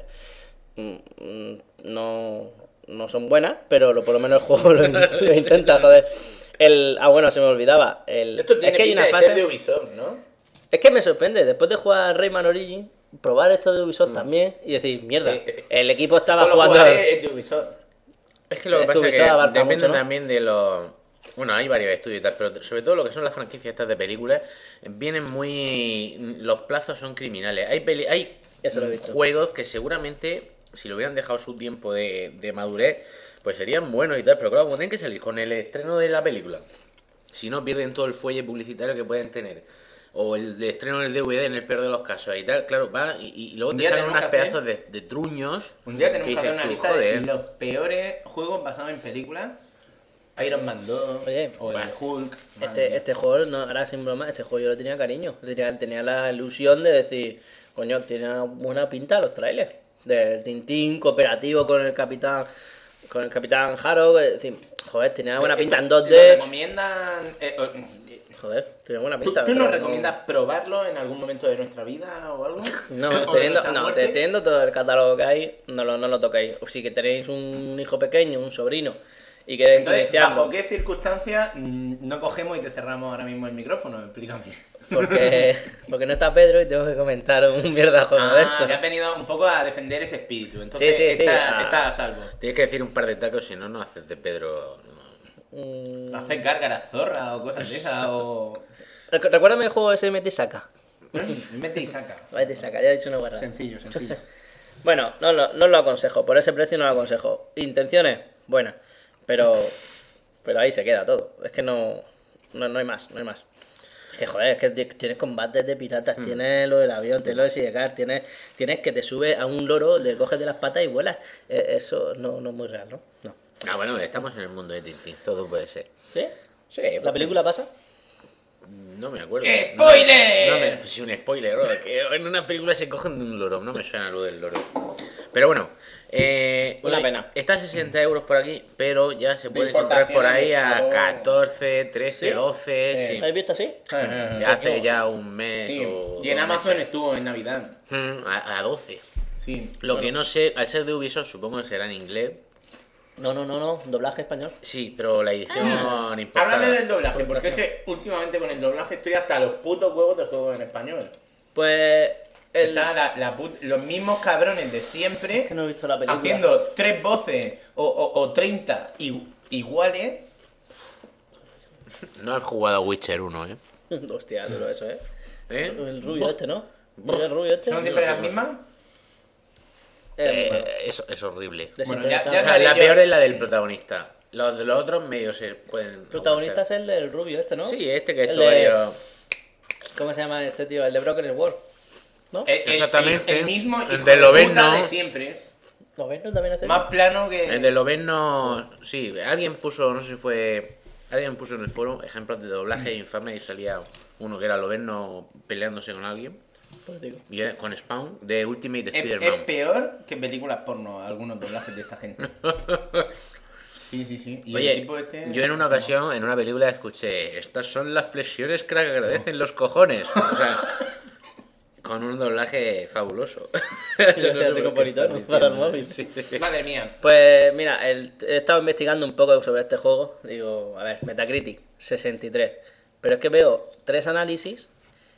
No son buenas, pero por lo menos el juego lo intenta, joder. Bueno, se me olvidaba. Esto tiene es que hay pinta una de fase... ser de Ubisoft, ¿no? Es que me sorprende, después de jugar Rayman Origin, probar esto de Ubisoft también y decir, mierda, el equipo estaba Con los jugando... jugadores es de Ubisoft. Es que lo que Esto pasa es Ubisoft que abarca depende mucho, ¿no? también de los... Bueno, hay varios estudios y tal, pero sobre todo lo que son las franquicias estas de películas, vienen muy... Los plazos son criminales. Hay Eso lo he visto. juegos que seguramente, si lo hubieran dejado su tiempo de madurez, pues serían buenos y tal, pero claro, como tienen que salir con el estreno de la película, si no pierden todo el fuelle publicitario que pueden tener, o el de estreno del DVD en el peor de los casos y tal, claro, va y luego Un te día salen tenemos unos que hacer- pedazos de truños. Un día tenemos que hacer dices una tú, lista de joder. los peores juegos basados en películas. Iron Man 2 Oye, o el de Hulk. Este juego, no, ahora sin broma, este juego yo lo tenía cariño. Tenía la ilusión de decir, coño, tiene una buena pinta los trailers. Del Tintín cooperativo con el Capitán Harrow, es decir, joder, tenía buena pinta en ¿Nos 2D. recomiendan... Joder, tenía buena ¿Tú pinta. nos pero recomiendas probarlo en algún momento de nuestra vida o algo? No, ¿O de nuestra muerte? teniendo todo el catálogo que hay, no lo toquéis. O si que tenéis un hijo pequeño, un sobrino, y queréis Entonces, iniciarlo, ¿bajo qué circunstancias no cogemos y te cerramos ahora mismo el micrófono? Explícame. porque no está Pedro y tengo que comentar un mierda juego de esto. Que has venido un poco a defender ese espíritu. Entonces, Sí, está a salvo. Tienes que decir un par de tacos, si no, no haces de Pedro. No. Hacer gárgaras zorra o cosas de esas o... Recuérdame el juego ese Mete y Saca. Mete y saca. Mete y Saca, ya he dicho una guarrada. Sencillo. Bueno, no lo aconsejo, por ese precio no lo aconsejo. Intenciones, buenas, pero ahí se queda todo. Es que no hay más. Es que joder, es que tienes combates de piratas, tienes lo del avión, tienes lo de Sidecar, tienes que te subes a un loro, le coges de las patas y vuelas. Eso no es muy real, ¿no? No. Ah, bueno, estamos en el mundo de Tintín, todo puede ser. ¿Sí? Sí, ¿La película pasa? No me acuerdo. ¡Spoiler! Sí, un spoiler, bro, que en una película se cogen de un loro, no me suena lo del loro. Pero bueno, Una pena. Está a 60 euros por aquí, pero ya se puede De encontrar por ahí importación, a claro. 14, 13, ¿Sí? 12, sí. ¿Habéis visto así? Ya hace ya un mes Sí, o y en 2 Amazon meses. estuvo en Navidad. A 12. Sí. Lo que no sé, al ser de Ubisoft, supongo que será en inglés. No, doblaje español. Sí, pero la edición importada. Háblame del doblaje, porque es que últimamente con el doblaje estoy hasta los putos huevos de juegos en español. Pues... Está los mismos cabrones de siempre Es que no he visto la película. haciendo 3 voces o 30 iguales. No has jugado a Witcher 1, ¿eh? Hostia, duro eso, ¿eh? ¿Eh? El rubio este, ¿no? ¿Y el rubio este? ¿Son siempre las mismas? Es horrible. Bueno, ya O sea, sabía la yo- peor es la del protagonista. Los de los otros medios se pueden. El protagonista es aguantar. el del rubio este, ¿no? Sí, este que ha El hecho de- varios. ¿Cómo se llama este tío? El de Broken World. ¿No? Exactamente. El mismo El hijo de de Loveno. puta de siempre. ¿Lo ves? ¿No también hace? Más plano que... El de Loveno. Sí, alguien puso, no sé si fue. Alguien puso en el foro ejemplos de doblaje infame y salía uno que era Loveno peleándose con alguien. Pues digo. Y era con Spawn de Ultimate Es Spider-Man. peor que películas porno, algunos doblajes de esta gente. Sí. Y el Oye, tipo este... yo en una ocasión, en una película, escuché: estas son las flexiones que agradecen los cojones. O sea, con un doblaje fabuloso. Yo no sé por qué Metropolitano, están para el diciendo. móvil. Sí. Madre mía. Pues mira, he estado investigando un poco sobre este juego. Digo, a ver, Metacritic, 63. Pero es que veo 3 análisis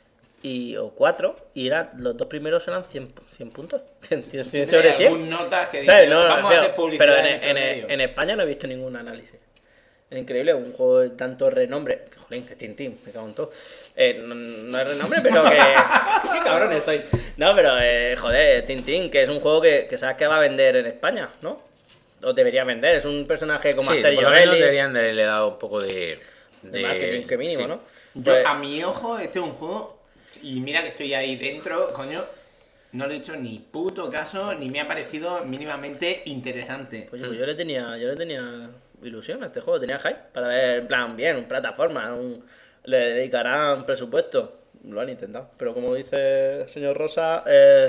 o 4 y los dos primeros eran 100 puntos. 100 sobre 100. Algún notas que dice, ¿Sabes? No, vamos a tío, hacer publicidad pero en nuestro medio. en España no he visto ningún análisis. Es increíble, un juego de tanto renombre. Jolín, que Tintín, me cago en todo. No es renombre, pero que. ¡Qué cabrones soy! No, pero joder, Tintín, que es un juego que sabes que va a vender en España, ¿no? O debería vender, es un personaje como Sí, Asterix por lo menos Obelix, deberían de haberle dado un poco de marketing, que mínimo, sí. ¿no? Yo, Pues- a mi ojo, este es un juego, y mira que estoy ahí dentro, coño, no le he hecho ni puto caso, ni me ha parecido mínimamente interesante. Pues yo le tenía ilusión a este juego, tenía hype para ver, en plan, bien, un plataforma, le dedicarán presupuesto. Lo han intentado, pero como dice el señor Rosa,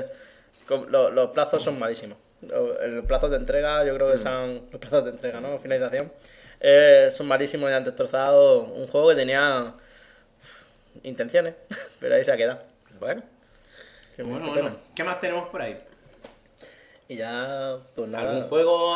los plazos son malísimos. Los plazos de entrega, yo creo que son los plazos de entrega, ¿no? Finalización. Son malísimos y han destrozado un juego que tenía intenciones, pero ahí se ha quedado. Bueno, Qué Bueno, pena. bueno, ¿qué más tenemos por ahí? Y ya, pues nada. ¿Algún juego,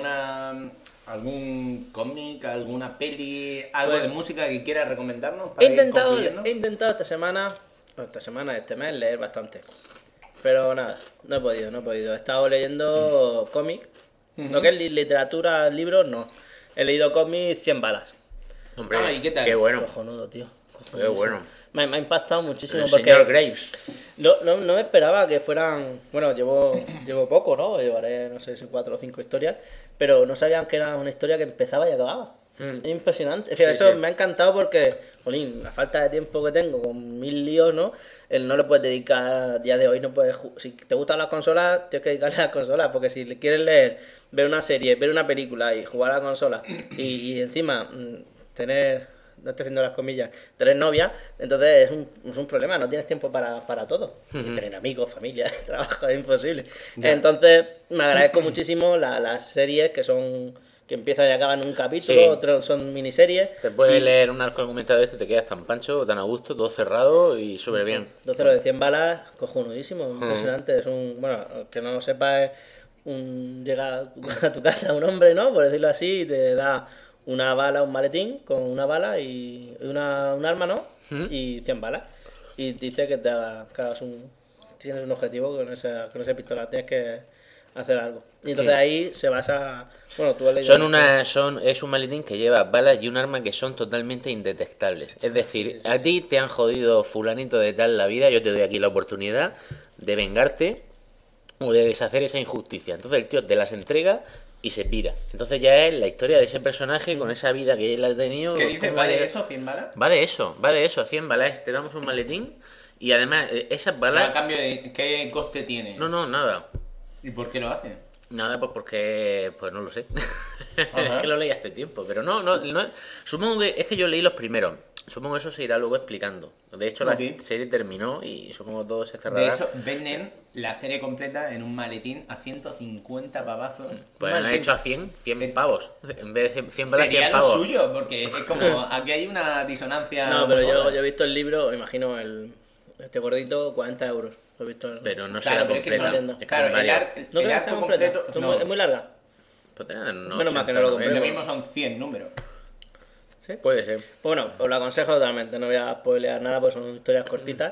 algún cómic, alguna peli, algo Pues- de música que quieras recomendarnos? He Para ir intentado, concluyendo? esta semana, este mes, leer bastante. Pero nada, no he podido. He estado leyendo cómic. Lo que es literatura, libros, no. He leído cómic 100 balas. hombre, Ah, ¿y qué tal? qué bueno. Cojonudo, tío. Qué bueno. Me ha impactado muchísimo El porque señor Graves. no me esperaba que fueran. Bueno, llevo poco, ¿no? Llevaré, no sé si 4 o 5 historias. Pero no sabían que era una historia que empezaba y acababa. Es impresionante. Es que eso sí. me ha encantado porque, jolín, la falta de tiempo que tengo con 1000 líos, ¿no? No le puedes dedicar a día de hoy, no puedes. Si te gustan las consolas, tienes que dedicarle a las consolas. Porque si le quieres leer, ver una serie, ver una película y jugar a la consola y encima tener. No estoy haciendo las comillas, tener novia, entonces es un problema, no tienes tiempo para todo. Y tener amigos, familia, trabajo, es imposible. Entonces, me agradezco muchísimo las series que empiezan y acaban en un capítulo, Sí. otros son miniseries. Te puedes leer un arco argumentado de este, te quedas tan pancho, tan a gusto, todo cerrado y súper bien. Entonces, lo de 100 balas, cojonudísimo, impresionante. Es bueno, que no lo sepa, es llega a tu casa un hombre, ¿no? Por decirlo así, y te da una bala, un maletín con una bala y un arma, ¿no? Y 100 balas. Y dice que tienes un objetivo con esa pistola, tienes que hacer algo. Y entonces Sí. ahí se basa. Bueno, tú has leído. Es un maletín que lleva balas y un arma que son totalmente indetectables. Es decir, a ti te han jodido fulanito de tal la vida, yo te doy aquí la oportunidad de vengarte o de deshacer esa injusticia. Entonces el tío te las entrega y se pira. Entonces ya es la historia de ese personaje con esa vida que él ha tenido. ¿Qué dices? cómo ¿Vale ha- eso, 100 balas? Va de eso, 100 balas, te damos un maletín y además esas ¿A balas... cambio de qué coste tiene? No, nada. ¿Y por qué lo hace? Nada, pues porque... Pues no lo sé. Ajá. Es que lo leí hace tiempo, pero no... Supongo que... Es que yo leí los primeros. Supongo que eso se irá luego explicando. De hecho, Ok. la serie terminó y supongo todo se De cerrará. hecho, venden la serie completa en un maletín a 150 pavazos. Pues han hecho a 100 pavos. En vez de 100 balas, Sería 100 lo pavos. suyo, porque es como, aquí hay una disonancia. No, pero gorda. yo he visto el libro, imagino este gordito, 40 euros. Lo he visto. Pero no Claro, será pero es que completa. son- Es que Claro, son el, varios. el No creo que arco sea completo. completa. No, Es muy larga. Pues tendrán unos Menos mal que 80, no lo 90. lo compré. mismo son 100 números. ¿Sí? Puede ser. Bueno, os lo aconsejo totalmente, no voy a spoilear nada porque son historias cortitas.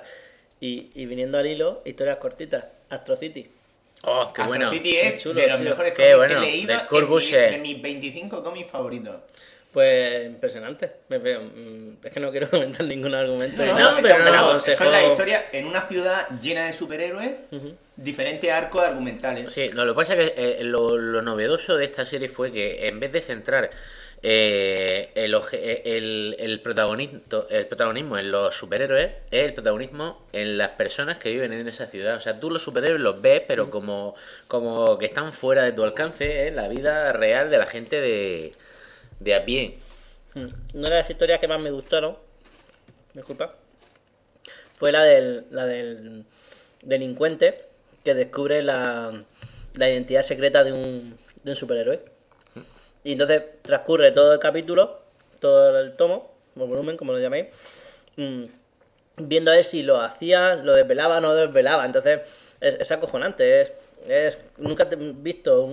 Y viniendo al hilo, historias cortitas. Astro City. Oh, qué Astro bueno. City es Qué chulo, de los tío. mejores Qué cómics que bueno, he leído del Kurt Busiek. de mis 25 cómics favoritos. Pues impresionante. Es que no quiero comentar ningún argumento. No, ni nada, pero me lo eso aconsejo. es la historia en una ciudad llena de superhéroes, diferentes arcos argumentales. Sí, no, lo que pasa es que lo novedoso de esta serie fue que en vez de centrar el protagonismo en los superhéroes, es el protagonismo en las personas que viven en esa ciudad. O sea, tú los superhéroes los ves, pero como que están fuera de tu alcance, la vida real de la gente de a pie. Una de las historias que más me gustaron, disculpa, fue la del delincuente que descubre la identidad secreta de un superhéroe. Y entonces transcurre todo el capítulo, todo el tomo, o volumen, como lo llaméis, viendo a ver si lo hacía, lo desvelaba o no desvelaba. Entonces es acojonante. Nunca he visto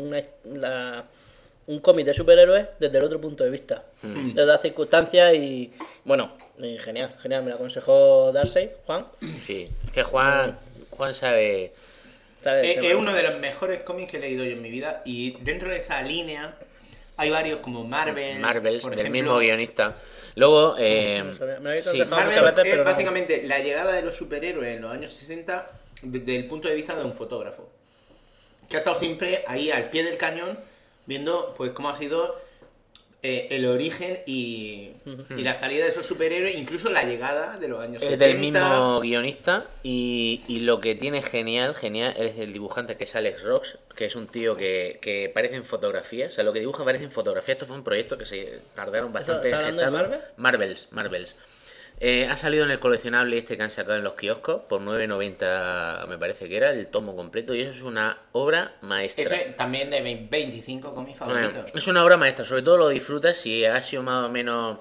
un cómic de superhéroes desde el otro punto de vista, desde las circunstancias y bueno, genial, me lo aconsejó Darcy, Juan. Sí, es que Juan sabe... Es uno de los mejores cómics que he leído yo en mi vida y dentro de esa línea hay varios como Marvels, por del ejemplo. mismo guionista. Luego, Me habéis sí, aconsejado Marvel muchas veces, es pero no. básicamente la llegada de los superhéroes en los años 60 desde el punto de vista de un fotógrafo que ha estado siempre ahí al pie del cañón viendo pues cómo ha sido el origen y la salida de esos superhéroes, incluso la llegada de los años es 70. del mismo guionista y lo que tiene genial es el dibujante que es Alex Ross, que es un tío que parece en fotografía, o sea, lo que dibuja parece en fotografía. Esto fue un proyecto que se tardaron bastante en ¿Está hablando de gestarlo. Marvels. Ha salido en el coleccionable este que han sacado en los kioscos por 9,90 me parece que era el tomo completo, y eso es una obra maestra. Eso es también de 25 cómics favoritos. Es una obra maestra, sobre todo lo disfrutas si has sido más o menos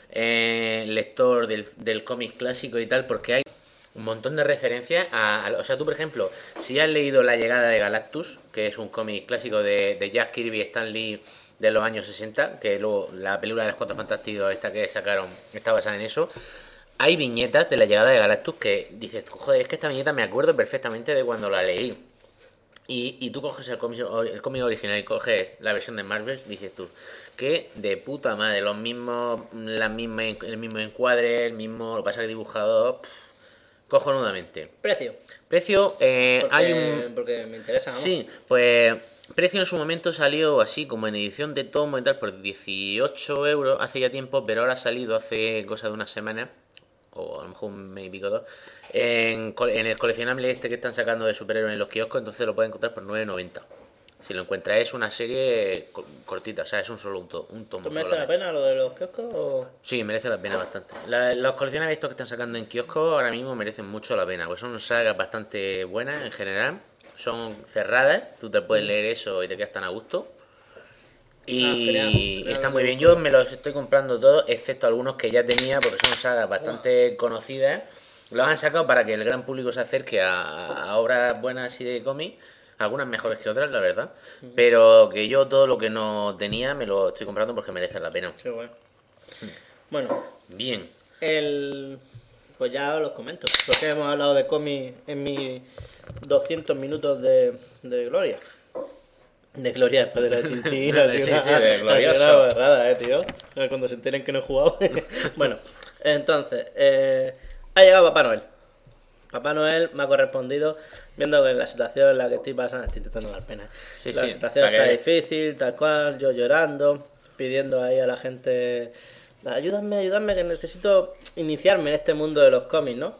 lector del cómic clásico y tal, porque hay un montón de referencias o sea, tú por ejemplo, si has leído La llegada de Galactus, que es un cómic clásico de Jack Kirby y Stan Lee de los años 60, que luego la película de los Cuatro Fantásticos esta que sacaron está basada en eso. Hay viñetas de La llegada de Galactus que dices, joder, es que esta viñeta me acuerdo perfectamente de cuando la leí. Y tú coges el cómic original y coges la versión de Marvel, dices tú, que de puta madre, el mismo encuadre, lo que pasa que dibujado, cojonudamente. Precio. Porque me interesa, ¿no? Sí, pues precio en su momento salió así como en edición de tomo y tal por 18 euros hace ya tiempo, pero ahora ha salido hace cosa de una semana, o a lo mejor un mes y pico, 2, en el coleccionable este que están sacando de superhéroes en los kioscos, entonces lo pueden encontrar por 9,90. Si lo encuentras, es una serie cortita, o sea, es un tomo. ¿Merece la pena lo de los kioscos o...? Sí, merece la pena bastante. Los coleccionables estos que están sacando en kioscos ahora mismo merecen mucho la pena, porque son sagas bastante buenas en general, son cerradas, tú te puedes leer eso y te quedas tan a gusto. Y genial. está muy bien. Yo me los estoy comprando todos, excepto algunos que ya tenía, porque son sagas bastante conocidas. Los han sacado para que el gran público se acerque a obras buenas así de cómic, algunas mejores que otras, la verdad. Pero que yo todo lo que no tenía me lo estoy comprando porque merece la pena. Qué bueno. Bueno, Bien. pues ya os comento. Porque hemos hablado de cómic en mis 200 minutos de gloria. De gloria después de la de Tintín. Sí, de glorioso. Una borrada, tío. Cuando se enteren que no he jugado. Bueno, entonces, ha llegado Papá Noel. Papá Noel me ha correspondido, viendo que la situación en la que estoy pasando, estoy intentando dar pena. Sí, La sí, situación para está que- difícil, tal cual, yo llorando, pidiendo ahí a la gente, ayúdame, que necesito iniciarme en este mundo de los cómics, ¿no?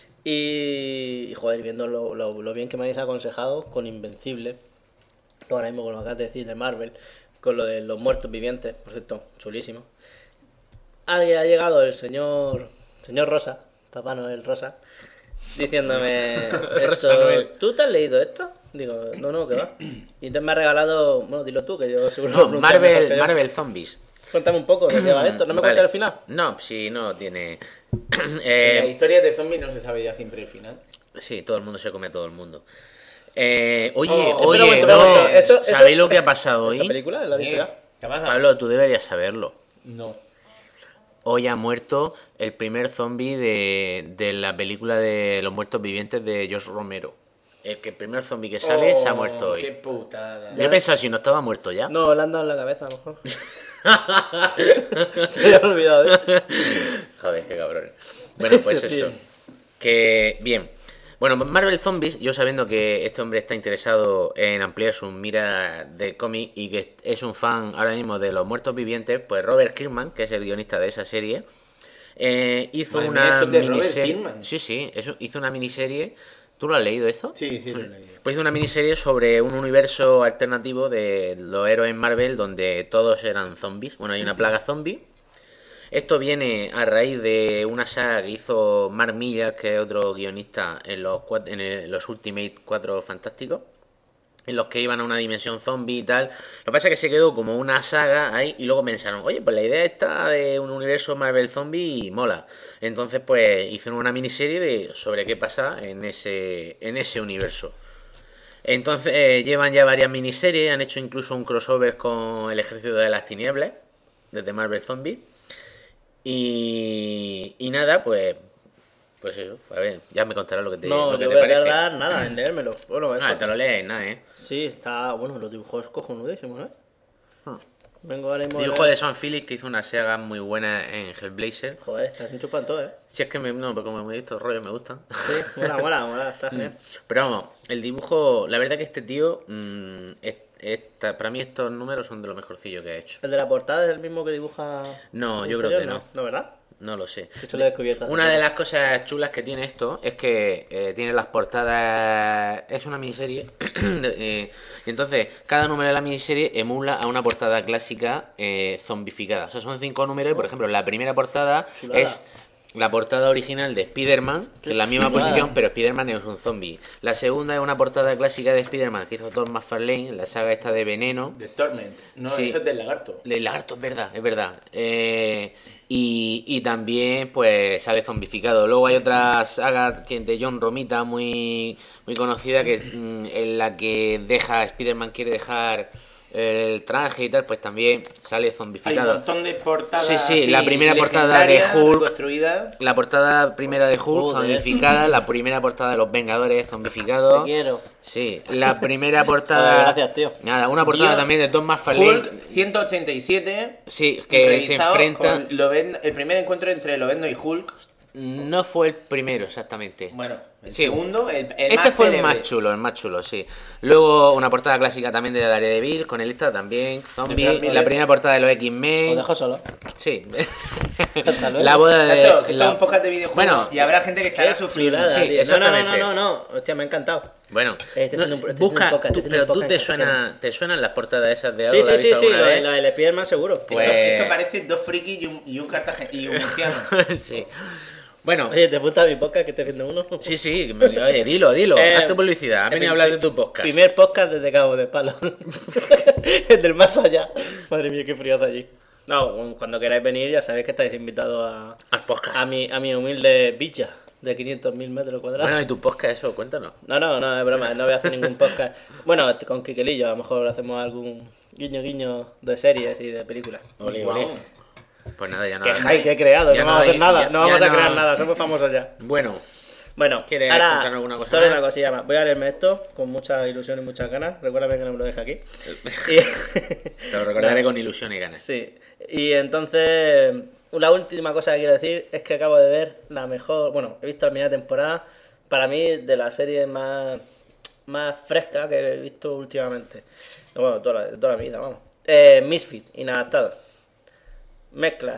Y joder, viendo lo bien que me habéis aconsejado con Invencible, ahora mismo con lo que acabas de decir de Marvel, con lo de los muertos vivientes, por cierto, chulísimo. Alguien ha llegado el señor Rosa, Papá Noel Rosa, diciéndome esto, Noel. ¿tú te has leído esto? Digo, no, ¿qué va? Y entonces me ha regalado, bueno, dilo tú, que yo seguro No, lo preguntaré mejor que yo. Marvel Zombies. Cuéntame un poco, ¿de qué va esto? ¿No me Vale. cuentas el final? No, sí, no tiene... En las historias de zombies no se sabe ya siempre el final. Sí, todo el mundo se come a todo el mundo. espera un Oye, momento, no, eso- ¿sabéis lo que ha pasado ¿Esa hoy? película? ¿La viste ya? ¿Qué pasa? Pablo, tú deberías saberlo. No. Hoy ha muerto el primer zombie de la película de los muertos vivientes de George Romero. El primer zombie que sale se ha muerto hoy. Qué putada. Yo he pensado si no estaba muerto ya. No, le han dado en la cabeza a lo mejor. Se me había olvidado, ¿eh? Joder, qué cabrón. Bueno, pues Ese tío. eso. Que bien. Bueno, Marvel Zombies, yo sabiendo que este hombre está interesado en ampliar su mira de cómic y que es un fan ahora mismo de los muertos vivientes, pues Robert Kirkman, que es el guionista de esa serie, hizo Madre mía, una esto es de Robert miniserie. Kirkman. Sí, hizo una miniserie. ¿Tú lo has leído esto? Sí, lo he leído. Pues hizo una miniserie sobre un universo alternativo de los héroes Marvel donde todos eran zombies. Bueno, hay una plaga zombie. Esto viene a raíz de una saga que hizo Mark Millar, que es otro guionista en los Ultimate 4 Fantásticos, en los que iban a una dimensión zombie y tal. Lo que pasa es que se quedó como una saga ahí y luego pensaron, oye, pues la idea está de un universo Marvel zombie y mola. Entonces pues hicieron una miniserie sobre qué pasa en ese universo. Entonces llevan ya varias miniseries, han hecho incluso un crossover con el Ejército de las Tinieblas, desde Marvel Zombie. Y nada, pues eso, a ver, ya me contarás lo que te, No, lo que yo te voy a parece. tardar nada en leérmelo. Bueno, No, te lo lees, nada, sí, está... Bueno, los dibujos cojonudísimos, ¿eh? Hmm. Vengo ahora mismo... Dibujo de Sean Phillips, que hizo una saga muy buena en Hellblazer. Joder, estás enchufando todo, ¿eh? Si es que no, porque como he visto rollos me gustan. Sí, mola, está genial. Pero vamos, el dibujo, la verdad que este tío, para mí estos números son de lo mejorcillo que ha hecho. ¿El de la portada es el mismo que dibuja...? No, el yo creo anterior? que no. No, ¿verdad? No lo sé. Eso lo he descubierto. Una de las cosas chulas que tiene esto es que tiene las portadas. Es una miniserie. Y entonces, cada número de la miniserie emula a una portada clásica zombificada. O sea, son 5 números y, por ejemplo, la primera portada Chulada. es la portada original de Spider-Man, que es la misma chulada. posición, pero Spider-Man es un zombie. La segunda es una portada clásica de Spider-Man que hizo Todd McFarlane, la saga esta de Veneno. De Torment. No, Sí. eso es del lagarto. El lagarto, es verdad. Y también pues sale zombificado. Luego hay otra saga de John Romita muy conocida que en la que Spider-Man quiere dejar el traje y tal, pues también sale Hay un zombificado. montón de portadas. Sí, así, la primera portada de legendarias, Hulk. construida. La portada primera de Hulk Joder. zombificada, la primera portada de los Vengadores Te zombificado. quiero. Sí, la primera portada. Joder, gracias, tío. Nada, una portada Dios, también de Tom McFarlane. Hulk 187. Sí, que se revisado enfrenta. con el primer encuentro entre Lobezno y Hulk. No fue el primero, exactamente. Bueno, el Sí. segundo, el Este más fue el célebre. más chulo, sí. Luego una portada clásica también de Daredevil, con el esta también, zombie. Frank La primera portada de los Os X-Men. dejo solo. Sí. Hasta luego. La boda de. Nacho, que la- esto es un podcast de videojuegos Bueno, y habrá gente que estará Qué sufriendo. chulada, Sí, tío. exactamente. No. Hostia, me ha encantado. Bueno, estoy haciendo un podcast, pero tú en te castellano. suenan las portadas esas de algo. Sí, ¿la has sí, visto sí, alguna vez? la del Spiderman seguro. Pues- Esto parece dos frikis y un cartagen y un murciano. Sí. Bueno, Oye, ¿te gusta mi podcast que estoy haciendo uno? sí, oye, dilo, haz tu publicidad, has venido a hablar de tu podcast. Primer podcast desde Cabo de Palo. El del más allá. Madre mía, qué frío hace allí. No, cuando queráis venir ya sabéis que estáis invitados Al podcast. a mi humilde villa de 500.000 metros cuadrados. Bueno, ¿y tu podcast eso? Cuéntanos. No, es broma, no voy a hacer ningún podcast. Bueno, con Quiquelillo a lo mejor hacemos algún guiño de series y de películas. Ole, Guau. ole. Pues nada, ya no. Que hype que he creado, Ya no vamos a hacer hay- nada, ya- no vamos ya a crear no- nada, somos famosos ya. Bueno, Bueno, ¿Quieres ahora contarnos alguna cosa solo más? una cosilla más. Voy a leerme esto con mucha ilusión y muchas ganas. Recuérdame que no me lo deje aquí. te lo recordaré con ilusión y ganas. Sí. Y entonces, la última cosa que quiero decir es que acabo de ver la mejor... Bueno, he visto la primera temporada, para mí, de la serie más fresca que he visto últimamente. Bueno, de toda la vida, vamos. Misfit, inadaptado. Mezclas.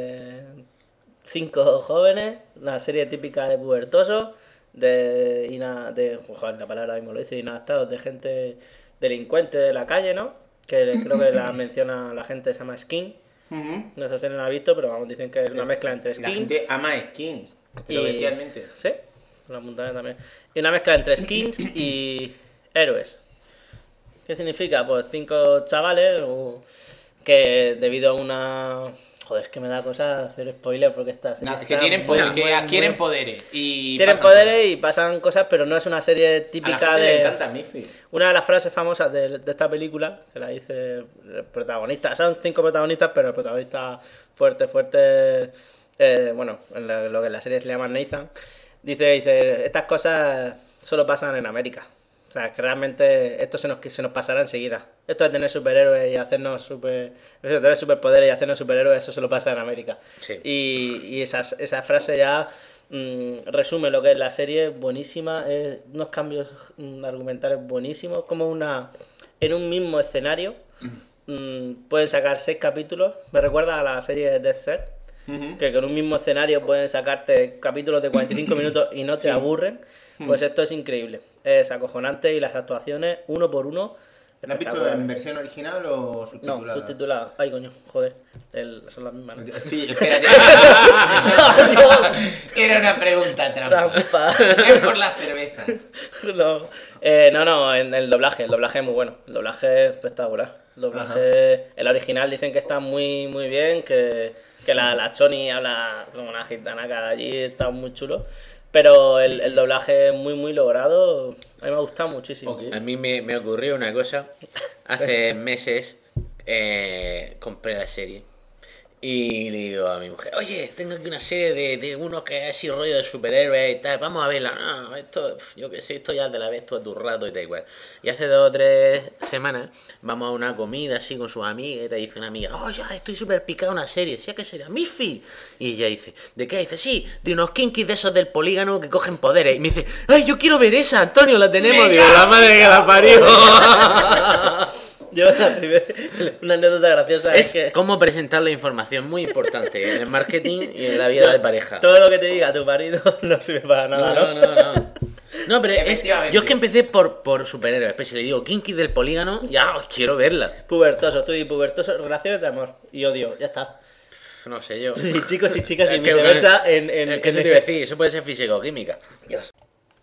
5 jóvenes, una serie típica de pubertosos, joder, la palabra mismo lo dice, inadaptados, de gente delincuente de la calle, ¿no? Que creo que la menciona la gente, se llama Skin. Ujú. No sé si la ha visto, pero vamos, dicen que es una mezcla entre La Skin gente ama skins. Pero bestialmente. Sí, la montaña también. Y una mezcla entre skins y héroes. ¿Qué significa? Pues 5 chavales que debido a una... Joder, es que me da cosa hacer spoiler porque esta serie Que está tienen muy, poder, que muy, adquieren muy- poderes. Y Tienen pasan poderes y pasan cosas, pero no es una serie cosas. A la típica gente le de... encanta Misfit. Una de las frases famosas de esta película, que la dice el protagonista, son 5 protagonistas, pero el protagonista fuerte, bueno, lo que en la serie se llama Nathan, dice, estas cosas solo pasan en América. O sea, que realmente esto se nos pasará enseguida. Esto de tener superhéroes y hacernos tener superpoderes y hacernos superhéroes, eso se lo pasa en América. Sí. Y esa frase ya resume lo que es la serie, buenísima, unos cambios argumentales buenísimos, como en un mismo escenario pueden sacar 6 capítulos. Me recuerda a la serie Dead Set, que con un mismo escenario pueden sacarte capítulos de 45 minutos y no te aburren. Pues esto es increíble, es acojonante y las actuaciones uno por uno. ¿La has visto en versión original o subtitulada? No, subtitulada. Ay, coño, joder. Son las mismas, ¿no? Sí, espérate. Era una pregunta trampa. Trampa. Es por la cerveza. No, en el doblaje es muy bueno. El doblaje es espectacular. El doblaje, el original dicen que está muy, muy bien, que la Choni habla como una gitanaca allí, está muy chulo. Pero el doblaje es muy, muy logrado. A mí me ha gustado muchísimo. Ok. A mí me ocurrió una cosa. Hace meses compré la serie. Y le digo a mi mujer, oye, tengo aquí una serie de uno que es así rollo de superhéroes y tal, vamos a verla. No, esto, yo qué sé, esto ya te la ves todo tu rato y tal igual. Y hace 2 o 3 semanas vamos a una comida así con sus amigas y te dice una amiga, oh, ya estoy súper picada una serie, ¿sí? ¿Qué sería? Misfit. Y ella dice, ¿de qué? Dice, sí, de unos kinkis de esos del polígono que cogen poderes. Y me dice, ay, yo quiero ver esa, Antonio, la tenemos. Digo, la madre que la parió. Yo una anécdota graciosa Es que cómo presentar la información, muy importante en el marketing y en la vida de pareja. todo lo que te diga tu marido no sirve para nada, ¿no? No, pero Efectivamente. yo es que empecé por superhéroes. Pues si le digo Kinky del polígono, ya quiero verla. Pubertoso, tú y pubertoso, relaciones de amor y odio, ya está. No sé yo. Y chicos y chicas y Es que- viceversa ¿Qué se te iba a decir? Eso puede ser físico-química. Dios.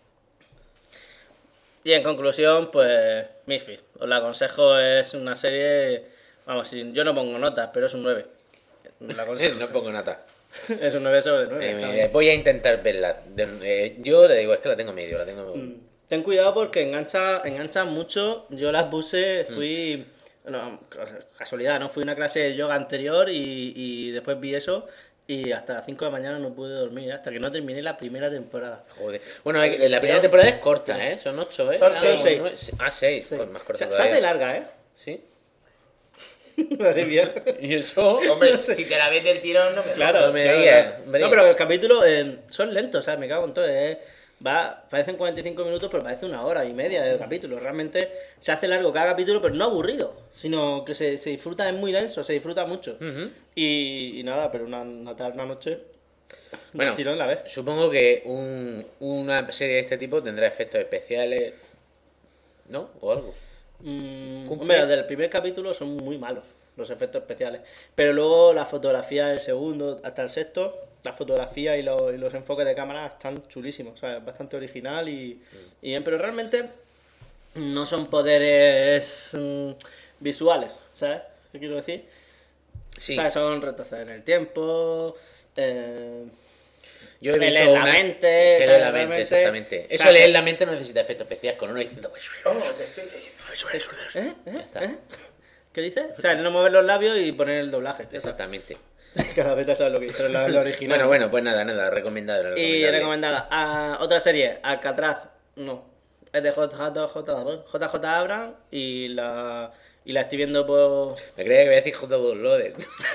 Y en conclusión, pues Misfit, os la aconsejo, es una serie, vamos, yo no pongo notas, pero es un 9. La aconsejo. No pongo nada. Es un 9 sobre 9. Voy a intentar verla. Yo le digo, es que la tengo medio, Ten cuidado porque engancha mucho. Yo las puse, fui... No, casualidad, ¿no? Fui a una clase de yoga anterior y después vi eso y hasta las 5 de la mañana no pude dormir, hasta que no terminé la primera temporada. Joder. Bueno, la primera temporada es corta, ¿eh? Son 8, ¿eh? Son No, 6. no, 6. Sí. Pues más corta Se todavía. hace larga, ¿eh? ¿Sí? Madre mía. ¿Y eso? Hombre, si te la ves del tirón, no me Claro, No me claro, digas, claro. hombre. No, pero el capítulo son lentos, ¿sabes? Me cago en todo. Parecen 45 minutos, pero parece 1 hora y media el capítulo. Realmente se hace largo cada capítulo, pero no aburrido, sino que se disfruta, es muy denso, se disfruta mucho. Ujú. Y nada, pero una tarde, una noche, Bueno, tirón la vez. supongo que una serie de este tipo tendrá efectos especiales, ¿no? O algo. ¿Cumple? Hombre, los del primer capítulo son muy malos los efectos especiales, pero luego la fotografía del segundo hasta el sexto, la fotografía y los enfoques de cámara están chulísimos, o sea, es bastante original y bien, pero realmente no son poderes visuales, ¿sabes? ¿Qué quiero decir? Sí, O sea, son retroceder en el tiempo, yo he leer visto la una mente, que ¿sabes? lee la mente, Realmente- exactamente. Eso Claro. leer la mente no necesita efectos especiales, con uno diciendo... te estoy leyendo. ¿Eh? Ya está. ¿Qué dices? O sea, no mover los labios y poner el doblaje. Exactamente. Cada vez sabes lo que hizo la original. Bueno, pues nada, recomendable. Y recomendada. Otra serie, Alcatraz. No. Es de JJ Abrams y la estoy viendo por... Me creía que iba a decir J.W. Loader.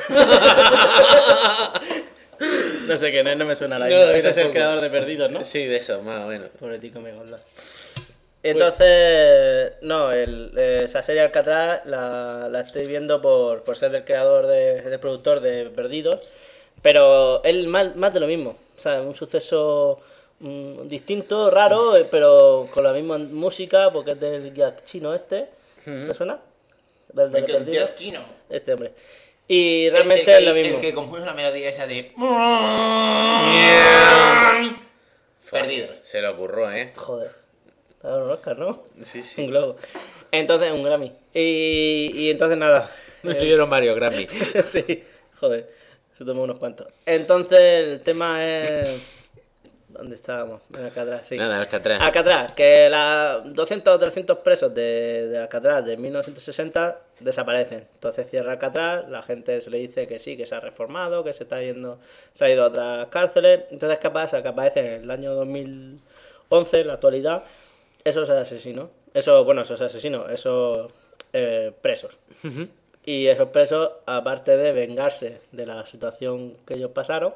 No sé quién es, no me suena la No, intro. yo Ese es el tampoco. creador de Perdidos, ¿no? Sí, de eso, más o menos. Pobre tico me gola. Entonces, no, esa serie Alcatraz la estoy viendo por ser del creador, del productor de Perdidos, pero es más de lo mismo, o sea, un suceso distinto, raro, pero con la misma música, porque es del chino este, ¿te suena? Del de Michael Perdidos. Giacchino. Este hombre. Y realmente es lo mismo. El que compuso la melodía esa de... Perdidos. Se le ocurrió, ¿eh? Joder. Te ha dado un Oscar, ¿no? Sí, Un globo. Entonces, un Grammy. Y entonces nada. Me dieron Mario Grammy. Sí, joder. Se tomó unos cuantos. Entonces, el tema es... ¿Dónde estábamos? En Alcatraz, sí. Nada, Alcatraz. Alcatraz, que 200 o 300 presos de Alcatraz de 1960 desaparecen. Entonces cierra Alcatraz, la gente se le dice que sí, que se ha reformado, que se ha ido a otras cárceles. Entonces, ¿qué pasa? Que aparece en el año 2011, en la actualidad, esos asesinos. esos asesinos, esos presos. Y esos presos, aparte de vengarse de la situación que ellos pasaron,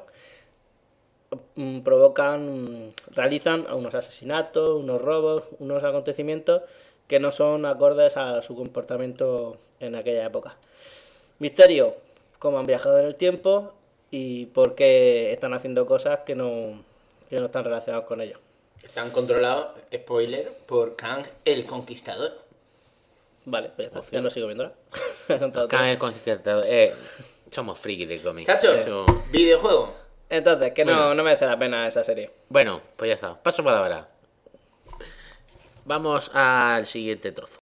realizan unos asesinatos, unos robos, unos acontecimientos que no son acordes a su comportamiento en aquella época. Misterio, cómo han viajado en el tiempo y por qué están haciendo cosas que no están relacionadas con ellos. Están controlados, spoiler, por Kang el Conquistador. Vale, pues ya está, ya no sigo viéndola. Kang el Conquistador. Somos frikis de cómics. Chacho, Eso- videojuego. Entonces, que Bueno. no merece la pena esa serie. Bueno, pues ya está. Paso palabra. Vamos al siguiente trozo.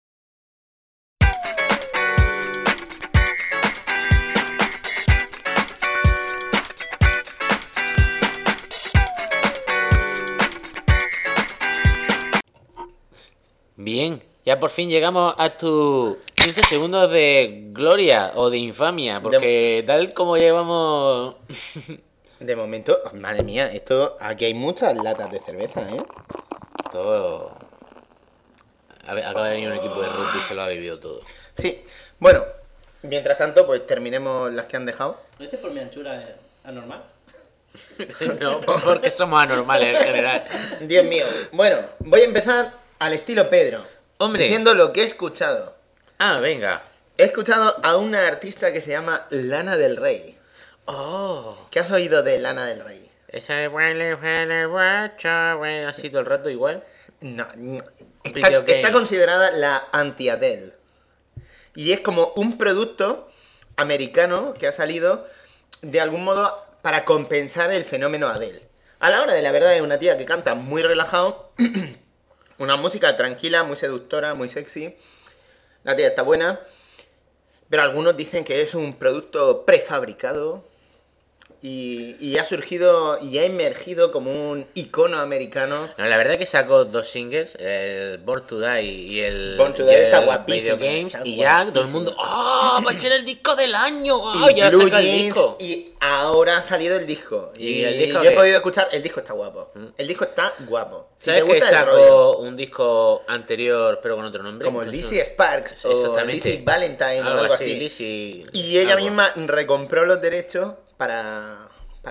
Bien, ya por fin llegamos a tus 15 segundos de gloria o de infamia, porque tal como llevamos... De momento, madre mía, aquí hay muchas latas de cerveza, ¿eh? Todo... Acaba de venir un equipo de rugby y se lo ha bebido todo. Sí, bueno, mientras tanto, pues terminemos las que han dejado. ¿Lo dices por mi anchura anormal? No, porque somos anormales en general. Dios mío. Bueno, voy a empezar al estilo Pedro. Hombre. Diciendo lo que he escuchado. Ah, venga. He escuchado a una artista que se llama Lana del Rey. Oh, ¿Qué has oído de Lana del Rey? esa de huele, huele, guacha, huele, así todo el rato igual. No, Video está games. considerada la anti-Adele. Y es como un producto americano que ha salido de algún modo para compensar el fenómeno Adele. A la hora de la verdad es una tía que canta muy relajado, una música tranquila, muy seductora, muy sexy. La tía está buena, pero algunos dicen que es un producto prefabricado y ha surgido y ha emergido como un icono americano. No, la verdad que sacó 2 singles, el Born to Die y el Born to Die y el está guapísimo, Video Games, está y ya todo el guapísimo. mundo, ¡oh! Va a ser el disco del año, ¡oh! Y Ya Blue saca el Jeans, disco. y ahora ha salido el disco. ¿Y el disco yo he qué? podido escuchar, el disco está guapo. El disco está guapo. Si te ¿Sabes que gusta el sacó rollo, un disco anterior pero con otro nombre? como No sé. Lizzie Sparks o Exactamente. Lizzie Valentine o algo así. Lizzie... Y ella algo. misma recompró los derechos para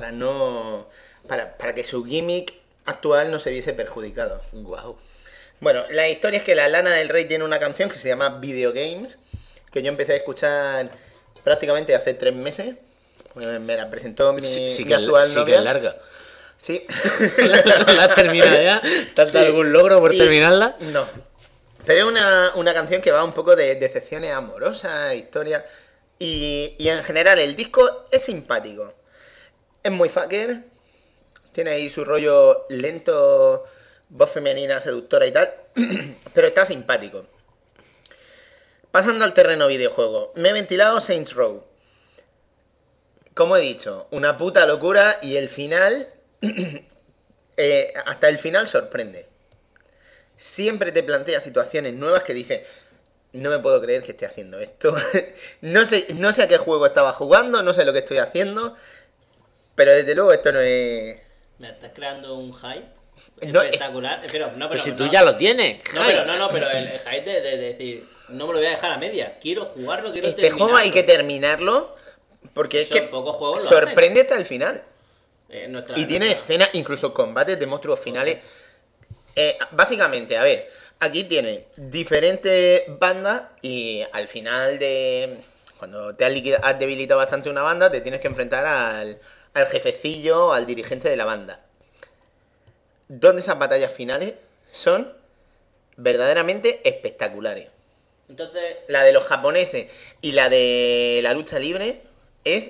que su gimmick actual no se viese perjudicado. Guau. Bueno, la historia es que la Lana del Rey tiene una canción que se llama Video Games, que yo empecé a escuchar prácticamente hace 3 meses. Me la presentó mi, Sí mi que, actual sí novia. que es larga. Sí. ¿La has terminado ya? ¿Te has dado Sí. algún logro por Y- terminarla? No. Pero es una canción que va un poco de decepciones amorosas, historia. Y en general el disco es simpático. Es muy fucker. Tiene ahí su rollo lento, voz femenina, seductora y tal. Pero está simpático. Pasando al terreno videojuego. Me he ventilado Saints Row. Como he dicho, una puta locura y el final... hasta el final sorprende. Siempre te plantea situaciones nuevas que dices, no me puedo creer que esté haciendo esto. no sé a qué juego estaba jugando, no sé lo que estoy haciendo, pero desde luego esto no es... Me estás creando un hype No, espectacular. Pero si tú ya lo tienes. pero el hype de decir, no me lo voy a dejar a media. Quiero jugarlo, quiero Este juego hay que terminarlo porque Eso es que pocos juegos lo sorprende hasta el final. Nuestra- Y tiene escenas, incluso combates de monstruos finales. Básicamente, a ver, aquí tiene diferentes bandas y al final de... Cuando te has debilitado bastante una banda, te tienes que enfrentar al jefecillo, al dirigente de la banda. Donde esas batallas finales son verdaderamente espectaculares. Entonces, La de los japoneses y la de la lucha libre es...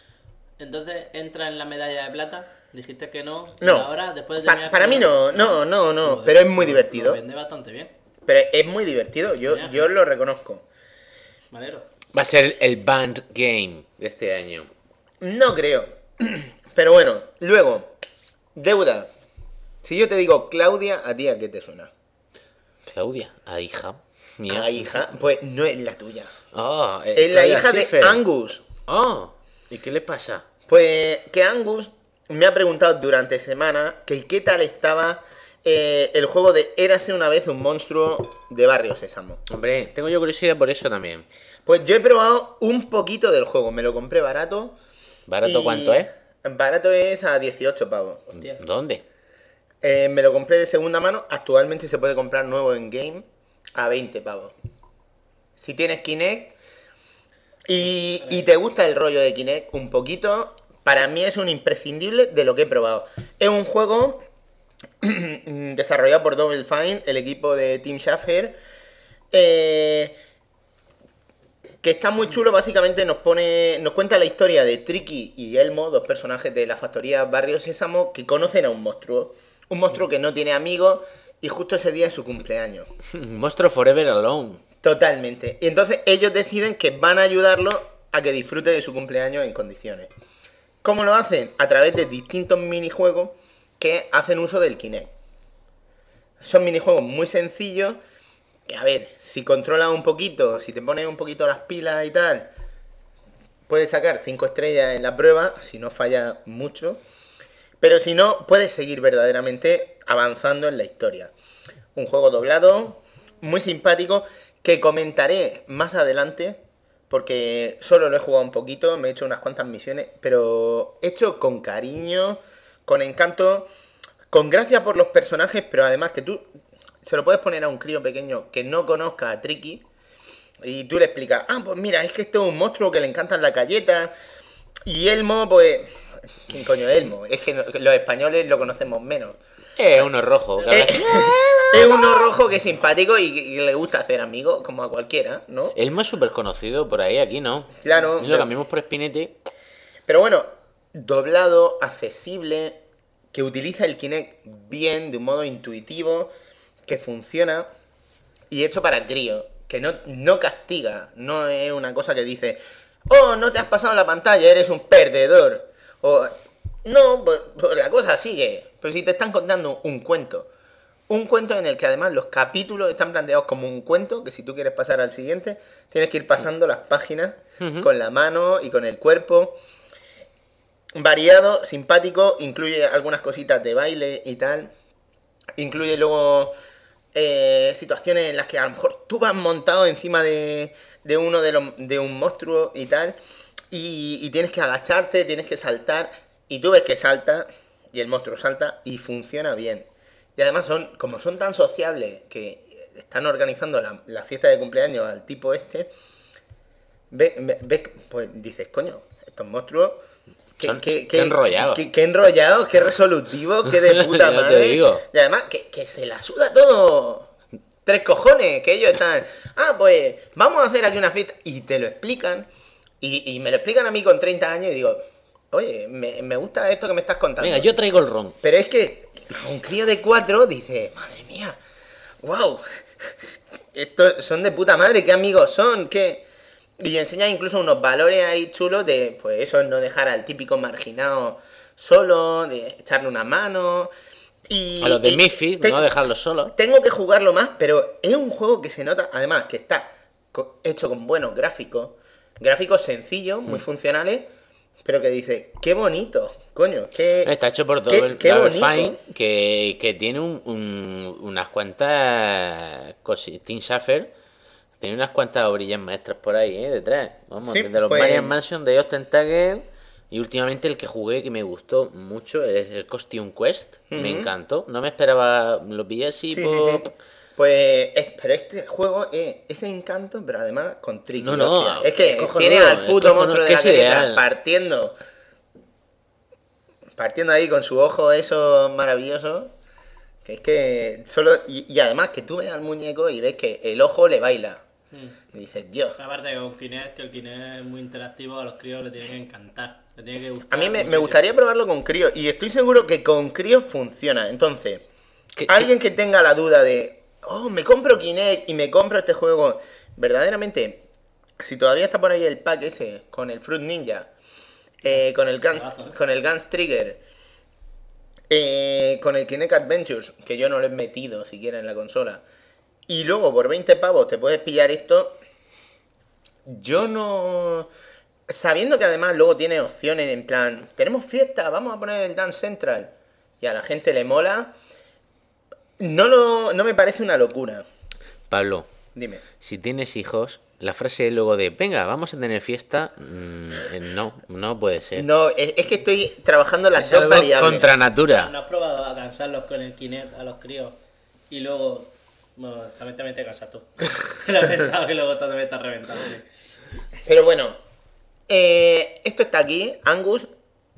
entra en la medalla de plata. Dijiste que no. y No, ahora, después de Pa- terminar para con- mí no, Joder, pero es muy lo divertido. vende bastante bien. Pero es muy divertido, Genial. yo lo reconozco. Manero. Va a ser el Band Game de este año. No creo. Pero bueno, luego, deuda. Si yo te digo Claudia, ¿a ti a qué te suena? Claudia, a hija. Mía. A hija, pues no es la tuya. Oh, Es la Claudia hija de Schiffer. Angus. Oh, ¿y qué le pasa? Pues que Angus me ha preguntado durante semana que qué tal estaba el juego de Érase una vez un monstruo de Barrio Sésamo. Hombre, tengo yo curiosidad por eso también. Pues yo he probado un poquito del juego, me lo compré barato. ¿Barato cuánto es? Barato es a 18 pavos. Hostia. ¿Dónde? Me lo compré de segunda mano, actualmente se puede comprar nuevo en Game a 20 pavos. Si tienes Kinect y te gusta el rollo de Kinect un poquito, para mí es un imprescindible de lo que he probado. Es un juego desarrollado por Double Fine, el equipo de Tim Schafer, que está muy chulo. Básicamente nos cuenta la historia de Tricky y Elmo, dos personajes de la factoría Barrio Sésamo, que conocen a un monstruo que no tiene amigos, y justo ese día es su cumpleaños. Monstruo Forever Alone. Totalmente. Y entonces ellos deciden que van a ayudarlo a que disfrute de su cumpleaños en condiciones. ¿Cómo lo hacen? A través de distintos minijuegos que hacen uso del Kinect. Son minijuegos muy sencillos que, a ver, si controlas un poquito, si te pones un poquito las pilas y tal, puedes sacar 5 estrellas en la prueba, si no falla mucho. Pero si no, puedes seguir verdaderamente avanzando en la historia. Un juego doblado, muy simpático, que comentaré más adelante, porque solo lo he jugado un poquito, me he hecho unas cuantas misiones, pero hecho con cariño, con encanto, con gracia por los personajes, pero además que tú se lo puedes poner a un crío pequeño que no conozca a Tricky, y tú le explicas, pues mira, es que esto es un monstruo que le encantan las galletas, y Elmo, pues... ¿Quién coño es Elmo? Es que los españoles lo conocemos menos. Es uno rojo. Es uno rojo que es simpático y le gusta hacer amigos, como a cualquiera, ¿no? Elmo es súper conocido por ahí, aquí no. Claro. Y lo cambiamos por Spinete. Pero bueno, doblado, accesible, que utiliza el Kinect bien, de un modo intuitivo, que funciona, y hecho para críos, que no castiga, no es una cosa que dice, oh, no te has pasado la pantalla, eres un perdedor. O, no, pues la cosa sigue. Pero si te están contando un cuento en el que además los capítulos están planteados como un cuento, que si tú quieres pasar al siguiente, tienes que ir pasando las páginas con la mano y con el cuerpo. Variado, simpático, incluye algunas cositas de baile y tal. Incluye luego situaciones en las que a lo mejor tú vas montado encima de un monstruo y tal. Y tienes que agacharte, tienes que saltar, y tú ves que salta, y el monstruo salta, y funciona bien. Y además como son tan sociables, que están organizando la fiesta de cumpleaños al tipo este, ves, pues dices, coño, estos monstruos, Qué enrollados. Qué enrollados, qué resolutivos, qué de puta Ya te madre. digo. Y además, que se la suda todo. 3 cojones, que ellos están, pues vamos a hacer aquí una fiesta, y te lo explican. Y me lo explican a mí con 30 años y digo, oye, me gusta esto que me estás contando. Venga, yo traigo el ron. Pero es que un crío de 4 dice, madre mía, wow, estos son de puta madre, qué amigos son, qué... Y enseña incluso unos valores ahí chulos de, pues eso, no dejar al típico marginado solo, de echarle una mano... A los de Misfits, no dejarlos solos. Tengo que jugarlo más, pero es un juego que se nota, además, que está hecho con buenos gráficos. Gráficos sencillos, muy funcionales, pero que dice, qué bonito, coño, Está hecho por Double Fine, que tiene unas cuantas cosas. Tim Schafer tiene unas cuantas obrillas maestras por ahí, detrás. Vamos, Sí, desde los pues... Marian Mansion de Austin Tagger, y últimamente el que jugué que me gustó mucho es el Costume Quest. Me encantó. No me esperaba, lo pillé así Sí, por... sí. Pues, pero este juego es ese encanto, pero además con Tricky. No, hostia. Es que cojonudo, tiene al puto monstruo de que la es careta ideal. partiendo ahí con su ojo eso maravilloso, que es que solo... Y además que tú ves al muñeco y ves que el ojo le baila. Y dices, Dios. Aparte que con Kinect, que el Kinect es muy interactivo, a los críos le tiene que encantar. Le tiene que gustar A mí me muchísimo. gustaría probarlo con críos, y estoy seguro que con críos funciona. Entonces, alguien que tenga la duda de, me compro Kinect y me compro este juego, verdaderamente, si todavía está por ahí el pack ese, con el Fruit Ninja, con el Guns Trigger, con el Kinect Adventures, que yo no lo he metido siquiera en la consola, y luego por 20 pavos te puedes pillar esto, yo no... Sabiendo que además luego tiene opciones en plan, tenemos fiesta, vamos a poner el Dance Central, y a la gente le mola, No me parece una locura. Pablo, Dime. si tienes hijos, la frase luego de venga, vamos a tener fiesta, no puede ser. No, es que estoy trabajando las Es dos algo variables. contra natura. ¿No has probado a cansarlos con el Kinect a los críos? Y luego... Bueno, también te cansas tú. Lo he pensado que luego también me estás reventando. Sí. Pero bueno, esto está aquí, Angus.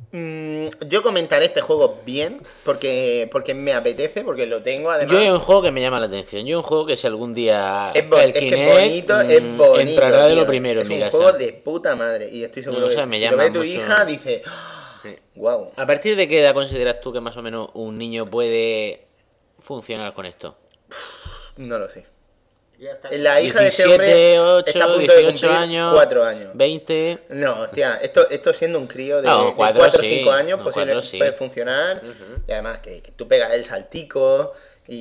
Yo comentaré este juego bien, porque me apetece, porque lo tengo además. Yo hay un juego que me llama la atención. Yo hay un juego que si algún día Es, cae el que Kinect, es bonito, es bonito. entrará de lo tío. primero es en mi un casa. juego de puta madre. Y estoy seguro No, o sea, que me si lo llama ve tu mucho. hija, dice, Sí. wow. ¿A partir de qué edad consideras tú que más o menos un niño puede funcionar con esto? No lo sé. Ya está. La hija 17, de este hombre 8, está a punto de 18 cumplir años, 4 años. 20. No, hostia, esto siendo un crío de, No, de 4 4 o sí. 5 años, No, posible, 4 sí. puede funcionar. Y además que tú pegas el saltico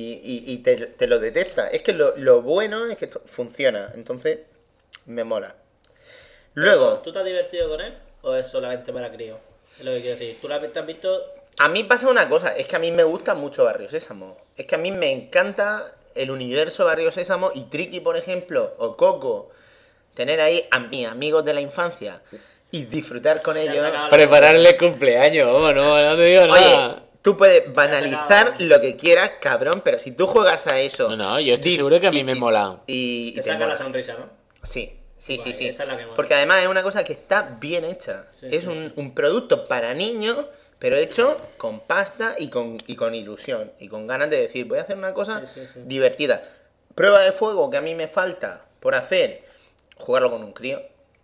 y te lo detecta. Es que lo bueno es que esto funciona, entonces me mola. Luego, ¿Tú te has divertido con él? ¿O es solamente para críos? Es lo que quiero decir. ¿Tú te has visto? a mí pasa una cosa, es que a mí me gusta mucho Barrio Sésamo. Es que a mí me encanta el universo Barrio Sésamo y Tricky, por ejemplo, o Coco. Tener ahí a mis amigos de la infancia y disfrutar con ellos. sacado- Prepararle el cumpleaños, vamos, no te digo Oye, nada. tú puedes banalizar lo que quieras, cabrón, pero si tú juegas a eso... No, yo estoy seguro que a mí me mola. Y Te te saca la mola. sonrisa, ¿no? Sí, sí, Guay, sí. esa es la que mola. Porque además es una cosa que está bien hecha. Sí, es sí, un producto para niños, pero hecho con pasta y con ilusión. Y con ganas de decir, voy a hacer una cosa Sí, sí, sí. divertida. Prueba de fuego que a mí me falta por hacer, jugarlo con un crío.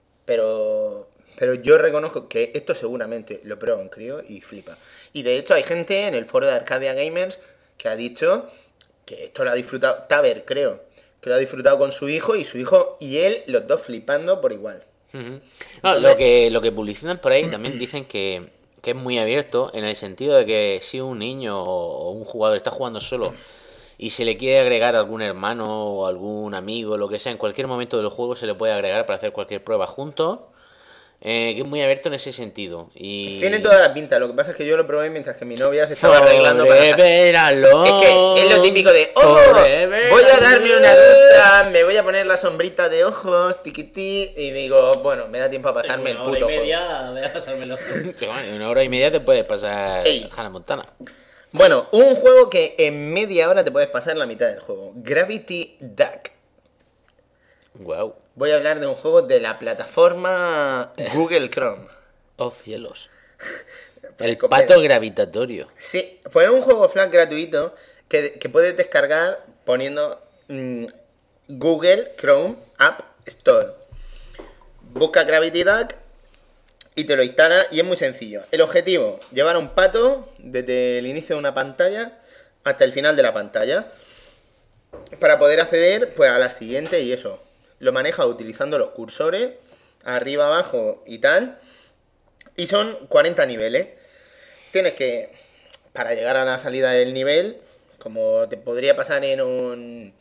Pero yo reconozco que esto seguramente lo prueba un crío y flipa. Y de hecho hay gente en el foro de Arcadia Gamers que ha dicho que esto lo ha disfrutado, Taber creo, que lo ha disfrutado con su hijo y su hijo y él, los dos flipando por igual. Ujú. No, lo que publicitan por ahí también dicen que es muy abierto en el sentido de que si un niño o un jugador está jugando solo y se le quiere agregar algún hermano o algún amigo, lo que sea, en cualquier momento del juego se le puede agregar para hacer cualquier prueba juntos. Que es muy abierto en ese sentido. Y... Tiene toda la pinta, lo que pasa es que yo lo probé mientras que mi novia se estaba arreglando para... Forever alone. Es que es lo típico de, ¡oh! Forever Voy a darme una alone. ducha, me voy a poner la sombrita de ojos, tiquití, y digo, bueno, me da tiempo a pasarme el Una hora puto y juego. media, voy a pasármelo. Sí, bueno, en 1 hora y media te puedes pasar Ey. Hannah Montana. Bueno, un juego que en media hora te puedes pasar la mitad del juego. Gravity Duck. Wow. Voy a hablar de un juego de la plataforma Google Chrome. Oh cielos. El Comer. pato gravitatorio. Sí, pues es un juego flash gratuito que puedes descargar poniendo Google Chrome App Store. Busca Gravity Duck y te lo instala y es muy sencillo. El objetivo, llevar a un pato desde el inicio de una pantalla hasta el final de la pantalla para poder acceder pues a la siguiente y eso. Lo maneja utilizando los cursores arriba, abajo y tal. Y son 40 niveles. Tienes que, para llegar a la salida del nivel, como te podría pasar en un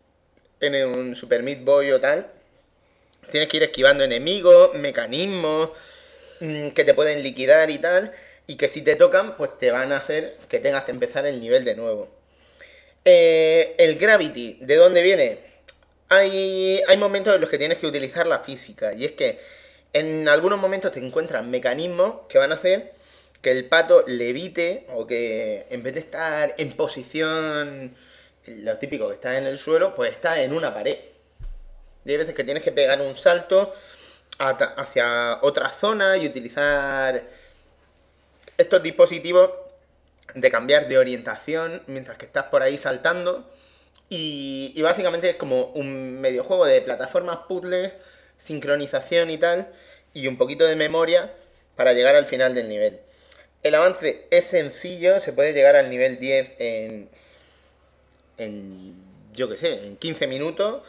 Super Meat Boy o tal, tienes que ir esquivando enemigos, mecanismos que te pueden liquidar y tal, y que si te tocan, pues te van a hacer que tengas que empezar el nivel de nuevo. El Gravity, ¿de dónde viene? Hay momentos en los que tienes que utilizar la física, y es que en algunos momentos te encuentras mecanismos que van a hacer que el pato levite o que en vez de estar en posición, lo típico que está en el suelo, pues está en una pared. Y hay veces que tienes que pegar un salto hacia otra zona y utilizar estos dispositivos de cambiar de orientación mientras que estás por ahí saltando. Y básicamente es como un mediojuego de plataformas, puzzles, sincronización y tal, y un poquito de memoria para llegar al final del nivel. El avance es sencillo, se puede llegar al nivel 10 yo qué sé, en 15 minutos.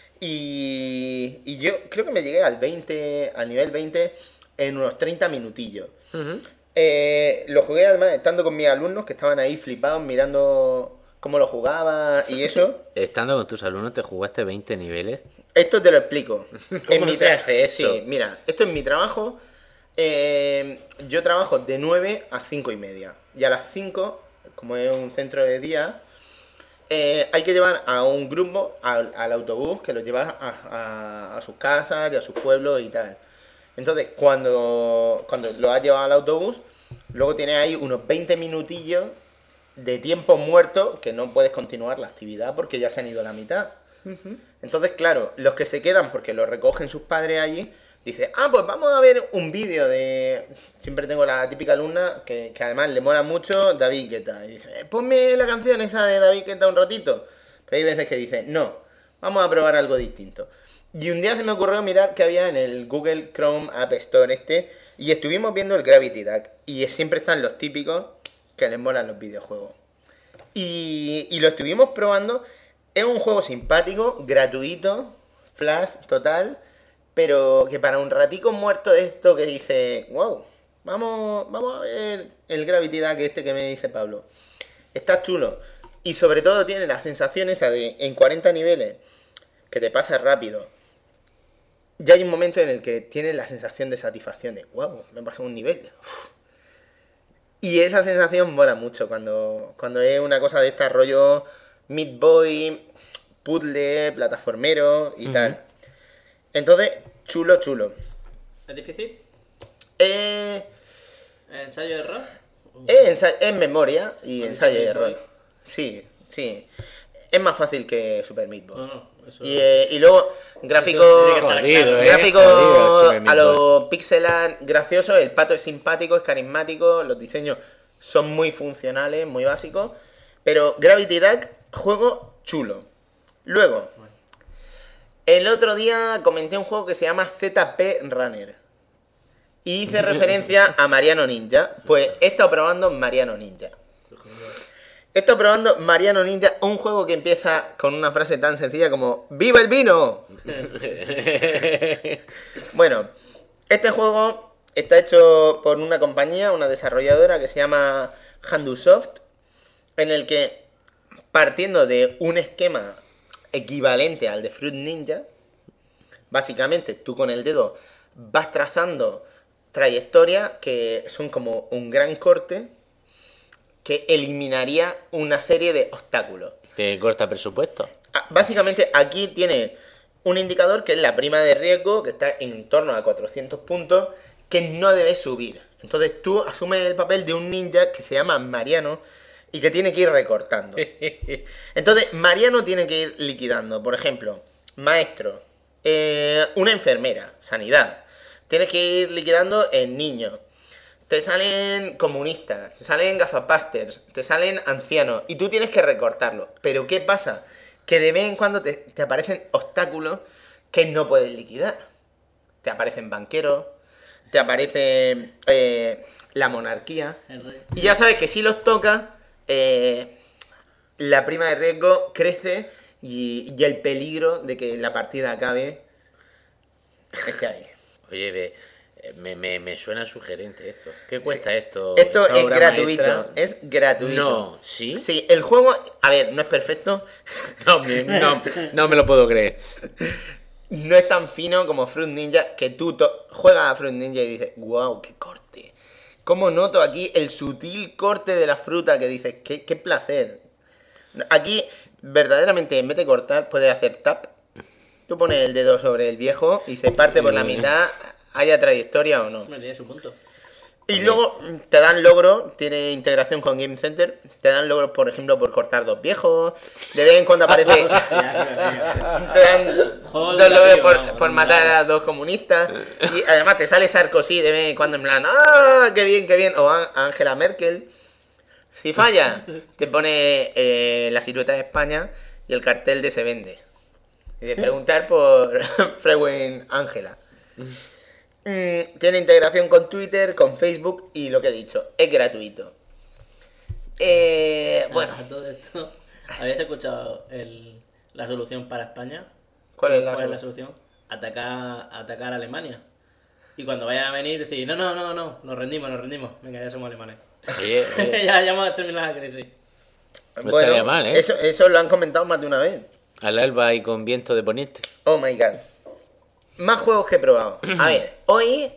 Y yo creo que me llegué al nivel 20 en unos 30 minutillos. Lo jugué además estando con mis alumnos que estaban ahí flipados mirando cómo lo jugaba y eso. Estando con tus alumnos te jugaste 20 niveles. Esto te lo explico. ¿Cómo se hace eso? Sí, mira, esto es mi trabajo. Yo trabajo de 9 a 5 y media. Y a las 5, como es un centro de día, hay que llevar a un grupo al autobús que los lleva a sus casas y a sus pueblos y tal. Entonces, cuando lo has llevado al autobús, luego tienes ahí unos 20 minutillos de tiempo muerto que no puedes continuar la actividad porque ya se han ido la mitad. Entonces, claro, los que se quedan porque lo recogen sus padres allí, dicen, pues vamos a ver un vídeo de... Siempre tengo la típica alumna que además le mola mucho David Guetta. Y dice, ponme la canción esa de David Guetta un ratito. Pero hay veces que dicen, no, vamos a probar algo distinto. Y un día se me ocurrió mirar qué había en el Google Chrome App Store y estuvimos viendo el Gravity Duck. Y siempre están los típicos que les molan los videojuegos. Y lo estuvimos probando. Es un juego simpático, gratuito, flash total, pero que para un ratico muerto de esto que dice, wow, vamos a ver el Gravity Duck que me dice Pablo. Está chulo. Y sobre todo tiene la sensación esa de en 40 niveles, que te pasa rápido. Ya hay un momento en el que tienes la sensación de satisfacción de, wow, me he pasado un nivel. Uf. Y esa sensación mola mucho cuando es una cosa de este rollo Meat Boy, puzzle, plataformero y tal. Entonces, chulo. ¿Es difícil? ¿Ensayo de error? Es memoria y ensayo y Meat Boy. error. Sí. Es más fácil que Super Meat Boy. No, eso... Y luego, gráfico Jodido, a Super Meat los pixel art graciosos, el pato es simpático, es carismático, los diseños son muy funcionales, muy básicos. Pero Gravity Duck, juego chulo. Luego, el otro día comenté un juego que se llama ZP Runner. Y hice referencia a Mariano Ninja. Pues he estado probando Mariano Ninja. Un juego que empieza con una frase tan sencilla como ¡Viva el vino! Bueno, este juego está hecho por una compañía, una desarrolladora que se llama Handusoft, en el que, partiendo de un esquema equivalente al de Fruit Ninja, básicamente tú con el dedo vas trazando trayectorias que son como un gran corte que eliminaría una serie de obstáculos. ¿Te corta presupuesto? Básicamente aquí tiene un indicador que es la prima de riesgo, que está en torno a 400 puntos, que no debe subir. Entonces tú asumes el papel de un ninja que se llama Mariano y que tiene que ir recortando. Entonces Mariano tiene que ir liquidando. Por ejemplo, maestro, una enfermera, sanidad. Tienes que ir liquidando el niño. Te salen comunistas, te salen gafapasters, te salen ancianos y tú tienes que recortarlo. Pero ¿qué pasa? Que de vez en cuando te aparecen obstáculos que no puedes liquidar. Te aparecen banqueros, te aparece la monarquía. Y ya sabes que si los tocas, la prima de riesgo crece y el peligro de que la partida acabe esté ahí. Oye, me suena sugerente esto. ¿Qué cuesta esto? Esto ¿Esta es obra gratuito, maestra? es gratuito. No, ¿sí? Sí, el juego, a ver, no es perfecto, No me lo puedo creer. no es tan fino como Fruit Ninja, que tú juegas a Fruit Ninja y dices, wow, qué corte. ¿Cómo noto aquí el sutil corte de la fruta que dices, qué placer? Aquí, verdaderamente, en vez de cortar, puedes hacer tap. Tú pones el dedo sobre el viejo y se parte por la mitad, haya trayectoria o no. Me tiene su punto. Y luego te dan logros, tiene integración con Game Center, te dan logros, por ejemplo, por cortar dos viejos, de vez en cuando aparece, te dan Joder, dos logros tío, por matar a dos comunistas, y además te sale Sarkozy de vez en cuando en plan, ¡ah, qué bien! O Angela Merkel. Si falla, te pone la silueta de España y el cartel de se vende. Y de preguntar por Frewen Ángela. Tiene integración con Twitter, con Facebook y lo que he dicho, es gratuito. Bueno, Todo esto. ¿Habías escuchado la solución para España? ¿cuál es la ¿Cuál es la solución? solución? Atacar a Alemania. Y cuando vayan a venir, decir, no, nos rendimos. Venga, ya somos alemanes. Oye, ya hemos terminado la crisis. No estaría mal, ¿eh? Eso lo han comentado más de una vez. al alba y con viento de poniente. Oh my god. Más juegos que he probado. A ver, hoy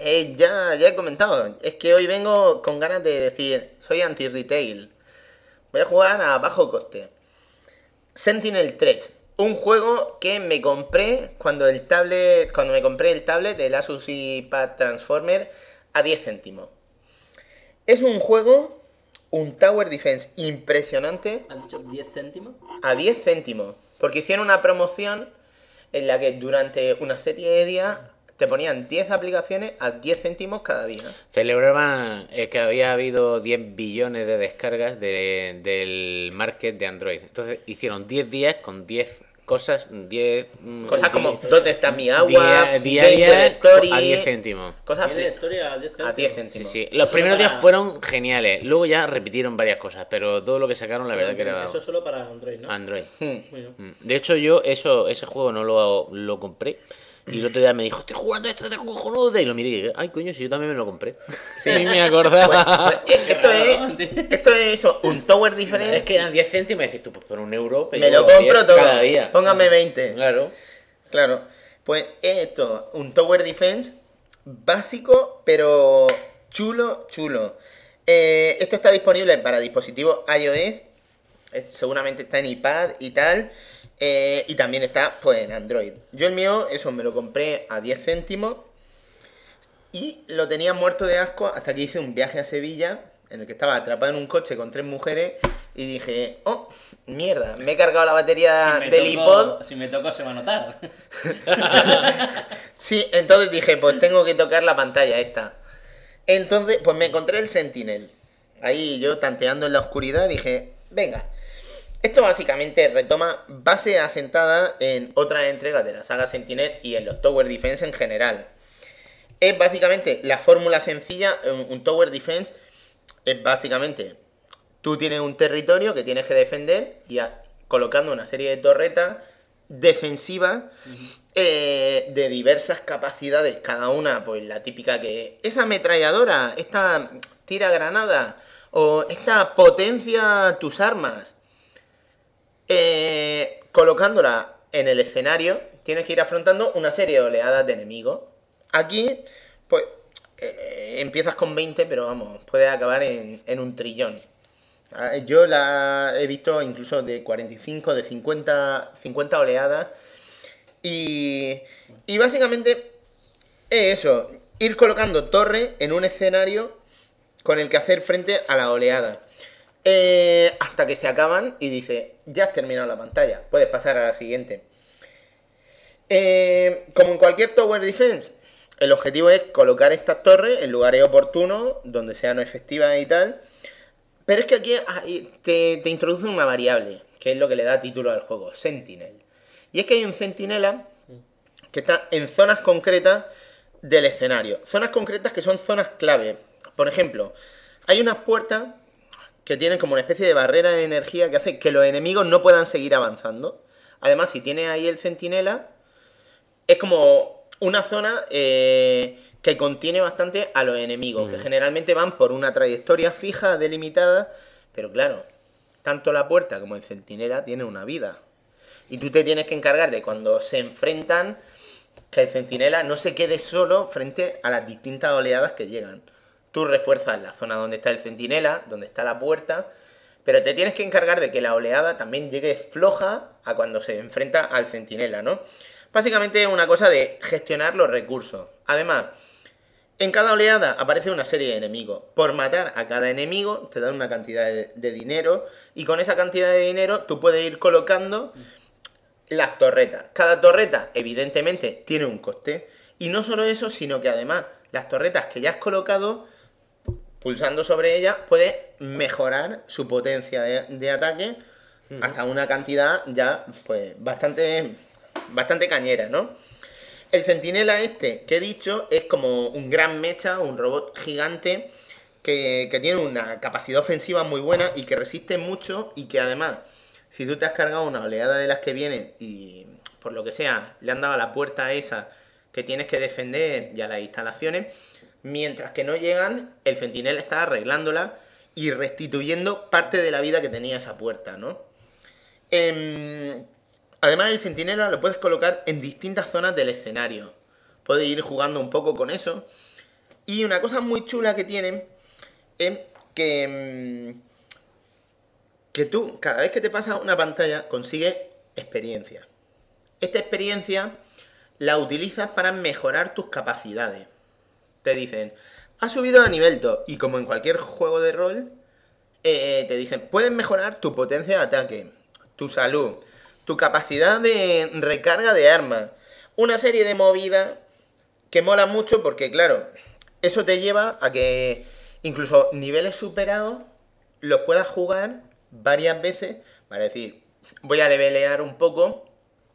ya he comentado. Es que hoy vengo con ganas de decir, soy anti-retail. Voy a jugar a bajo coste. Sentinel 3. Un juego que me compré cuando me compré el tablet del Asus iPad Transformer a 10 céntimos. Es un juego, un Tower Defense impresionante. ¿Han dicho 10 céntimos? A 10 céntimos. Porque hicieron una promoción en la que durante una serie de días te ponían 10 aplicaciones a 10 céntimos cada día. Celebraban que había habido 10 billones de descargas del market de Android. Entonces hicieron 10 días con 10 cosas, 10... Cosas como ¿dónde está mi agua? Diarias Story, a 10 céntimos. Cosas ¿Tiene historia a 10 céntimos? a 10 Sí, céntimos. sí. Los primeros días fueron geniales. Luego ya repitieron varias cosas, pero todo lo que sacaron la verdad que era Eso solo para Android, ¿no? Android. Hmm. Muy bien. De hecho yo ese juego no lo compré. Y el otro día me dijo, estoy jugando esto de cojonudo. Y lo miré y dije, ay coño, si yo también me lo compré. Sí, me acordaba. Esto es eso, un Tower Defense. Es que eran 10 céntimos y decís tú, pues por un euro. Me lo compro todo. Cada día. Póngame 20. Claro. Claro. Pues esto, un Tower Defense básico, pero chulo. Esto está disponible para dispositivos iOS. Seguramente está en iPad y tal. Y también está pues en Android. Yo el mío, eso, me lo compré a 10 céntimos. Y lo tenía muerto de asco hasta que hice un viaje a Sevilla, en el que estaba atrapado en un coche con 3 mujeres. Y dije, oh, mierda, me he cargado la batería del iPod. Si me toco se va a notar. Sí, entonces dije, pues tengo que tocar la pantalla esta. Entonces, pues me encontré el Sentinel. Ahí yo tanteando en la oscuridad dije, venga. Esto básicamente retoma base asentada en otras entregas de la saga Sentinel y en los Tower Defense en general. Es básicamente la fórmula sencilla, un Tower Defense es básicamente, tú tienes un territorio que tienes que defender y colocando una serie de torretas defensivas de diversas capacidades, cada una, pues la típica que esa ametralladora, esta tira granada o esta potencia tus armas. Colocándola en el escenario, tienes que ir afrontando una serie de oleadas de enemigos. Aquí, pues, empiezas con 20, pero vamos, puedes acabar en un trillón. Yo la he visto incluso de 45, de 50 oleadas. Y básicamente es eso, ir colocando torres en un escenario con el que hacer frente a la oleada. Hasta que se acaban y dice, ya has terminado la pantalla, puedes pasar a la siguiente. Como en cualquier Tower Defense, el objetivo es colocar estas torres en lugares oportunos, donde sean efectivas y tal. Pero es que aquí te introducen una variable, que es lo que le da título al juego, Sentinel. Y es que hay un centinela que está en zonas concretas del escenario. Zonas concretas que son zonas clave. Por ejemplo, hay unas puertas que tienen como una especie de barrera de energía que hace que los enemigos no puedan seguir avanzando. Además, si tienes ahí el centinela, es como una zona que contiene bastante a los enemigos, que generalmente van por una trayectoria fija, delimitada, pero claro, tanto la puerta como el centinela tienen una vida. Y tú te tienes que encargar de cuando se enfrentan, que el centinela no se quede solo frente a las distintas oleadas que llegan. Tú refuerzas la zona donde está el centinela, donde está la puerta, pero te tienes que encargar de que la oleada también llegue floja a cuando se enfrenta al centinela, ¿no? Básicamente es una cosa de gestionar los recursos. Además, en cada oleada aparece una serie de enemigos. Por matar a cada enemigo te dan una cantidad de dinero y con esa cantidad de dinero tú puedes ir colocando las torretas. Cada torreta, evidentemente, tiene un coste. Y no solo eso, sino que además las torretas que ya has colocado, pulsando sobre ellas, puedes mejorar su potencia de ataque hasta una cantidad ya pues bastante cañera, ¿no? El centinela este que he dicho es como un gran mecha, un robot gigante que tiene una capacidad ofensiva muy buena y que resiste mucho y que además, si tú te has cargado una oleada de las que vienen y por lo que sea le han dado a la puerta esa que tienes que defender y a las instalaciones, mientras que no llegan, el centinela está arreglándola y restituyendo parte de la vida que tenía esa puerta, ¿no? Además, el centinela lo puedes colocar en distintas zonas del escenario. Puedes ir jugando un poco con eso. Y una cosa muy chula que tienen es que que tú, cada vez que te pasas una pantalla, consigues experiencia. Esta experiencia la utilizas para mejorar tus capacidades. Te dicen, has subido a nivel 2, y como en cualquier juego de rol, te dicen, puedes mejorar tu potencia de ataque, tu salud, tu capacidad de recarga de armas, una serie de movidas que mola mucho porque, claro, eso te lleva a que incluso niveles superados los puedas jugar varias veces para decir, voy a levelear un poco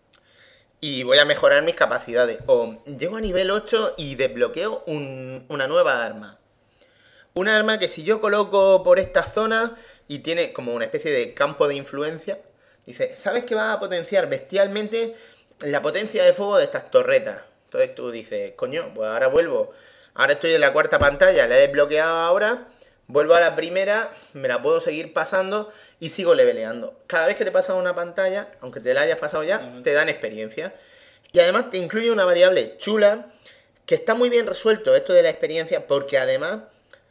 y voy a mejorar mis capacidades. O llego a nivel 8 y desbloqueo una nueva arma. Un arma que si yo coloco por esta zona y tiene como una especie de campo de influencia, dice, ¿sabes que va a potenciar bestialmente la potencia de fuego de estas torretas? Entonces tú dices, coño, pues ahora vuelvo. Ahora estoy en la cuarta pantalla, la he desbloqueado ahora, vuelvo a la primera, me la puedo seguir pasando y sigo leveleando. Cada vez que te pasas una pantalla, aunque te la hayas pasado ya, te dan experiencia. Y además te incluye una variable chula, que está muy bien resuelto esto de la experiencia, porque además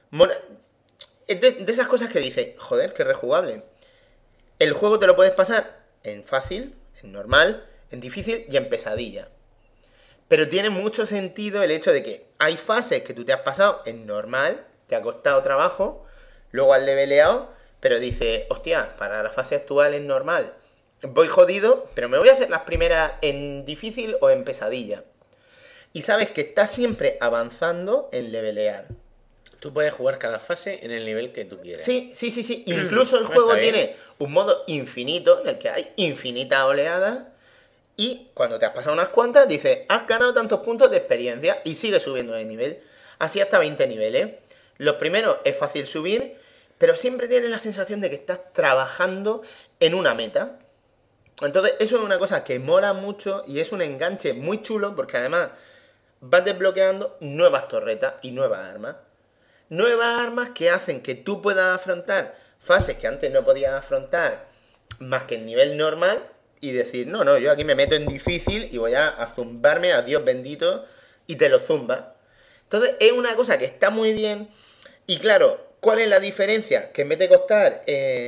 es de esas cosas que dices, joder, qué rejugable. El juego te lo puedes pasar en fácil, en normal, en difícil y en pesadilla. Pero tiene mucho sentido el hecho de que hay fases que tú te has pasado en normal, te ha costado trabajo, luego has leveleado, pero dices, hostia, para la fase actual en normal voy jodido, pero me voy a hacer las primeras en difícil o en pesadilla. Y sabes que estás siempre avanzando en levelear. Tú puedes jugar cada fase en el nivel que tú quieras. Sí. Incluso el juego tiene un modo infinito en el que hay infinitas oleadas. Y cuando te has pasado unas cuantas, dices, has ganado tantos puntos de experiencia y sigues subiendo de nivel. Así hasta 20 niveles. Los primeros es fácil subir, pero siempre tienes la sensación de que estás trabajando en una meta. Entonces, eso es una cosa que mola mucho y es un enganche muy chulo porque además vas desbloqueando nuevas torretas y nuevas armas. Nuevas armas que hacen que tú puedas afrontar fases que antes no podías afrontar más que en nivel normal. Y decir, no, yo aquí me meto en difícil y voy a zumbarme a Dios bendito y te lo zumba. Entonces es una cosa que está muy bien. Y claro, ¿cuál es la diferencia? Que en vez de costar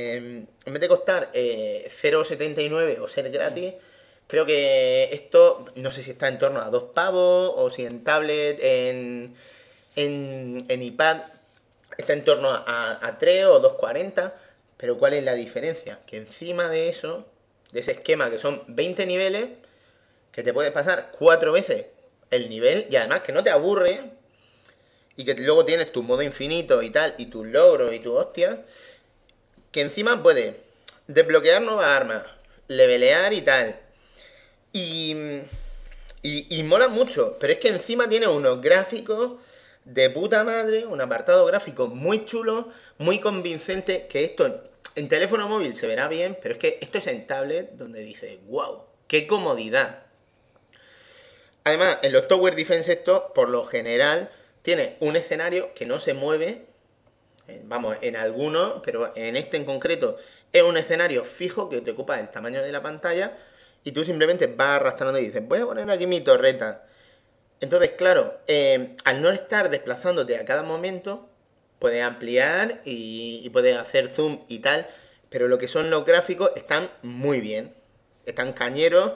0,79 o ser gratis, creo que esto, no sé si está en torno a 2 pavos o si en tablet, en iPad, está en torno a 3 o 2,40. Pero ¿cuál es la diferencia? Que encima de eso, de ese esquema que son 20 niveles, que te puedes pasar 4 veces el nivel y además que no te aburre y que luego tienes tu modo infinito y tal, y tus logros y tu hostia, que encima puedes desbloquear nuevas armas, levelear y tal. Y mola mucho, pero es que encima tiene unos gráficos de puta madre, un apartado gráfico muy chulo, muy convincente, que esto en teléfono móvil se verá bien, pero es que esto es en tablet donde dice, wow, qué comodidad. Además, en los Tower Defense esto, por lo general, tiene un escenario que no se mueve, vamos, en algunos, pero en este en concreto, es un escenario fijo que te ocupa el tamaño de la pantalla y tú simplemente vas arrastrando y dices, voy a poner aquí mi torreta. Entonces, claro, al no estar desplazándote a cada momento, puedes ampliar y puedes hacer zoom y tal, pero lo que son los gráficos están muy bien, están cañeros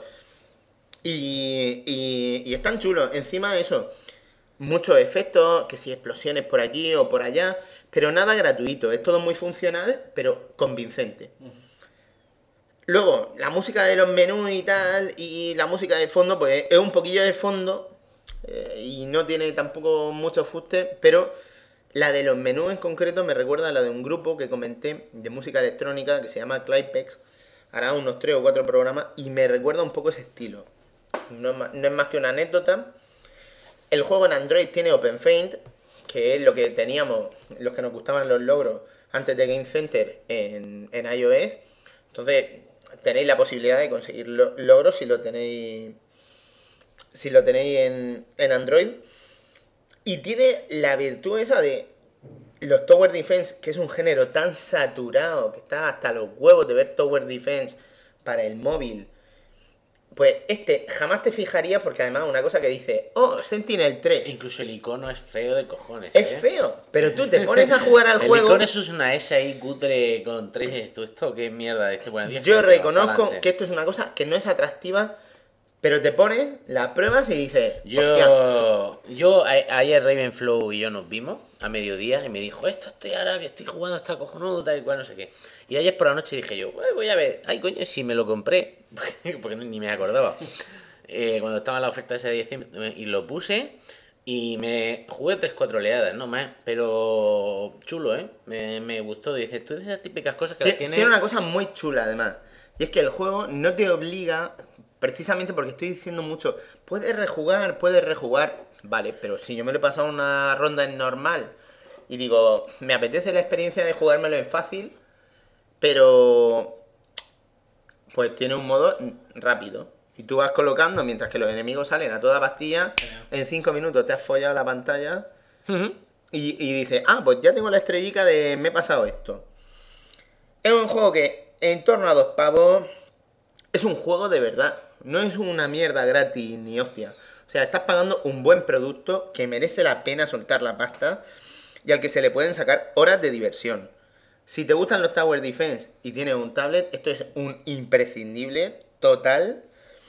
y están chulos. Encima de eso, muchos efectos, que si explosiones por aquí o por allá, pero nada gratuito, es todo muy funcional, pero convincente. Luego, la música de los menús y tal, y la música de fondo, pues es un poquillo de fondo y no tiene tampoco mucho fuste, pero la de los menús en concreto me recuerda a la de un grupo que comenté de música electrónica que se llama Clipex, hará unos 3 o 4 programas, y me recuerda un poco ese estilo. No es más que una anécdota. El juego en Android tiene OpenFaint, que es lo que teníamos, los que nos gustaban los logros antes de Game Center en iOS. Entonces tenéis la posibilidad de conseguir logros si lo tenéis en Android. Y tiene la virtud esa de los Tower Defense, que es un género tan saturado, que está hasta los huevos de ver Tower Defense para el móvil, Pues este jamás te fijarías porque además una cosa que dice, oh, Sentinel 3. Incluso el icono es feo de cojones. Es feo, pero tú te pones a jugar al El juego. icono eso es una S ahí cutre con 3. ¿Esto qué mierda? Dice, buenos días, Yo gente, reconozco pa'lante. que esto es una cosa que no es atractiva, pero te pones, la pruebas y dices, hostia, Ayer Ravenflow y yo nos vimos a mediodía y me dijo, esto estoy ahora que estoy jugando, está cojonudo, tal y cual, no sé qué. Y ayer por la noche dije yo, voy a ver, ay coño, si me lo compré, porque ni me acordaba. Cuando estaba en la oferta esa de 10 y lo puse y me jugué 3-4 oleadas, no más, pero chulo, me gustó. Dices, tú de esas típicas cosas que las tienes... tiene una cosa muy chula además, y es que el juego no te obliga, precisamente porque estoy diciendo mucho, puedes rejugar, vale, pero si yo me lo he pasado una ronda en normal y digo, me apetece la experiencia de jugármelo en fácil, pero pues tiene un modo rápido. Y tú vas colocando mientras que los enemigos salen a toda pastilla. En 5 minutos te has follado la pantalla. Y dices, pues ya tengo la estrellica de me he pasado esto. Es un juego que en torno a 2 pavos es un juego de verdad. No es una mierda gratis ni hostia. O sea, estás pagando un buen producto que merece la pena soltar la pasta y al que se le pueden sacar horas de diversión. Si te gustan los Tower Defense y tienes un tablet, esto es un imprescindible total.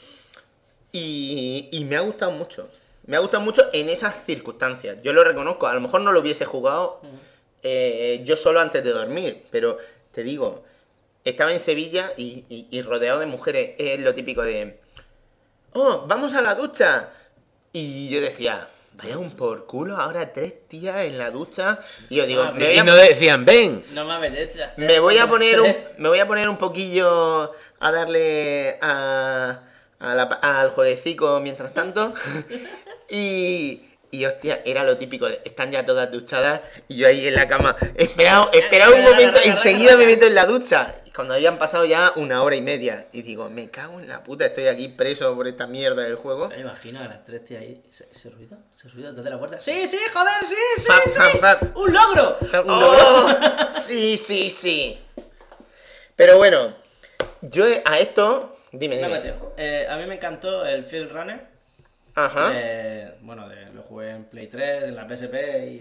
Y me ha gustado mucho. Me ha gustado mucho en esas circunstancias. Yo lo reconozco. A lo mejor no lo hubiese jugado yo solo antes de dormir. Pero te digo, estaba en Sevilla y rodeado de mujeres. Es lo típico de... ¡Oh, vamos a la ducha! Y yo decía... Vaya un por culo, ahora 3 tías en la ducha. Y yo digo... Y no decían, ven. No me apetece hacer. Me voy a poner estrés. un poquillo a darle al jueguecico mientras tanto. y hostia, era lo típico, están ya todas duchadas y yo ahí en la cama. Esperad un momento, enseguida me meto en la ducha. Y cuando habían pasado ya 1 hora y media. Y digo, me cago en la puta, estoy aquí preso por esta mierda del juego. Me imagino a las 3 tías ahí. ¿Ese ruido? ¿Ese ruido detrás de la puerta? ¡Sí, sí, joder, sí! Pap, pap, pap. ¡Un logro! ¡Oh! Sí. Pero bueno, yo a esto... Dime. Mateo. A mí me encantó el Field Runner. Ajá. Lo jugué en Play 3, en la PSP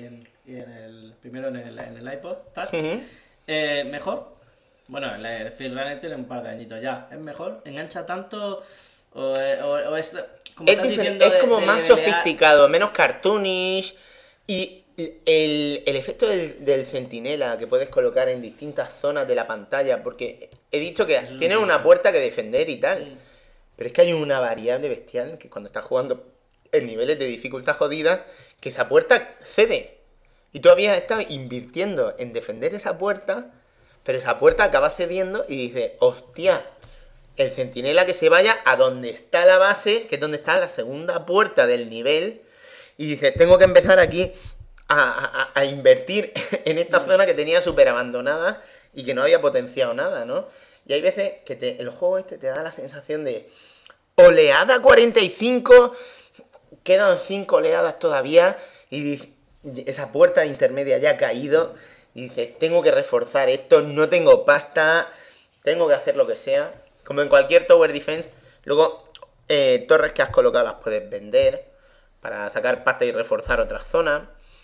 primero en el iPod Touch. Ujú. Mejor. Bueno, el Field Runner tiene un par de añitos ya. ¿Es mejor? ¿Engancha tanto? ¿O es como Es estás diferente, diciendo es como de más levelear? sofisticado, menos cartoonish. Y el efecto del centinela que puedes colocar en distintas zonas de la pantalla, porque he dicho que tienes una puerta que defender y tal, pero es que hay una variable bestial que cuando estás jugando en niveles de dificultad jodida, que esa puerta cede. Y tú habías estado invirtiendo en defender esa puerta, pero esa puerta acaba cediendo y dices, hostia, el centinela que se vaya a donde está la base, que es donde está la segunda puerta del nivel, y dices, tengo que empezar aquí a invertir en esta zona que tenía súper abandonada y que no había potenciado nada, ¿no? Y hay veces que el juego este te da la sensación de oleada 45, quedan 5 oleadas todavía y esa puerta intermedia ya ha caído y dices, tengo que reforzar esto, no tengo pasta, tengo que hacer lo que sea. Como en cualquier Tower Defense, luego torres que has colocado las puedes vender para sacar pasta y reforzar otras zonas.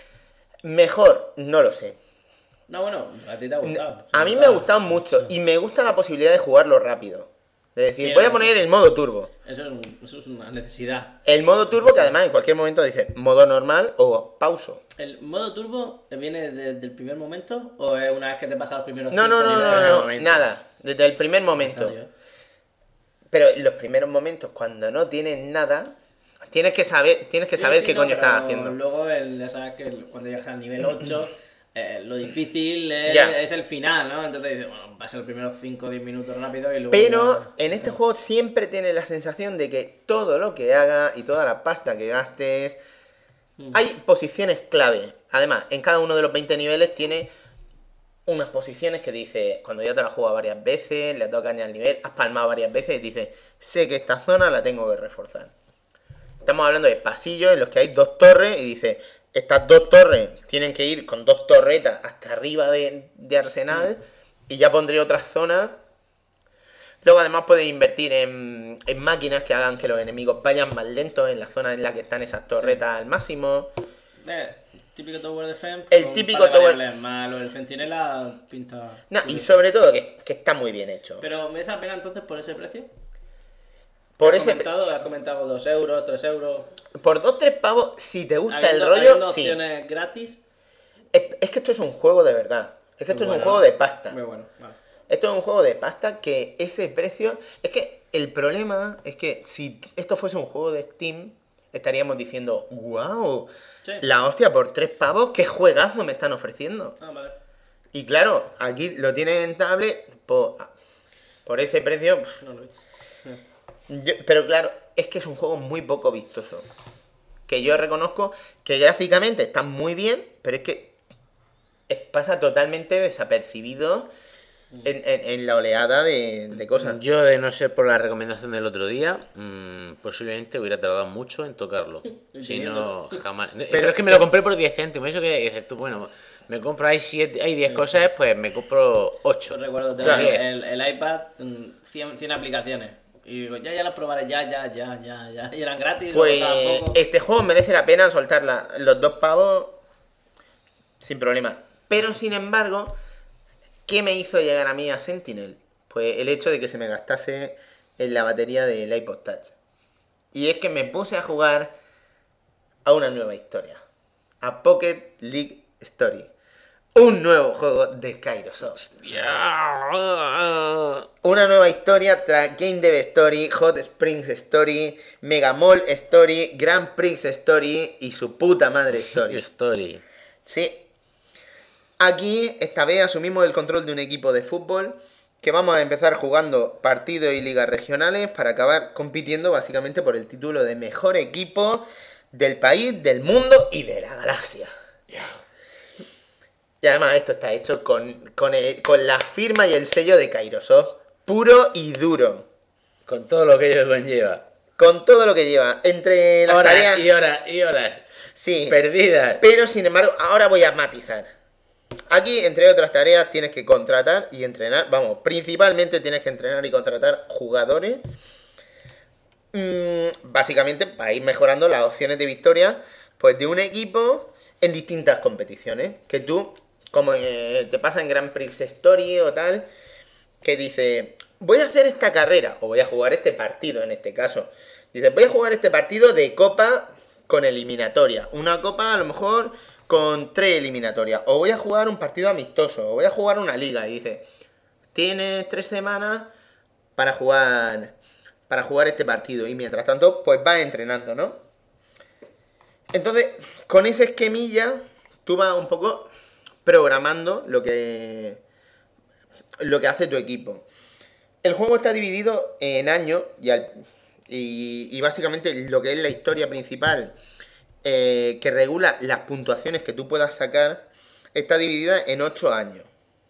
Mejor, no lo sé. No, bueno, a ti te ha gustado. A mí me ha gustado mucho y me gusta la posibilidad de jugarlo rápido. Es decir, Sí, voy a eso poner el modo turbo. Eso es una necesidad. El modo turbo que además en cualquier momento dice modo normal o pauso. ¿El modo turbo viene desde el primer momento o es una vez que te pasas los primeros No, 5 niveles? momento. nada. Desde el primer ¿En momento. serio? Pero en los primeros momentos, cuando no tienes nada, tienes que saber Sí, qué no, coño pero estás haciendo. Luego, ya sabes que cuando llegas al nivel 8, lo difícil es, Ya. es el final, ¿no? Entonces dices, bueno, va a ser los primeros 5 o 10 minutos rápido y luego... Pero ya- en este juego siempre tienes la sensación de que todo lo que hagas y toda la pasta que gastes, hay posiciones clave. Además, en cada uno de los 20 niveles tiene unas posiciones que dice, cuando ya te la has jugado varias veces, le has dado caña al nivel, has palmado varias veces y dices, sé que esta zona la tengo que reforzar. Estamos hablando de pasillos en los que hay 2 torres y dice, estas 2 torres tienen que ir con 2 torretas hasta arriba de arsenal y ya pondré otras zonas Luego además puedes invertir en máquinas que hagan que los enemigos vayan más lentos en la zona en la que están esas torretas al máximo. Típico Tower Defense. El con típico un par de Tower- variables más. Lo del Centinela pinta. No, y sobre todo que está muy bien hecho. Pero ¿merece la pena entonces por ese precio? Por ¿Has ese comentado 2 euros, 3 euros? por 2-3 pavos, si te gusta el rollo, habiendo sí. opciones gratis. Es que esto es un juego de verdad. Es que esto es un Bueno, juego de pasta. Muy bueno, vale. Esto es un juego de pasta que ese precio... Es que el problema es que si esto fuese un juego de Steam, estaríamos diciendo, wow, Sí. la hostia, por 3 pavos, qué juegazo me están ofreciendo. Ah, vale. Y claro, aquí lo tienen en tablet por ese precio. No lo he visto. Pero claro, es que es un juego muy poco vistoso. Que yo reconozco que gráficamente está muy bien, pero es que pasa totalmente desapercibido en la oleada de cosas. Yo, de no ser por la recomendación del otro día, posiblemente hubiera tardado mucho en tocarlo. Si no, jamás. Pero es que me lo compré por 10 céntimos. Eso que dices tú, bueno, me compro, hay 10 cosas, pues me compro 8. Yo recuerdo tener Claro. el iPad, 100 aplicaciones. Y digo, ya las probaré, ya. Y eran gratis. Pues lo costaban poco. este juego merece la pena soltar los 2 pavos sin problema. Pero sin embargo, ¿qué me hizo llegar a mí a Sentinel? Pues el hecho de que se me gastase en la batería del iPod Touch. Y es que me puse a jugar a una nueva historia. A Pocket League Story. Un nuevo juego de Kairosoft. Una nueva historia tras Game Dev Story, Hot Springs Story, Mega Mall Story, Grand Prix Story y su puta madre Story. Story. Sí. Aquí, esta vez, asumimos el control de un equipo de fútbol que vamos a empezar jugando partidos y ligas regionales para acabar compitiendo básicamente por el título de mejor equipo del país, del mundo y de la galaxia. Y además esto está hecho con la firma y el sello de Kairosoft, puro y duro. Con todo lo que ello conlleva. Con todo lo que lleva. Entre las Horas tareas... y horas y horas. Sí. Perdidas. Pero sin embargo, ahora voy a matizar. Aquí, entre otras tareas, tienes que contratar y entrenar. Vamos, principalmente tienes que entrenar y contratar jugadores. Básicamente para ir mejorando las opciones de victoria, pues de un equipo en distintas competiciones. Que tú, como te pasa en Grand Prix Story o tal, que dice, voy a hacer esta carrera, o voy a jugar este partido en este caso. Dice, voy a jugar este partido de copa con eliminatoria. Una copa a lo mejor con 3 eliminatorias. O voy a jugar un partido amistoso, o voy a jugar una liga. Y dice, tienes 3 semanas para jugar este partido. Y mientras tanto, pues vas entrenando, ¿no? Entonces, con ese esquemilla, tú vas un poco programando lo que hace tu equipo. El juego está dividido en años y básicamente lo que es la historia principal que regula las puntuaciones que tú puedas sacar está dividida en 8 años.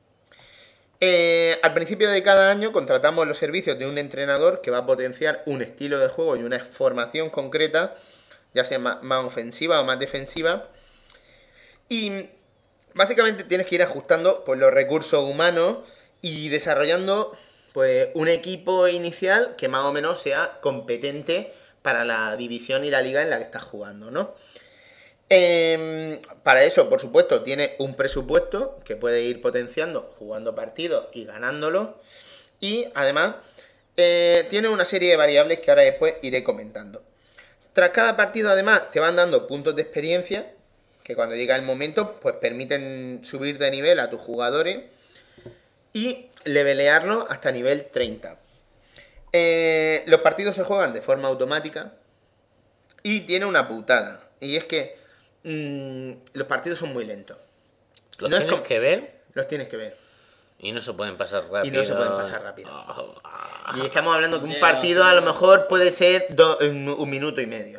Al principio de cada año contratamos los servicios de un entrenador que va a potenciar un estilo de juego y una formación concreta, ya sea más ofensiva o más defensiva. Y básicamente tienes que ir ajustando pues, los recursos humanos y desarrollando pues, un equipo inicial que más o menos sea competente para la división y la liga en la que estás jugando, ¿no? Para eso, por supuesto, tiene un presupuesto que puede ir potenciando jugando partidos y ganándolos. Y además tiene una serie de variables que ahora después iré comentando. Tras cada partido, además, te van dando puntos de experiencia que cuando llega el momento, pues permiten subir de nivel a tus jugadores y levelearlos hasta nivel 30. Los partidos se juegan de forma automática y tiene una putada. Y es que los partidos son muy lentos. Los No es tienes como- que ver Los tienes que ver. y no se pueden pasar rápido. Y no se pueden pasar rápido. Ah. Y estamos hablando que un Ya, partido a lo mejor puede ser 1 minuto y medio.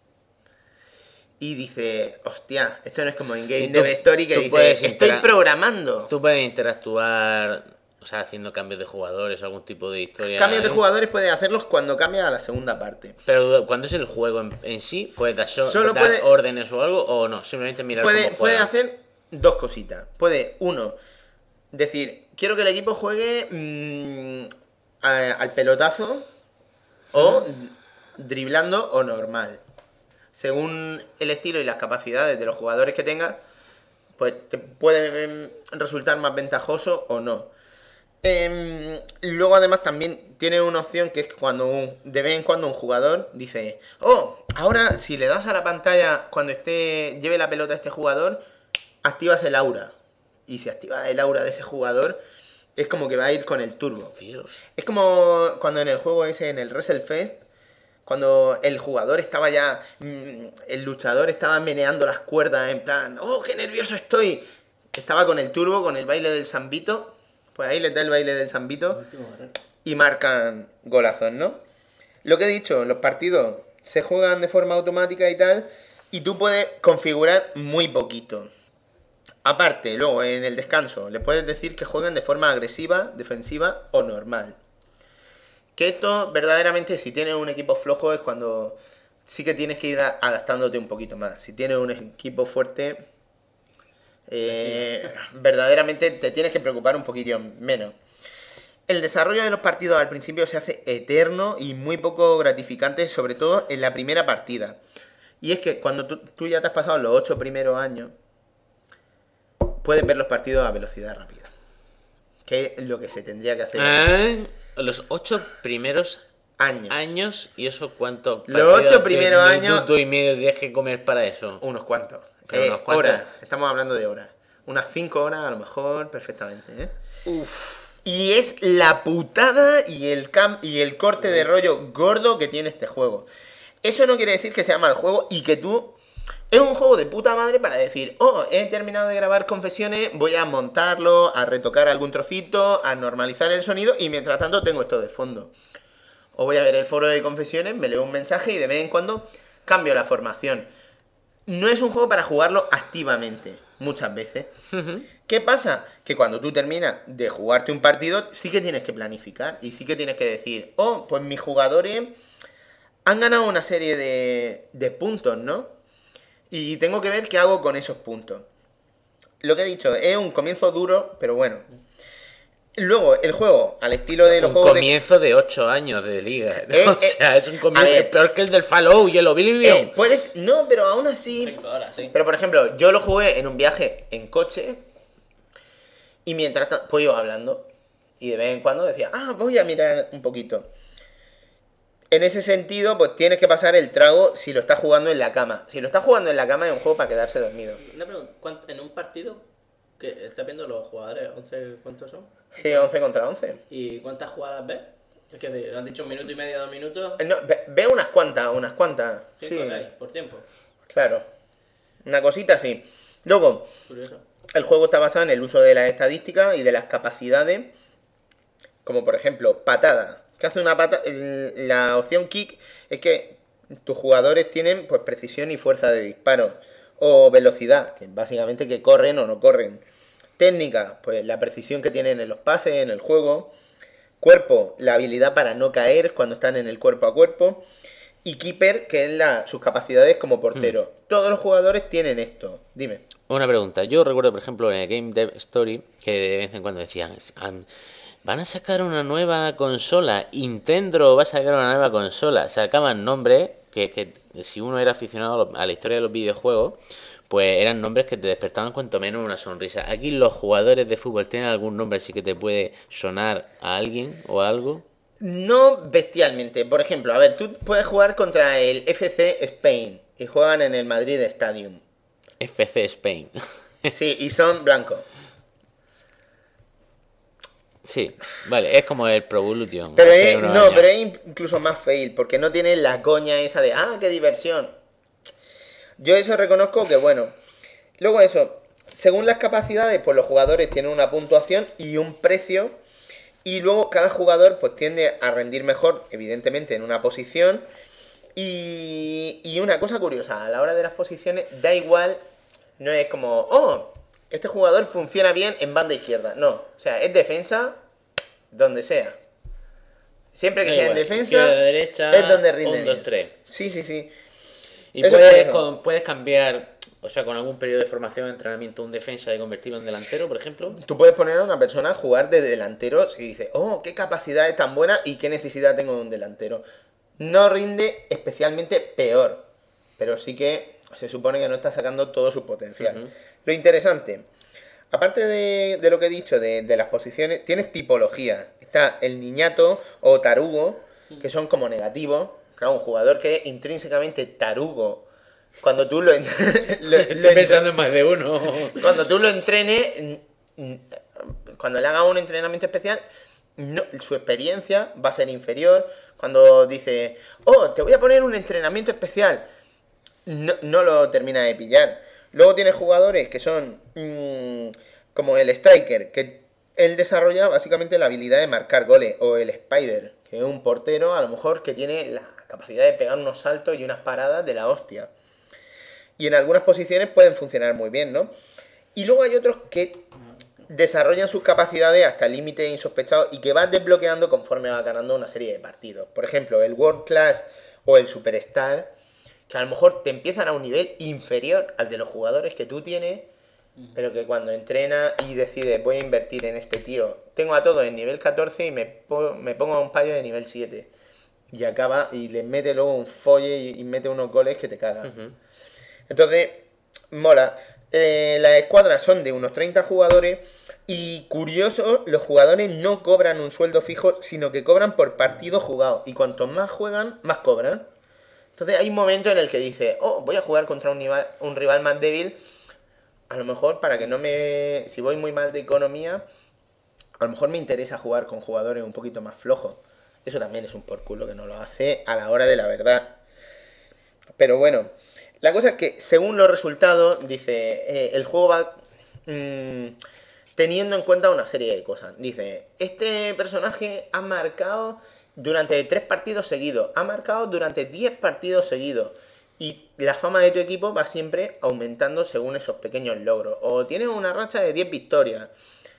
Y dice, hostia, esto no es como en Y Game tú- Dev Story que tú dice, puedes estoy programando. Tú puedes interactuar, o sea, haciendo cambios de jugadores, algún tipo de historia. Cambios de ahí. jugadores puedes hacerlos cuando cambia a la segunda parte. Pero cuando es el juego en sí, puedes dar, Solo dar puede- órdenes o algo, o no, simplemente mirar Puede cómo juegan. hacer 2 cositas. Puede, uno, decir, quiero que el equipo juegue al pelotazo o driblando o normal. Según el estilo y las capacidades de los jugadores que tengas, pues te puede resultar más ventajoso o no. Luego además también tiene una opción que es cuando de vez en cuando un jugador dice: oh, ahora si le das a la pantalla cuando lleve la pelota a este jugador, activas el aura. Y si activas el aura de ese jugador, es como que va a ir con el turbo. Dios. Es como cuando en el juego ese, en el WrestleFest, cuando el jugador estaba ya, el luchador estaba meneando las cuerdas en plan, ¡oh, qué nervioso estoy! Estaba con el turbo, con el baile del Zambito. Pues ahí les da el baile del Zambito y marcan golazos, ¿no? Lo que he dicho, los partidos se juegan de forma automática y tal, y tú puedes configurar muy poquito. Aparte, luego en el descanso, le puedes decir que jueguen de forma agresiva, defensiva o normal. Que esto, verdaderamente, si tienes un equipo flojo, es cuando sí que tienes que ir adaptándote un poquito más. Si tienes un equipo fuerte, verdaderamente te tienes que preocupar un poquito menos. El desarrollo de los partidos al principio se hace eterno y muy poco gratificante, sobre todo en la primera partida. Y es que cuando tú ya te has pasado los 8 primeros años, puedes ver los partidos a velocidad rápida. Que es lo que se tendría que hacer. Los 8 primeros años. ¿Y eso cuánto? Los 8 primeros años. ¿Minuto y medio tienes que comer para eso? Unos cuantos. Unos cuantos. Horas. Estamos hablando de horas. Unas 5 horas a lo mejor, perfectamente. Uf. Y es la putada y el corte de rollo gordo que tiene este juego. Eso no quiere decir que sea mal juego y que tú... Es un juego de puta madre para decir, oh, he terminado de grabar confesiones, voy a montarlo, a retocar algún trocito, a normalizar el sonido y mientras tanto tengo esto de fondo. O voy a ver el foro de confesiones, me leo un mensaje y de vez en cuando cambio la formación. No es un juego para jugarlo activamente, muchas veces. ¿Qué pasa? Que cuando tú terminas de jugarte un partido, sí que tienes que planificar y sí que tienes que decir, oh, pues mis jugadores han ganado una serie de puntos, ¿no? Y tengo que ver qué hago con esos puntos. Lo que he dicho, es un comienzo duro, pero bueno. Luego, el juego, al estilo de los juegos... Un comienzo de 8 años de liga, ¿no? O sea, es un comienzo peor que el del Fallout y el Oblivion. No, pero aún así... 5 horas, sí. Pero, por ejemplo, yo lo jugué en un viaje en coche y mientras tanto, pues iba hablando. Y de vez en cuando decía, voy a mirar un poquito. En ese sentido, pues tienes que pasar el trago si lo estás jugando en la cama. Si lo estás jugando en la cama es un juego para quedarse dormido. Una pregunta, en un partido, que estás viendo los jugadores, 11, ¿cuántos son? 11 contra 11. ¿Y cuántas jugadas ves? Es que has dicho 1 minuto y medio, 2 minutos. No, ve unas cuantas. 5 Sí, o 6, por tiempo. claro. Una cosita así. Luego, Curioso. el juego está basado en el uso de las estadísticas y de las capacidades, como por ejemplo, patada. ¿Qué hace una patada? La opción kick es que tus jugadores tienen pues precisión y fuerza de disparo. O velocidad, que básicamente que corren o no corren. Técnica, pues la precisión que tienen en los pases, en el juego. Cuerpo, la habilidad para no caer cuando están en el cuerpo a cuerpo. Y keeper, que es sus capacidades como portero. Todos los jugadores tienen esto. Dime. Una pregunta. Yo recuerdo, por ejemplo, en el Game Dev Story, que de vez en cuando decían... Van a sacar una nueva consola. Nintendo va a sacar una nueva consola. Sacaban nombres que si uno era aficionado a la historia de los videojuegos, pues eran nombres que te despertaban cuanto menos una sonrisa. Aquí los jugadores de fútbol tienen algún nombre así que te puede sonar a alguien o a algo. No bestialmente. Por ejemplo, a ver, tú puedes jugar contra el FC Spain y juegan en el Madrid Stadium. FC Spain. Sí, y son blancos. Sí, vale, es como el Pro Evolution. Pero es incluso más fail, porque no tiene la coña esa de qué diversión. Yo eso reconozco que bueno. Luego eso, según las capacidades, pues los jugadores tienen una puntuación y un precio. Y luego cada jugador pues tiende a rendir mejor, evidentemente, en una posición. Y una cosa curiosa, a la hora de las posiciones, da igual, no es como, este jugador funciona bien en banda izquierda. No, o sea, es defensa donde sea. Siempre que sea en defensa, izquierda, derecha, es donde rinde 1, 2, 3. Sí. Y Eso puedes cambiar O sea, con algún periodo de formación, entrenamiento, un defensa de convertirlo en delantero, por ejemplo. Tú puedes poner a una persona a jugar de delantero si dice, oh, qué capacidad es tan buena y qué necesidad tengo de un delantero. No rinde especialmente peor, pero sí que se supone que no está sacando todo su potencial. Ujú. Lo interesante, aparte de lo que he dicho de las posiciones, tienes tipología. Está el niñato o tarugo, que son como negativos. Claro, un jugador que es intrínsecamente tarugo. Cuando tú Estoy pensando en más de uno. cuando tú lo entrenes, cuando le hagas un entrenamiento especial, su experiencia va a ser inferior. Cuando dice, oh, te voy a poner un entrenamiento especial, no lo termina de pillar. Luego tienes jugadores que son como el striker, que él desarrolla básicamente la habilidad de marcar goles, o el spider, que es un portero a lo mejor que tiene la capacidad de pegar unos saltos y unas paradas de la hostia. Y en algunas posiciones pueden funcionar muy bien, ¿no? Y luego hay otros que desarrollan sus capacidades hasta límites insospechados y que vas desbloqueando conforme vas ganando una serie de partidos. Por ejemplo, el World Class o el Superstar, que a lo mejor te empiezan a un nivel inferior al de los jugadores que tú tienes, pero que cuando entrenas y decides voy a invertir en este tío, tengo a todos en nivel 14 y me pongo a un payo de nivel 7. Y acaba y le mete luego un folle y mete unos goles que te cagan. Ujú. Entonces, mola. Las escuadras son de unos 30 jugadores y curioso, los jugadores no cobran un sueldo fijo, sino que cobran por partido jugado. Y cuanto más juegan, más cobran. Entonces hay un momento en el que dice, oh, voy a jugar contra un rival más débil. A lo mejor para que no me... Si voy muy mal de economía, a lo mejor me interesa jugar con jugadores un poquito más flojos. Eso también es un por culo que no lo hace a la hora de la verdad. Pero bueno, la cosa es que según los resultados, dice, el juego va teniendo en cuenta una serie de cosas. Dice, este personaje ha marcado durante 3 partidos seguidos, ha marcado durante 10 partidos seguidos. Y la fama de tu equipo va siempre aumentando según esos pequeños logros. O tienes una racha de 10 victorias.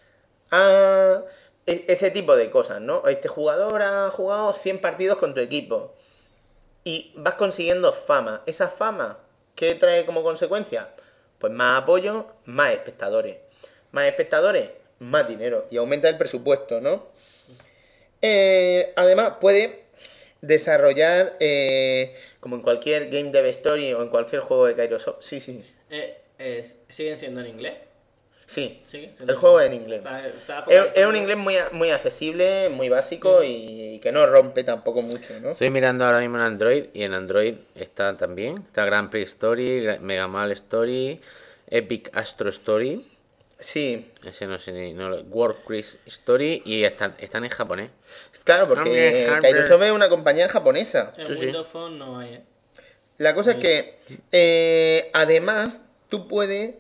Ese tipo de cosas, ¿no? Este jugador ha jugado 100 partidos con tu equipo. Y vas consiguiendo fama. Esa fama, ¿qué trae como consecuencia? Pues más apoyo, más espectadores. Más espectadores, más dinero. Y aumenta el presupuesto, ¿no? Además, puede desarrollar, como en cualquier Game Dev Story o en cualquier juego de Kairosoft. Sí. ¿Siguen siendo en inglés? Sí, ¿Sigue siendo el juego es en inglés. Está Es focalizado un inglés muy accesible, muy básico y que no rompe tampoco mucho, ¿no? Estoy mirando ahora mismo en Android y en Android está también. Está Grand Prix Story, Mega Man Story, Epic Astro Story. Sí, Ese no sé ni. No, World Quiz Story y están en japonés. claro, porque Kairosoft es una compañía japonesa. En Sí, sí. Windows Phone no hay, ¿eh? La cosa es que, además, tú puedes,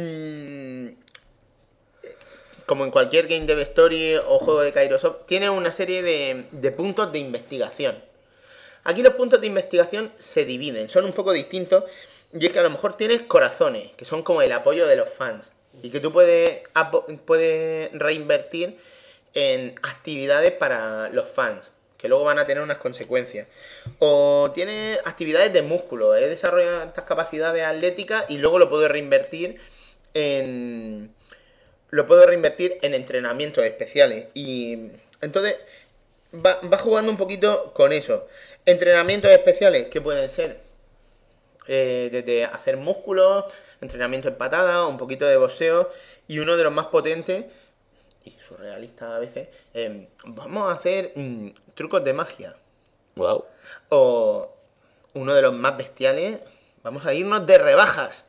como en cualquier Game Dev Story o juego de Kairosoft, tiene una serie de puntos de investigación. Aquí los puntos de investigación se dividen, son un poco distintos, y es que a lo mejor tienes corazones, que son como el apoyo de los fans, y que tú puedes reinvertir en actividades para los fans, que luego van a tener unas consecuencias. O tienes actividades de músculo, he desarrollado estas capacidades atléticas y luego lo puedo reinvertir en entrenamientos especiales. Y entonces va jugando un poquito con eso. Entrenamientos especiales, ¿qué pueden ser? Desde hacer músculos, entrenamiento en patada, un poquito de boxeo, y uno de los más potentes y surrealista a veces, vamos a hacer trucos de magia. Wow. O uno de los más bestiales, vamos a irnos de rebajas.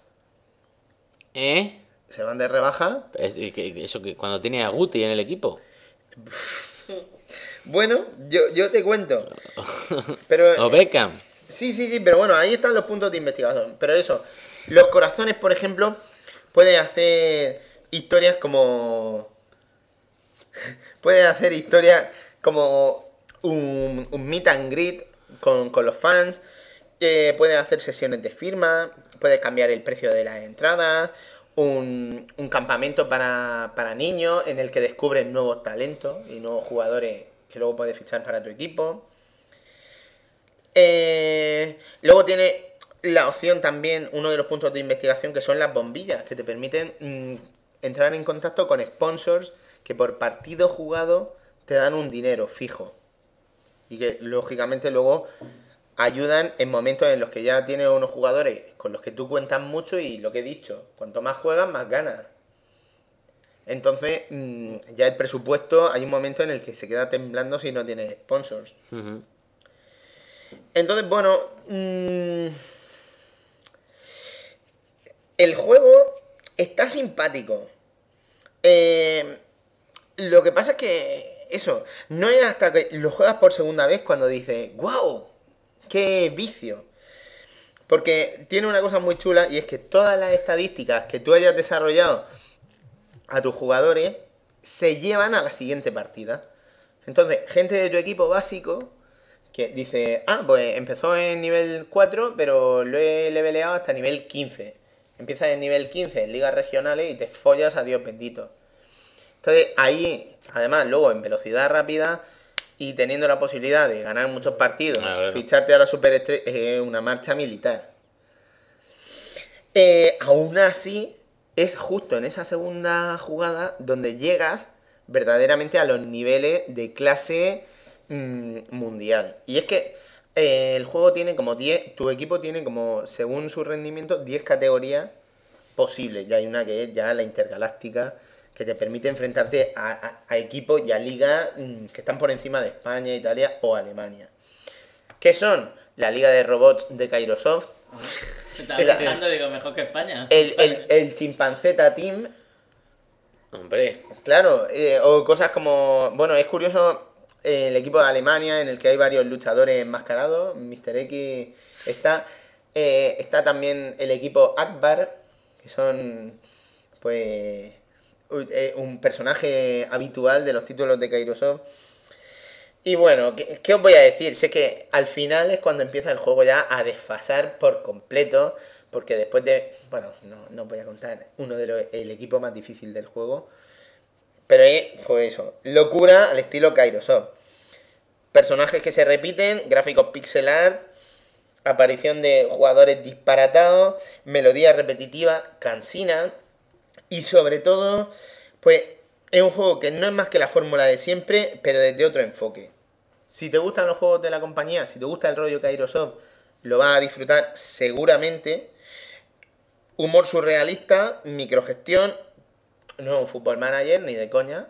Se van de rebaja. Eso que cuando tiene a Guti en el equipo. Bueno, yo te cuento. Pero O Beckham. sí, pero bueno, ahí están los puntos de investigación. Pero eso, los corazones, por ejemplo, pueden hacer historias como... Pueden hacer historias como un meet and greet con los fans. Pueden hacer sesiones de firma. Puedes cambiar el precio de las entradas. Un campamento para niños en el que descubres nuevos talentos y nuevos jugadores que luego puedes fichar para tu equipo. Luego tiene la opción también, uno de los puntos de investigación que son las bombillas, que te permiten entrar en contacto con sponsors que por partido jugado te dan un dinero fijo. Y que lógicamente luego ayudan en momentos en los que ya tienes unos jugadores con los que tú cuentas mucho y lo que he dicho, cuanto más juegas, más ganas. Entonces, ya el presupuesto, hay un momento en el que se queda temblando si no tienes sponsors. Ujú. Entonces, bueno, el juego está simpático. Lo que pasa es que eso, no es hasta que lo juegas por segunda vez cuando dices, ¡wow! ¡Qué vicio! Porque tiene una cosa muy chula y es que todas las estadísticas que tú hayas desarrollado a tus jugadores se llevan a la siguiente partida. Entonces, gente de tu equipo básico que dice, pues empezó en nivel 4, pero lo he leveleado hasta nivel 15. Empiezas en nivel 15 en ligas regionales y te follas a Dios bendito. Entonces, ahí, además, luego en velocidad rápida y teniendo la posibilidad de ganar muchos partidos, Claro. ficharte a la superestrella, es una marcha militar. Aún así, es justo en esa segunda jugada donde llegas verdaderamente a los niveles de clase mundial. Y es que el juego tiene como 10, tu equipo tiene como, según su rendimiento, 10 categorías posibles. Ya hay una que es ya la intergaláctica, que te permite enfrentarte a equipos y a ligas que están por encima de España, Italia o Alemania. ¿Qué son? La liga de robots de Kairosoft, Estaba pensando, digo, mejor que España. el Chimpanceta Team, Hombre, claro, o cosas como, bueno, es curioso el equipo de Alemania en el que hay varios luchadores enmascarados, Mr. X está también el equipo Akbar, que son pues un personaje habitual de los títulos de Kairosoft. Y bueno, ¿qué os voy a decir? Sé que al final es cuando empieza el juego ya a desfasar por completo, porque después de, bueno, no os voy a contar el equipo más difícil del juego, pero es, pues eso, locura al estilo Kairosoft. Personajes que se repiten, gráficos pixel art, aparición de jugadores disparatados, melodía repetitiva, cansina, y sobre todo, pues es un juego que no es más que la fórmula de siempre, pero desde otro enfoque. Si te gustan los juegos de la compañía, si te gusta el rollo Kairosoft, lo vas a disfrutar seguramente. Humor surrealista, microgestión, no es un Football Manager, ni de coña.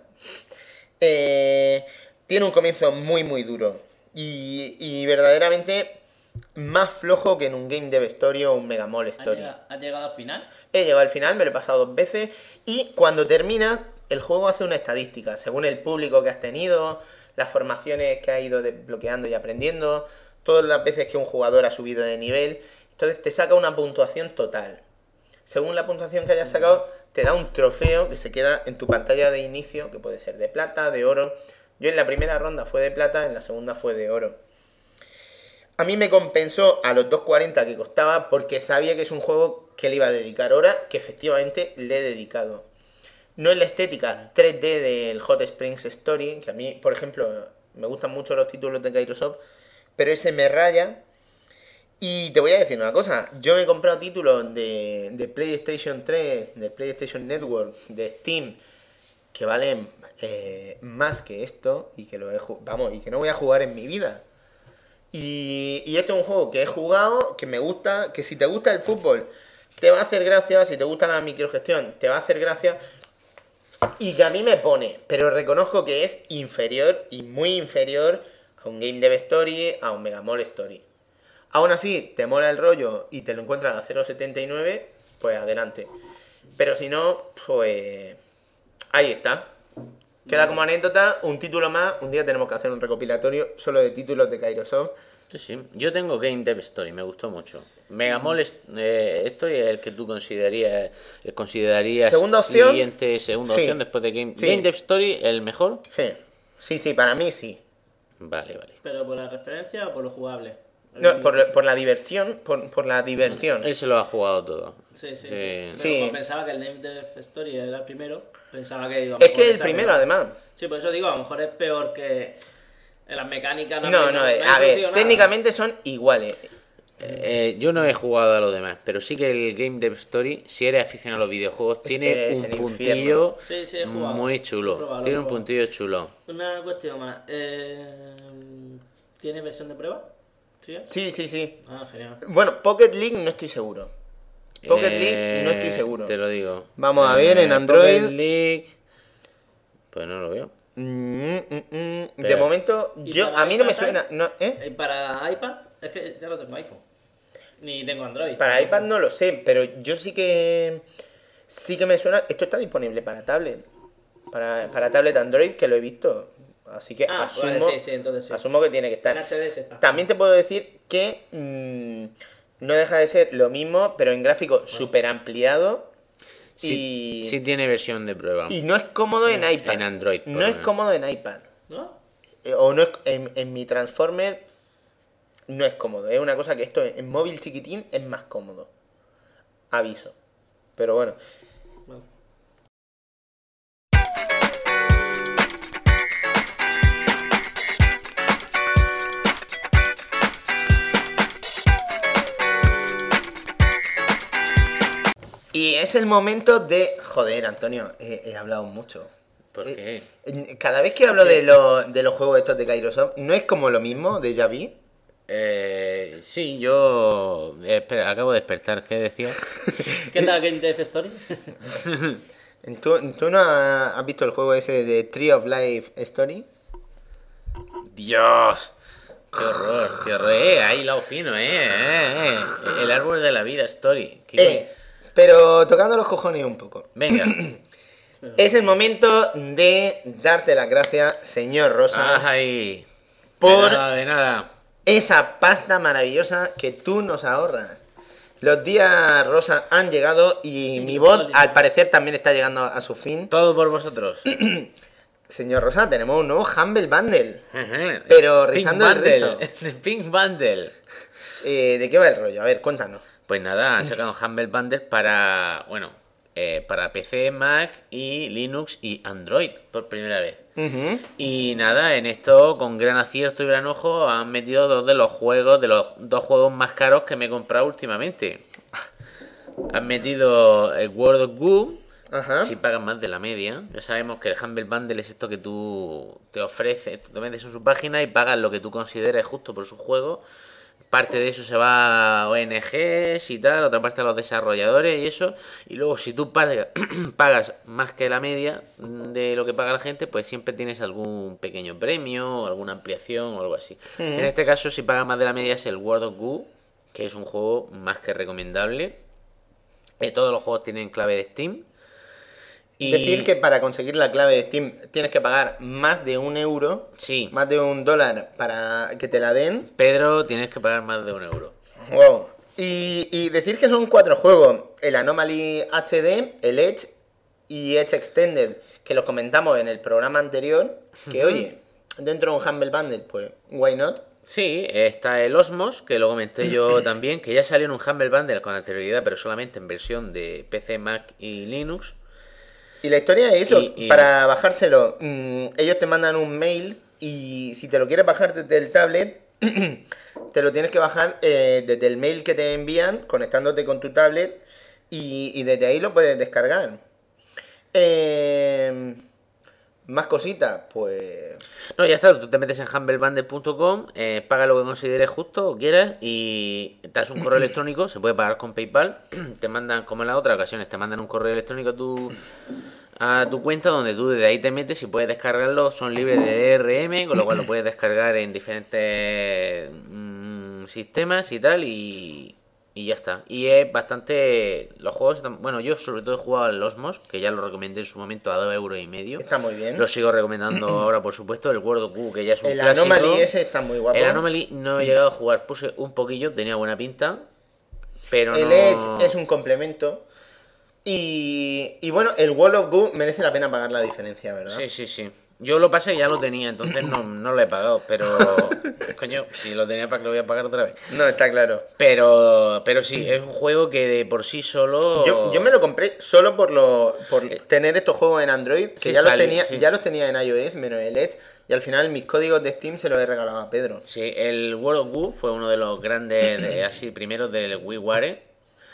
Tiene un comienzo muy muy duro y verdaderamente más flojo que en un Game Dev Story o un Mega Mall Story. ¿Has llegado al final? He llegado al final, me lo he pasado 2 veces y cuando termina el juego hace una estadística según el público que has tenido, las formaciones que has ido desbloqueando y aprendiendo, todas las veces que un jugador ha subido de nivel, entonces te saca una puntuación total. Según la puntuación que hayas sacado, te da un trofeo que se queda en tu pantalla de inicio, que puede ser de plata, de oro. Yo en la primera ronda fue de plata, en la segunda fue de oro. A mí me compensó a los 2.40 que costaba porque sabía que es un juego que le iba a dedicar horas, que efectivamente le he dedicado. No es la estética 3D del Hot Springs Story, que a mí, por ejemplo, me gustan mucho los títulos de Kairosoft, pero ese me raya. Y te voy a decir una cosa, yo me he comprado títulos de PlayStation 3, de PlayStation Network, de Steam, que valen más que esto y que y que no voy a jugar en mi vida. Y este es un juego que he jugado, que me gusta, que si te gusta el fútbol te va a hacer gracia, si te gusta la microgestión te va a hacer gracia y que a mí me pone, pero reconozco que es inferior y muy inferior a un Game Dev Story, a un Mega Mall Story. Aún así, te mola el rollo y te lo encuentras a 0.79, pues adelante. Pero si no, pues ahí está. Queda como anécdota, un título más. Un día tenemos que hacer un recopilatorio solo de títulos de Kairosoft. sí, sí. Yo tengo Game Dev Story, me gustó mucho. Mega Mall Story es el que tú considerarías ¿Segunda opción? segunda Sí. opción después de Game Sí. Game Dev Story, el mejor. Sí, para mí sí. Vale. ¿Pero por la referencia o por lo jugable? No, por la diversión, por la diversión. Él se lo ha jugado todo. Sí. Sí. Pero Sí. como pensaba que el Name Dev Story era el primero, pensaba que... digo, a lo Es mejor que el está primero, peor. además. Sí, por eso digo, a lo mejor es peor que en las mecánicas. No, ha a ver, introducido nada. técnicamente son iguales. Yo no he jugado a lo demás, pero sí que el Game Dev Story, si eres aficionado a los videojuegos, tiene es un el puntillo Sí, he jugado. muy Lo he chulo. probado, Tiene lo he un probado. puntillo chulo. Una cuestión más. ¿Tiene versión de prueba? ¿Sí? Sí. Ah, genial. Bueno, Pocket League no estoy seguro. Pocket League no estoy seguro. Te lo digo. Vamos a ver en Android. Pocket League. Pues no lo veo. De Espera. momento, ¿Y yo para a mí no me iPad suena. No, ¿Para iPad? Es que ya lo tengo iPhone. Ni tengo Android. Para iPad no lo sé, pero yo sí que me suena. Esto está disponible para tablet. Para tablet Android, que lo he visto. Así que Ah, asumo, vale, sí, entonces sí. asumo que tiene que estar. En HD sí está. También te puedo decir que no deja de ser lo mismo, pero en gráfico súper ampliado. Sí, sí tiene versión de prueba. Y no es cómodo en iPad. En Android, por No lo es menos. cómodo en iPad. ¿No? O no es, en mi Transformer no es cómodo. Es una cosa que esto en móvil chiquitín es más cómodo. Aviso. Pero bueno. Vale. Y es el momento de... Joder, Antonio, he hablado mucho. ¿Por qué? Cada vez que hablo de los juegos estos de Kairosoft, ¿no es como lo mismo de Javi? Sí, yo... espera, acabo de despertar. ¿Qué decías? ¿Qué tal Game Dev Story? ¿Tú no has visto el juego ese de Tree of Life Story? ¡Dios! ¡Qué horror! ¡Qué horror! Ahí lado fino, El árbol de la vida, Story. Pero tocando los cojones un poco. Venga. Es el momento de darte las gracias, señor Rosa, ¡Ay! por De nada. esa pasta maravillosa que tú nos ahorras. Los días Rosa han llegado y mi voz al parecer también está llegando a su fin. Todo por vosotros. Señor Rosa, tenemos un nuevo Humble Bundle. Pero rizando el rizo. Pink Bundle. ¿De qué va el rollo? A ver, cuéntanos. Pues nada, han sacado un Humble Bundle para, para PC, Mac y Linux y Android por primera vez. Ujú. Y nada, en esto, con gran acierto y gran ojo, han metido dos de los dos juegos más caros que me he comprado últimamente. Han metido el World of Goo, Ajá. si pagas más de la media. Ya sabemos que el Humble Bundle es esto que tú te ofreces, tú te metes en su página y pagas lo que tú consideres justo por su juego. Parte de eso se va a ONGs y tal, otra parte a los desarrolladores y eso. Y luego si tú pagas más que la media de lo que paga la gente, pues siempre tienes algún pequeño premio, alguna ampliación o algo así. En este caso, si pagas más de la media es el World of Goo, que es un juego más que recomendable. Todos los juegos tienen clave de Steam. Y... Decir que para conseguir la clave de Steam tienes que pagar más de €1, Sí, más de $1 para que te la den. Pedro, tienes que pagar más de €1. Wow. Y decir que son 4 juegos: el Anomaly HD, el Edge y Edge Extended, que los comentamos en el programa anterior. Que oye, dentro de un Humble Bundle, pues, why not? Sí, está el Osmos, que lo comenté yo también, que ya salió en un Humble Bundle con anterioridad, pero solamente en versión de PC, Mac y Linux. Y la historia es eso, Y- para bajárselo, ellos te mandan un mail y si te lo quieres bajar desde el tablet, te lo tienes que bajar desde el mail que te envían, conectándote con tu tablet y desde ahí lo puedes descargar. Más cositas, pues... No, ya está, tú te metes en humblebundle.com, pagas lo que consideres justo o quieras y te das un correo electrónico, se puede pagar con PayPal, te mandan, como en las otras ocasiones, te mandan un correo electrónico a tu cuenta donde tú desde ahí te metes y puedes descargarlo, son libres de DRM, con lo cual lo puedes descargar en diferentes sistemas y tal y ya está. Y es bastante... Los juegos están... Bueno, yo sobre todo he jugado al Osmos, que ya lo recomendé en su momento a €2,50. Está muy bien. Lo sigo recomendando ahora, por supuesto. El World of Goo, que ya es un El clásico. Anomaly ese está muy guapo. El Anomaly no he llegado a jugar. Puse un poquillo, tenía buena pinta. Pero El no... Edge es un complemento. Y bueno, el World of Goo merece la pena pagar la diferencia, ¿verdad? Sí, sí, sí. Yo lo pasé y ya lo tenía, entonces no lo he pagado, pero coño, si lo tenía, ¿para que lo voy a pagar otra vez? No, está claro. Pero sí, es un juego que de por sí solo... Yo me lo compré solo por tener estos juegos en Android, que Sí, ya sale, los tenía, sí. ya los tenía en iOS, menos el Edge, y al final mis códigos de Steam se los he regalado a Pedro. Sí, el World of Woo fue uno de los grandes, así, primeros del WiiWare.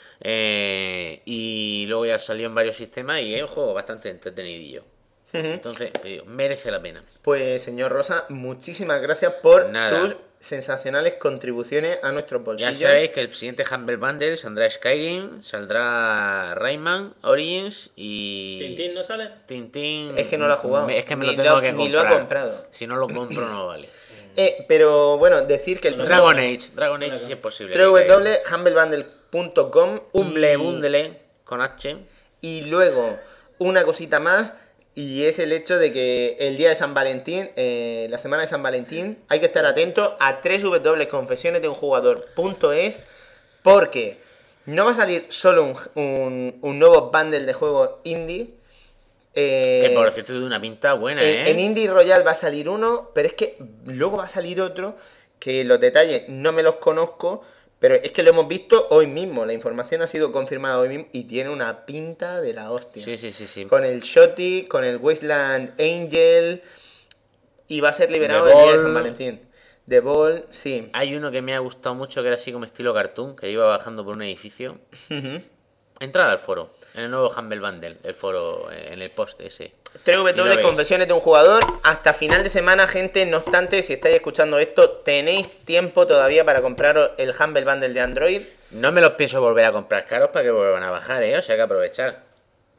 Y luego ya salió en varios sistemas y es un juego bastante entretenidillo. Entonces, te digo, merece la pena. Pues, señor Rosa, muchísimas gracias por Nada. tus sensacionales contribuciones a nuestros Ya bolsillos. sabéis que el siguiente Humble Bundle saldrá Skyrim, saldrá Rayman, Origins y... ¿Tintín no sale? Es que no lo ha jugado. Es que me Ni lo tengo lo- que ni comprar. lo ha comprado. Si no lo compro no vale. Pero bueno, decir que el Dragon Age si es posible. www.humblebundle.com Bundle con H. y luego una cosita más, y es el hecho de que el día de San Valentín, la semana de San Valentín, hay que estar atento a www.confesionesdeunjugador.es, porque no va a salir solo un nuevo bundle de juegos indie. Que por cierto de una pinta buena, En Indie Royal va a salir uno, pero es que luego va a salir otro, que los detalles no me los conozco, pero es que lo hemos visto hoy mismo, la información ha sido confirmada hoy mismo y tiene una pinta de la hostia. Sí. Con el Shotty, con el Wasteland Angel, y va a ser liberado The el día de Ball. San Valentín. The Ball, sí. Hay uno que me ha gustado mucho que era así como estilo cartoon, que iba bajando por un edificio. Entrar al foro, en el nuevo Humble Bundle, el foro, en el post ese. Confesiones de un jugador. Hasta final de semana, gente. No obstante, si estáis escuchando esto, tenéis tiempo todavía para compraros el Humble Bundle de Android. No me los pienso volver a comprar caros para que vuelvan a bajar, o sea que aprovechar.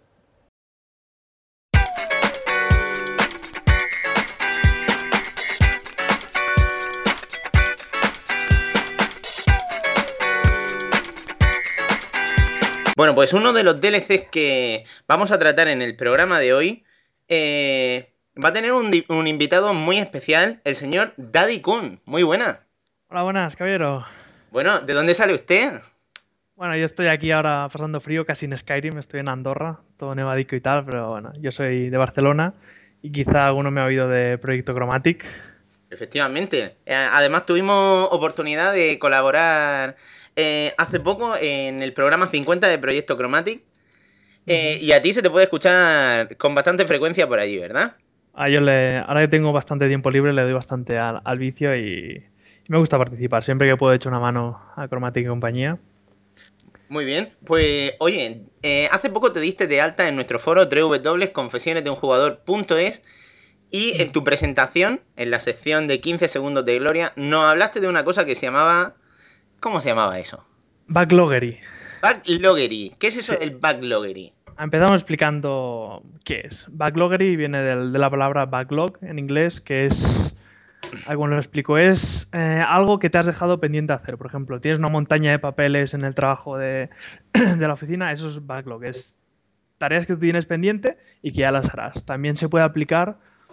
Bueno, pues uno de los DLCs que vamos a tratar en el programa de hoy va a tener un invitado muy especial, el señor Daddy Kun. Muy buena. Hola, buenas, caballero. Bueno, ¿de dónde sale usted? Bueno, yo estoy aquí ahora pasando frío, casi en Skyrim, estoy en Andorra, todo nevadico y tal, pero bueno, yo soy de Barcelona y quizá alguno me ha oído de Proyecto Chromatic. Efectivamente. Además tuvimos oportunidad de colaborar hace poco en el programa 50 de Proyecto Chromatic. Y a ti se te puede escuchar con bastante frecuencia por allí, ¿verdad? Ahora que tengo bastante tiempo libre, le doy bastante al vicio y me gusta participar. Siempre que puedo echar una mano a Chromatic y compañía. Muy bien. Pues, oye, hace poco te diste de alta en nuestro foro www.confesionesdeunjugador.es y en tu presentación, en la sección de 15 segundos de gloria, nos hablaste de una cosa que se llamaba... ¿Cómo se llamaba eso? Backloggery. Backloggery. ¿Qué es eso Sí. del backloggery? Empezamos explicando qué es. Backloggery viene de la palabra backlog en inglés, que es, como lo explico, es algo que te has dejado pendiente de hacer. Por ejemplo, tienes una montaña de papeles en el trabajo de la oficina, eso es backlog, es tareas que tú tienes pendiente y que ya las harás. También se puede aplicar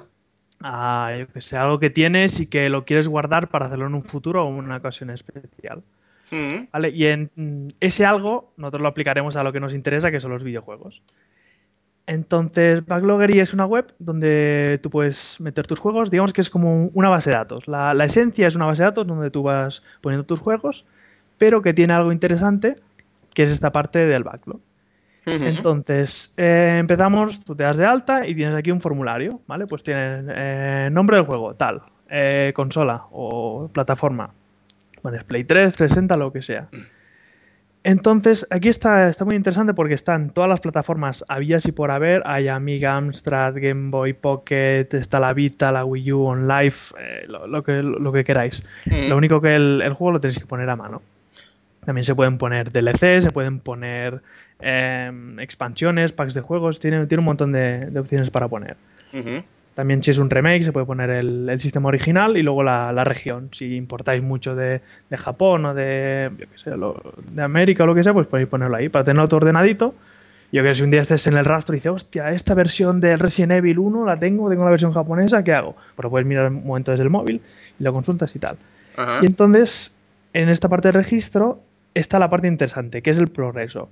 a, yo que sé, algo que tienes y que lo quieres guardar para hacerlo en un futuro o en una ocasión especial. ¿Vale? Y en ese algo nosotros lo aplicaremos a lo que nos interesa, que son los videojuegos. Entonces, Backloggery es una web donde tú puedes meter tus juegos, digamos que es como una base de datos. La esencia es una base de datos donde tú vas poniendo tus juegos, pero que tiene algo interesante, que es esta parte del backlog. Entonces, empezamos, tú te das de alta y tienes aquí un formulario, ¿vale? Pues tienes nombre del juego, tal, consola o plataforma. Pones Play 3, 360, lo que sea. Entonces, aquí está muy interesante porque están todas las plataformas habidas y por haber. Hay Amiga, Amstrad, Game Boy Pocket, está la Vita, la Wii U, OnLive, lo que queráis. Lo único que el juego lo tenéis que poner a mano. También se pueden poner DLC, se pueden poner expansiones, packs de juegos, tiene un montón de opciones para poner. También si es un remake se puede poner el sistema original y luego la región. Si importáis mucho de Japón o de, yo qué sé, de América o lo que sea, pues podéis ponerlo ahí para tenerlo todo ordenadito. Yo que sé, si un día estés en el rastro y dices, hostia, esta versión del Resident Evil 1 la tengo la versión japonesa, ¿qué hago? Pues lo puedes mirar un momento desde el móvil y lo consultas y tal. Y entonces, en esta parte del registro está la parte interesante, que es el progreso.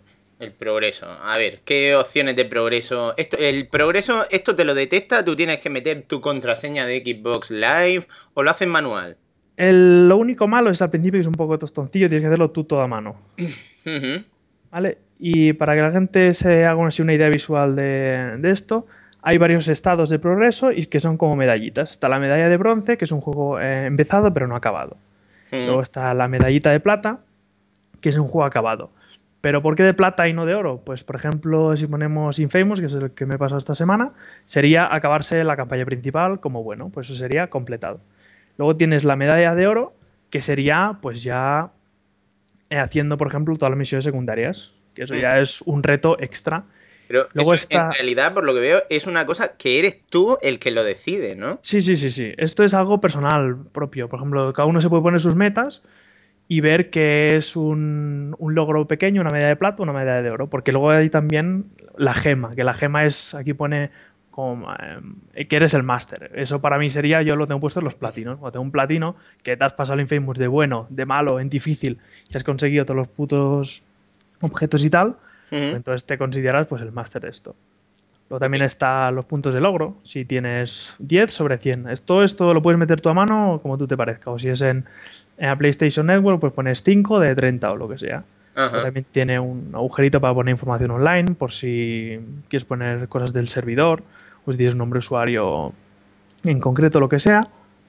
El progreso. A ver, ¿qué opciones de progreso? El progreso, esto te lo detecta, tú tienes que meter tu contraseña de Xbox Live o lo haces manual. Lo único malo es al principio que es un poco tostoncillo, tienes que hacerlo tú todo a mano. Ujú. ¿Vale? Y para que la gente se haga así una idea visual de esto, hay varios estados de progreso y que son como medallitas. Está la medalla de bronce, que es un juego empezado pero no acabado. Luego está la medallita de plata, que es un juego acabado. ¿Pero por qué de plata y no de oro? Pues, por ejemplo, si ponemos Infamous, que es el que me he pasado esta semana, sería acabarse la campaña principal como bueno, pues eso sería completado. Luego tienes la medalla de oro, que sería pues ya haciendo, por ejemplo, todas las misiones secundarias, que eso ya es un reto extra. Pero Luego eso en está... realidad, por lo que veo, es una cosa que eres tú el que lo decide, ¿no? Sí, sí, sí, sí. Esto es algo personal propio. Por ejemplo, cada uno se puede poner sus metas y ver que es un logro pequeño, una medalla de plata, una medalla de oro. Porque luego hay también la gema, que la gema es, aquí pone como, que eres el máster. Eso para mí sería, yo lo tengo puesto en los platinos. O tengo un platino que te has pasado el Infamous de bueno, de malo, en difícil, y has conseguido todos los putos objetos y tal, pues entonces te consideras pues el máster de esto. Luego también están los puntos de logro. Si tienes 10 sobre 100. Esto lo puedes meter tú a mano como tú te parezca. O si es en la PlayStation Network, pues pones 5 de 30 o lo que sea. Luego también tiene un agujerito para poner información online por si quieres poner cosas del servidor o si tienes un nombre de usuario en concreto, lo que sea.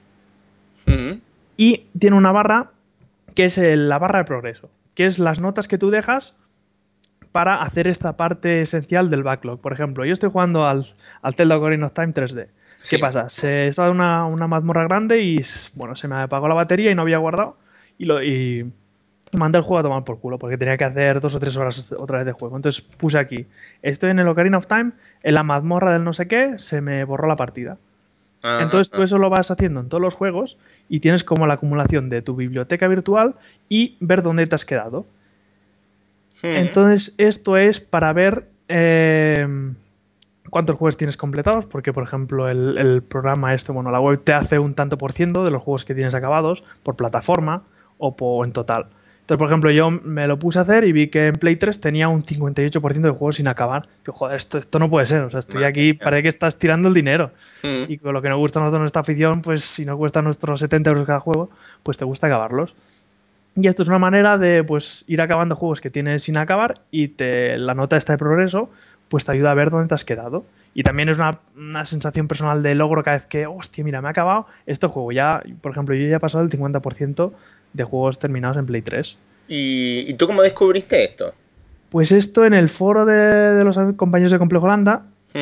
Y tiene una barra que es la barra de progreso, que es las notas que tú dejas para hacer esta parte esencial del backlog. Por ejemplo, yo estoy jugando al Zelda Ocarina of Time 3D. Sí. ¿Qué pasa? Se estaba en una mazmorra grande y bueno, se me apagó la batería y no había guardado y mandé el juego a tomar por culo porque tenía que hacer 2 o 3 horas otra vez de juego. Entonces puse aquí, estoy en el Ocarina of Time, en la mazmorra del no sé qué, se me borró la partida. Entonces tú eso lo vas haciendo en todos los juegos y tienes como la acumulación de tu biblioteca virtual y ver dónde te has quedado. Entonces, esto es para ver cuántos juegos tienes completados, porque, por ejemplo, el programa bueno, la web te hace un tanto por ciento de los juegos que tienes acabados por plataforma o en total. Entonces, por ejemplo, yo me lo puse a hacer y vi que en Play 3 tenía un 58% de juegos sin acabar. Digo, joder, esto no puede ser. O sea, estoy aquí, parece que estás tirando el dinero. Y con lo que nos gusta a nosotros nuestra afición, pues si nos cuesta nuestros 70 euros cada juego, pues te gusta acabarlos. Y esto es una manera de pues ir acabando juegos que tienes sin acabar y la nota esta de progreso pues te ayuda a ver dónde te has quedado. Y también es una sensación personal de logro cada vez que, hostia, mira, me ha acabado este juego. Ya, por ejemplo, yo ya he pasado el 50% de juegos terminados en Play 3. ¿Y tú cómo descubriste esto? Pues esto en el foro de los compañeros de Complejo Holanda,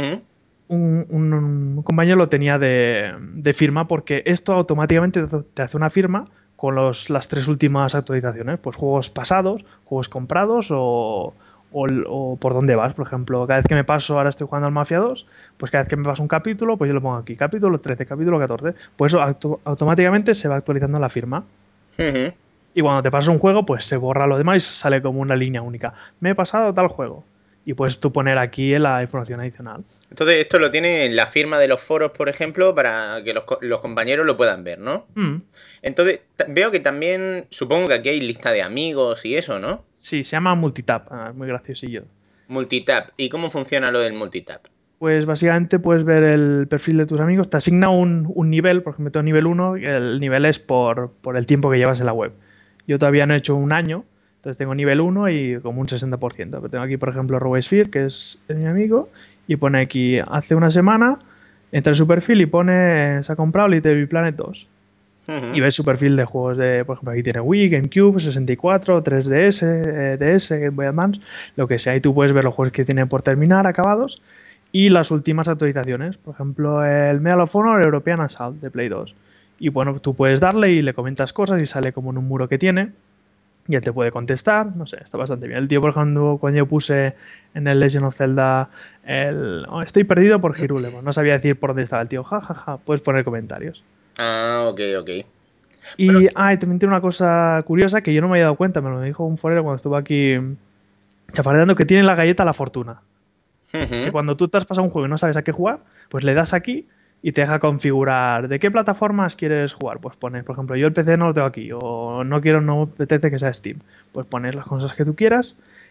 un compañero lo tenía de firma porque esto automáticamente te hace una firma con las 3 últimas actualizaciones, pues juegos pasados, juegos comprados o por dónde vas. Por ejemplo, cada vez que me paso, ahora estoy jugando al Mafia 2, pues cada vez que me paso un capítulo, pues yo lo pongo aquí, capítulo 13, capítulo 14, pues eso automáticamente se va actualizando la firma. Y cuando te pasas un juego, pues se borra lo demás y sale como una línea única. Me he pasado tal juego. Y puedes tú poner aquí la información adicional. Entonces esto lo tiene en la firma de los foros, por ejemplo, para que los compañeros lo puedan ver, ¿no? Entonces veo que también, supongo que aquí hay lista de amigos y eso, ¿no? Sí, se llama multitap, muy graciosillo. Multitap. ¿Y cómo funciona lo del multitap? Pues básicamente puedes ver el perfil de tus amigos, te asigna un nivel, por ejemplo, tengo nivel 1, el nivel es por el tiempo que llevas en la web. Yo todavía no he hecho un año, entonces tengo nivel 1 y como un 60%. Pero tengo aquí, por ejemplo, Robosphere, que es mi amigo, y pone aquí, hace una semana, entra en su perfil y pone, se ha comprado Little Big Planet 2. Y ves su perfil de juegos por ejemplo, aquí tiene Wii, GameCube, 64, 3DS, DS, Game Boy Advance, lo que sea. Y tú puedes ver los juegos que tiene por terminar, acabados, y las últimas actualizaciones. Por ejemplo, el Medal of Honor European Assault de Play 2. Y bueno, tú puedes darle y le comentas cosas y sale como en un muro que tiene. Y él te puede contestar, no sé, está bastante bien. El tío, por ejemplo, cuando yo puse en el Legend of Zelda estoy perdido por Hyrule, pues no sabía decir por dónde estaba el tío, jajaja, puedes poner comentarios. Ah, ok. Y también tiene una cosa curiosa que yo no me había dado cuenta, me lo dijo un forero cuando estuve aquí chafardeando, que tiene la galleta La Fortuna. Que cuando tú te has pasado un juego y no sabes a qué jugar, pues le das aquí y te deja configurar de qué plataformas quieres jugar. Pues pones, por ejemplo, yo el PC no lo tengo aquí, o no me apetece que sea Steam. Pues pones las cosas que tú quieras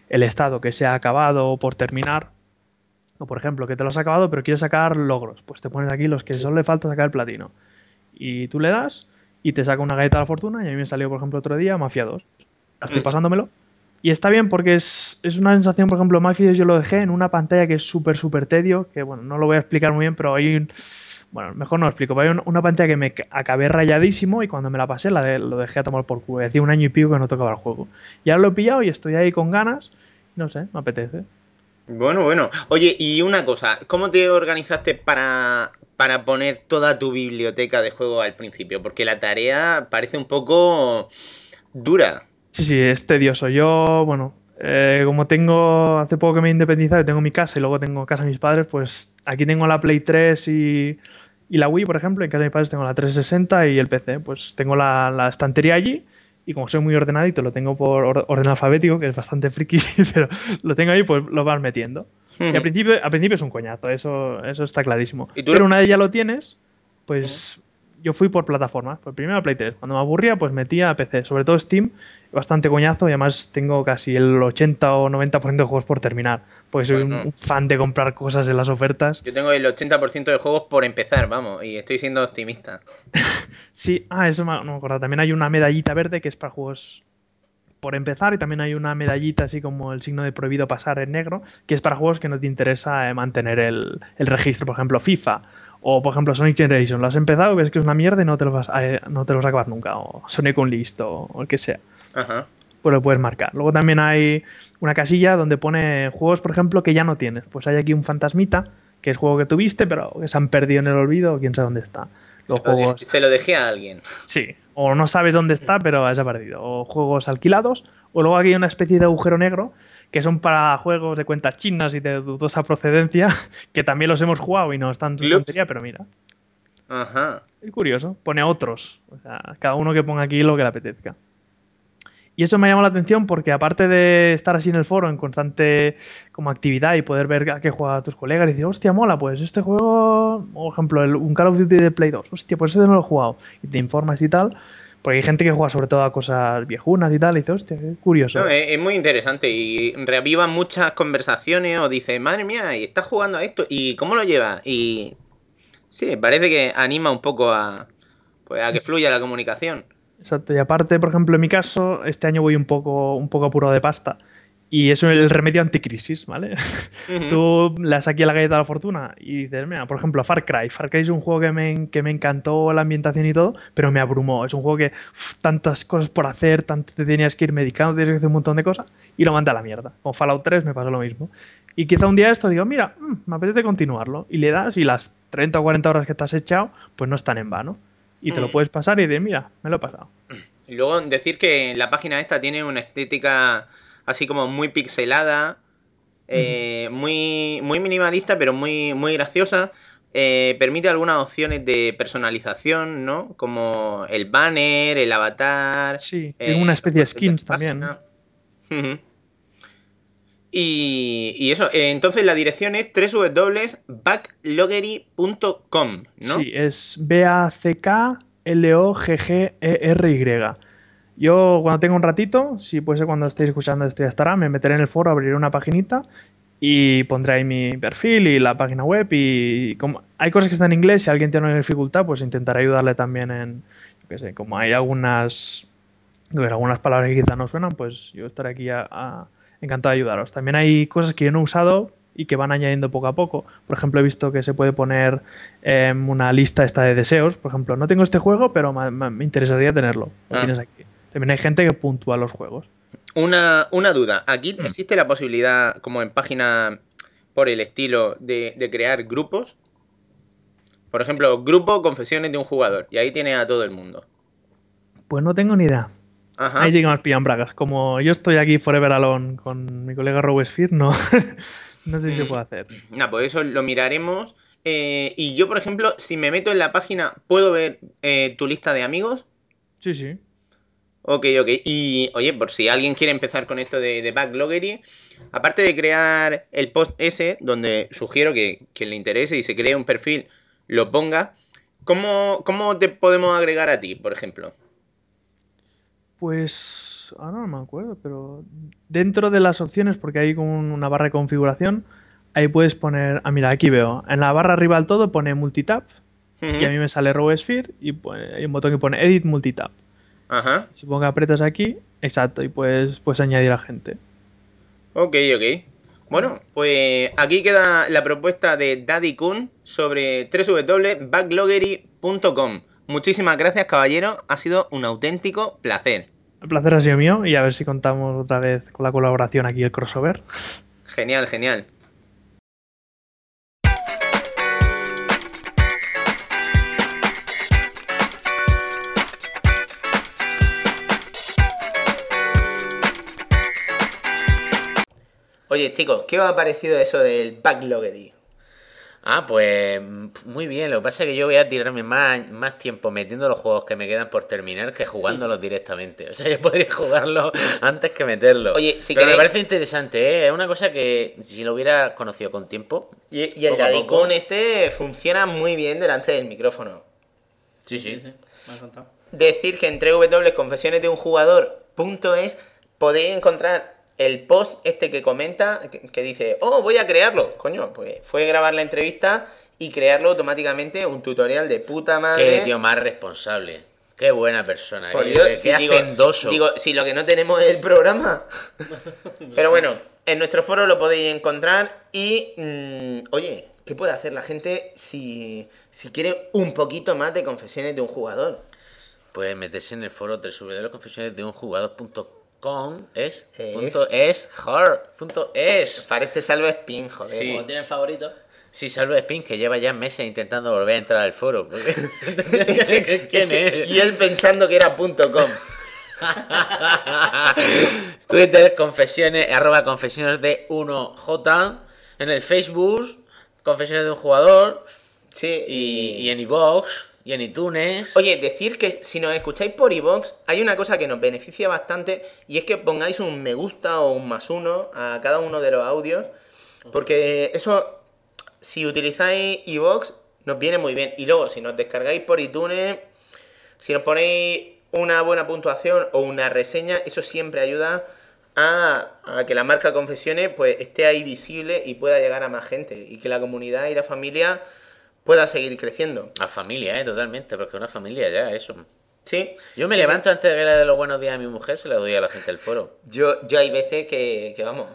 el estado que se ha acabado o por terminar. O por ejemplo, que te lo has acabado pero quieres sacar logros. Pues te pones aquí los que solo le falta sacar el platino. Y tú le das y te saca una galleta de la fortuna. Y a mí me salió, por ejemplo, otro día Mafia 2. Estoy pasándomelo. Y está bien porque es una sensación, por ejemplo, Mafia 2 yo lo dejé en una pantalla que es súper, súper tedio. Que bueno, no lo voy a explicar muy bien, pero hay un... Bueno, mejor no lo explico. Pero hay una pantalla que me acabé rayadísimo y cuando me la pasé lo dejé a tomar por culo. Decía un año y pico que no tocaba el juego. Y ahora lo he pillado y estoy ahí con ganas. No sé, me apetece. Bueno. Oye, y una cosa, ¿cómo te organizaste para poner toda tu biblioteca de juego al principio? Porque la tarea parece un poco dura. Sí, es tedioso. Yo, bueno, como tengo, hace poco que me he independizado y tengo mi casa y luego tengo casa de mis padres, pues aquí tengo la Play 3 y la Wii, por ejemplo. En casa de mis padres tengo la 360 y el PC. Pues tengo la estantería allí y como soy muy ordenadito, lo tengo por orden alfabético, que es bastante friki, pero lo tengo ahí, pues lo vas metiendo. Y al principio es un coñazo, eso está clarísimo. ¿Y tú Pero una vez ya lo tienes, pues yo fui por plataformas. Pues primero a Play 3. Cuando me aburría, pues metía a PC. Sobre todo Steam, bastante coñazo. Y además tengo casi el 80 o 90% de juegos por terminar. Porque soy un fan de comprar cosas en las ofertas. Yo tengo el 80% de juegos por empezar, vamos, y estoy siendo optimista. Sí, eso no me acuerdo. También hay una medallita verde que es para juegos por empezar y también hay una medallita así como el signo de prohibido pasar en negro, que es para juegos que no te interesa mantener el registro, por ejemplo FIFA o por ejemplo Sonic Generation. Lo has empezado, ves que es una mierda y no te lo vas a acabar nunca, o Sonic Unleashed o el que sea. Ajá. Pues lo puedes marcar. Luego también hay una casilla donde pone juegos, por ejemplo, que ya no tienes. Pues hay aquí un fantasmita, que es juego que tuviste, pero que se han perdido en el olvido o quién sabe dónde está. Se lo dejé a alguien. Sí, o no sabes dónde está, pero ha desaparecido. O juegos alquilados, o luego aquí hay una especie de agujero negro que son para juegos de cuentas chinas y de dudosa procedencia, que también los hemos jugado y no están en tu tontería, pero mira. Ajá. Es curioso, pone otros. O sea, cada uno que ponga aquí lo que le apetezca. Y eso me llama la atención porque aparte de estar así en el foro en constante como actividad y poder ver a qué juegan tus colegas y decir, hostia, mola, pues este juego, por ejemplo, un Call of Duty de Play 2, hostia, pues ese no lo he jugado. Y te informas y tal, porque hay gente que juega sobre todo a cosas viejunas y tal, y dice, hostia, qué curioso. No, es muy interesante y reaviva muchas conversaciones o dice, madre mía, y estás jugando a esto, ¿y cómo lo llevas? Y sí, parece que anima un poco a que fluya la comunicación. Exacto, y aparte, por ejemplo, en mi caso, este año voy un poco apurado de pasta. Y eso es el remedio anticrisis, ¿vale? Tú le das aquí a la galleta de la fortuna y dices, mira, por ejemplo, Far Cry. Far Cry es un juego que me encantó la ambientación y todo, pero me abrumó. Es un juego que tantas cosas por hacer, tanto te tenías que ir medicando, tienes que hacer un montón de cosas y lo manda a la mierda. Con Fallout 3 me pasó lo mismo. Y quizá un día esto digo, mira, me apetece continuarlo. Y le das y las 30 o 40 horas que te has echado, pues no están en vano. Y te lo puedes pasar y dices, mira, me lo he pasado. Y luego decir que la página esta tiene una estética así como muy pixelada, muy, muy minimalista, pero muy, muy graciosa. Permite algunas opciones de personalización, ¿no? Como el banner, el avatar. Sí, tiene una especie de skins también. Y eso, entonces la dirección es www.backloggery.com, ¿no? Sí, es BACKLOGGERY. Yo cuando tengo un ratito, si puede ser cuando estéis escuchando esto ya estará, me meteré en el foro, abriré una paginita y pondré ahí mi perfil y la página web y como hay cosas que están en inglés, si alguien tiene una dificultad, pues intentaré ayudarle también en, yo qué sé, como hay algunas palabras que quizá no suenan, pues yo estaré aquí encantado de ayudaros. También hay cosas que yo no he usado y que van añadiendo poco a poco. Por ejemplo, he visto que se puede poner una lista esta de deseos. Por ejemplo, no tengo este juego, pero me interesaría tenerlo. Lo tienes aquí. También hay gente que puntúa los juegos. Una duda. Aquí existe la posibilidad, como en página por el estilo, de crear grupos. Por ejemplo, grupo confesiones de un jugador. Y ahí tiene a todo el mundo. Pues no tengo ni idea. Ajá. Ahí sí que me pillan bragas. Como yo estoy aquí forever alone con mi colega Robespierre, no sé si se puede hacer. Nah, pues eso lo miraremos. Y yo, por ejemplo, si me meto en la página, ¿puedo ver tu lista de amigos? Sí, sí. Ok. Y, oye, por si alguien quiere empezar con esto de Backloggery, aparte de crear el post ese, donde sugiero que quien le interese y se cree un perfil, lo ponga, ¿cómo te podemos agregar a ti, por ejemplo? Pues pues ahora no me acuerdo, pero dentro de las opciones, porque hay como una barra de configuración, ahí puedes poner, mira, aquí veo, en la barra arriba del todo pone multitap y a mí me sale RoboSphere y hay un botón que pone Edit Multitap. Ajá. Supongo que aprietas aquí, exacto, y puedes añadir a gente. Ok. Bueno, pues aquí queda la propuesta de Daddy Kun sobre www.backloggery.com. Muchísimas gracias, caballero. Ha sido un auténtico placer. El placer ha sido mío y a ver si contamos otra vez con la colaboración aquí, el crossover. Genial. Oye, chicos, ¿qué os ha parecido eso del Backloggery? Pues muy bien. Lo que pasa es que yo voy a tirarme más tiempo metiendo los juegos que me quedan por terminar que jugándolos directamente. O sea, yo podría jugarlos antes que meterlos. Oye, si pero queréis... me parece interesante, ¿eh? Es una cosa que si lo hubiera conocido con tiempo... Y el poco a Daddy poco. Kun funciona muy bien delante del micrófono. Sí. Me has contado. Decir que en www.confesionesdeunjugador.es podéis encontrar el post que comenta, que dice, voy a crearlo. Coño, pues fue grabar la entrevista y crearlo automáticamente, un tutorial de puta madre. Qué tío más responsable. Qué buena persona. Por Qué Dios, sí, hacendoso. digo, si lo que no tenemos es el programa. Pero bueno, en nuestro foro lo podéis encontrar y, oye, ¿qué puede hacer la gente si quiere un poquito más de confesiones de un jugador? Pues meterse en el foro www.confesionesdeunjugador.com es Parece Salva Spin, joder. Sí. Como tienen favorito. Sí, Salvo Spin, que lleva ya meses intentando volver a entrar al foro. ¿Quién es? Y él pensando que era .com. Twitter, confesiones de 1J. En el Facebook, confesiones de un jugador. Sí, Y en iVoox, y en iTunes. Oye, decir que si nos escucháis por iVoox, hay una cosa que nos beneficia bastante y es que pongáis un me gusta o un +1 a cada uno de los audios, porque eso, si utilizáis iVoox, nos viene muy bien. Y luego, si nos descargáis por iTunes, si nos ponéis una buena puntuación o una reseña, eso siempre ayuda a que la marca Confesiones pues esté ahí visible y pueda llegar a más gente y que la comunidad y la familia pueda seguir creciendo. A familia, totalmente, porque una familia ya, eso. Sí. Yo me Sí, levanto antes de que le dé los buenos días a mi mujer, se la doy a la gente del foro. Yo hay veces que vamos.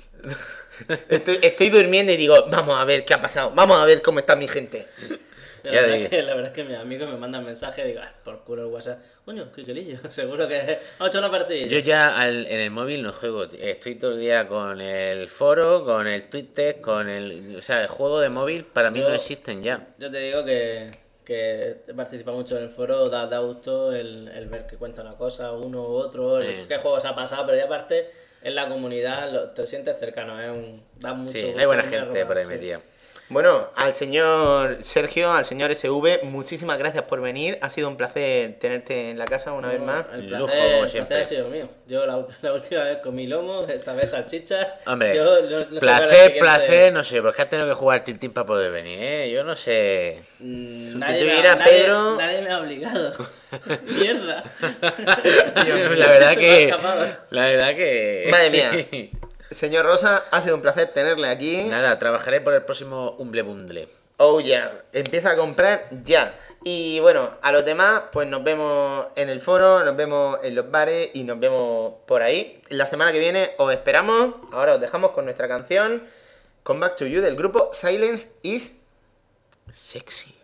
Estoy durmiendo y digo, vamos a ver qué ha pasado, vamos a ver cómo está mi gente. La Ya verdad, digo. la verdad es que mis amigos me mandan mensajes y digo, por culo el WhatsApp. Coño, qué quelillo, seguro que hemos hecho una partida. Yo ya en el móvil no juego, estoy todo el día con el foro, con el Twitter, o sea, el juego de móvil para mí Yo- no existen ya. Yo te digo que participa mucho en el foro, da gusto el ver que cuenta una cosa, uno u otro, qué juego se ha pasado, pero ya aparte en la comunidad te sientes cercano, da mucho Sí, gusto hay buena venir a gente robar, por ahí sí. metida. Bueno, al señor Sergio, al señor SV, muchísimas gracias por venir. Ha sido un placer tenerte en la casa una vez más. El Lujo, placer, como el siempre. placer ha sido mío. Yo la última vez comí lomo, esta vez salchichas. Hombre, Yo no sé cuál es el siguiente- placer, no sé, porque has tenido que jugar Tintín para poder venir, ¿eh? Yo no sé. Sustituir a Pedro. Nadie me ha obligado. Mierda. La verdad Se me ha que. escapado. La verdad que. Madre sí. mía. Señor Rosa, ha sido un placer tenerle aquí. Nada, trabajaré por el próximo Humble Bundle. Oh yeah, empieza a comprar ya. Y bueno, a los demás, pues nos vemos en el foro, nos vemos en los bares y nos vemos por ahí. La semana que viene os esperamos. Ahora os dejamos con nuestra canción Come Back to You del grupo Silence is Sexy.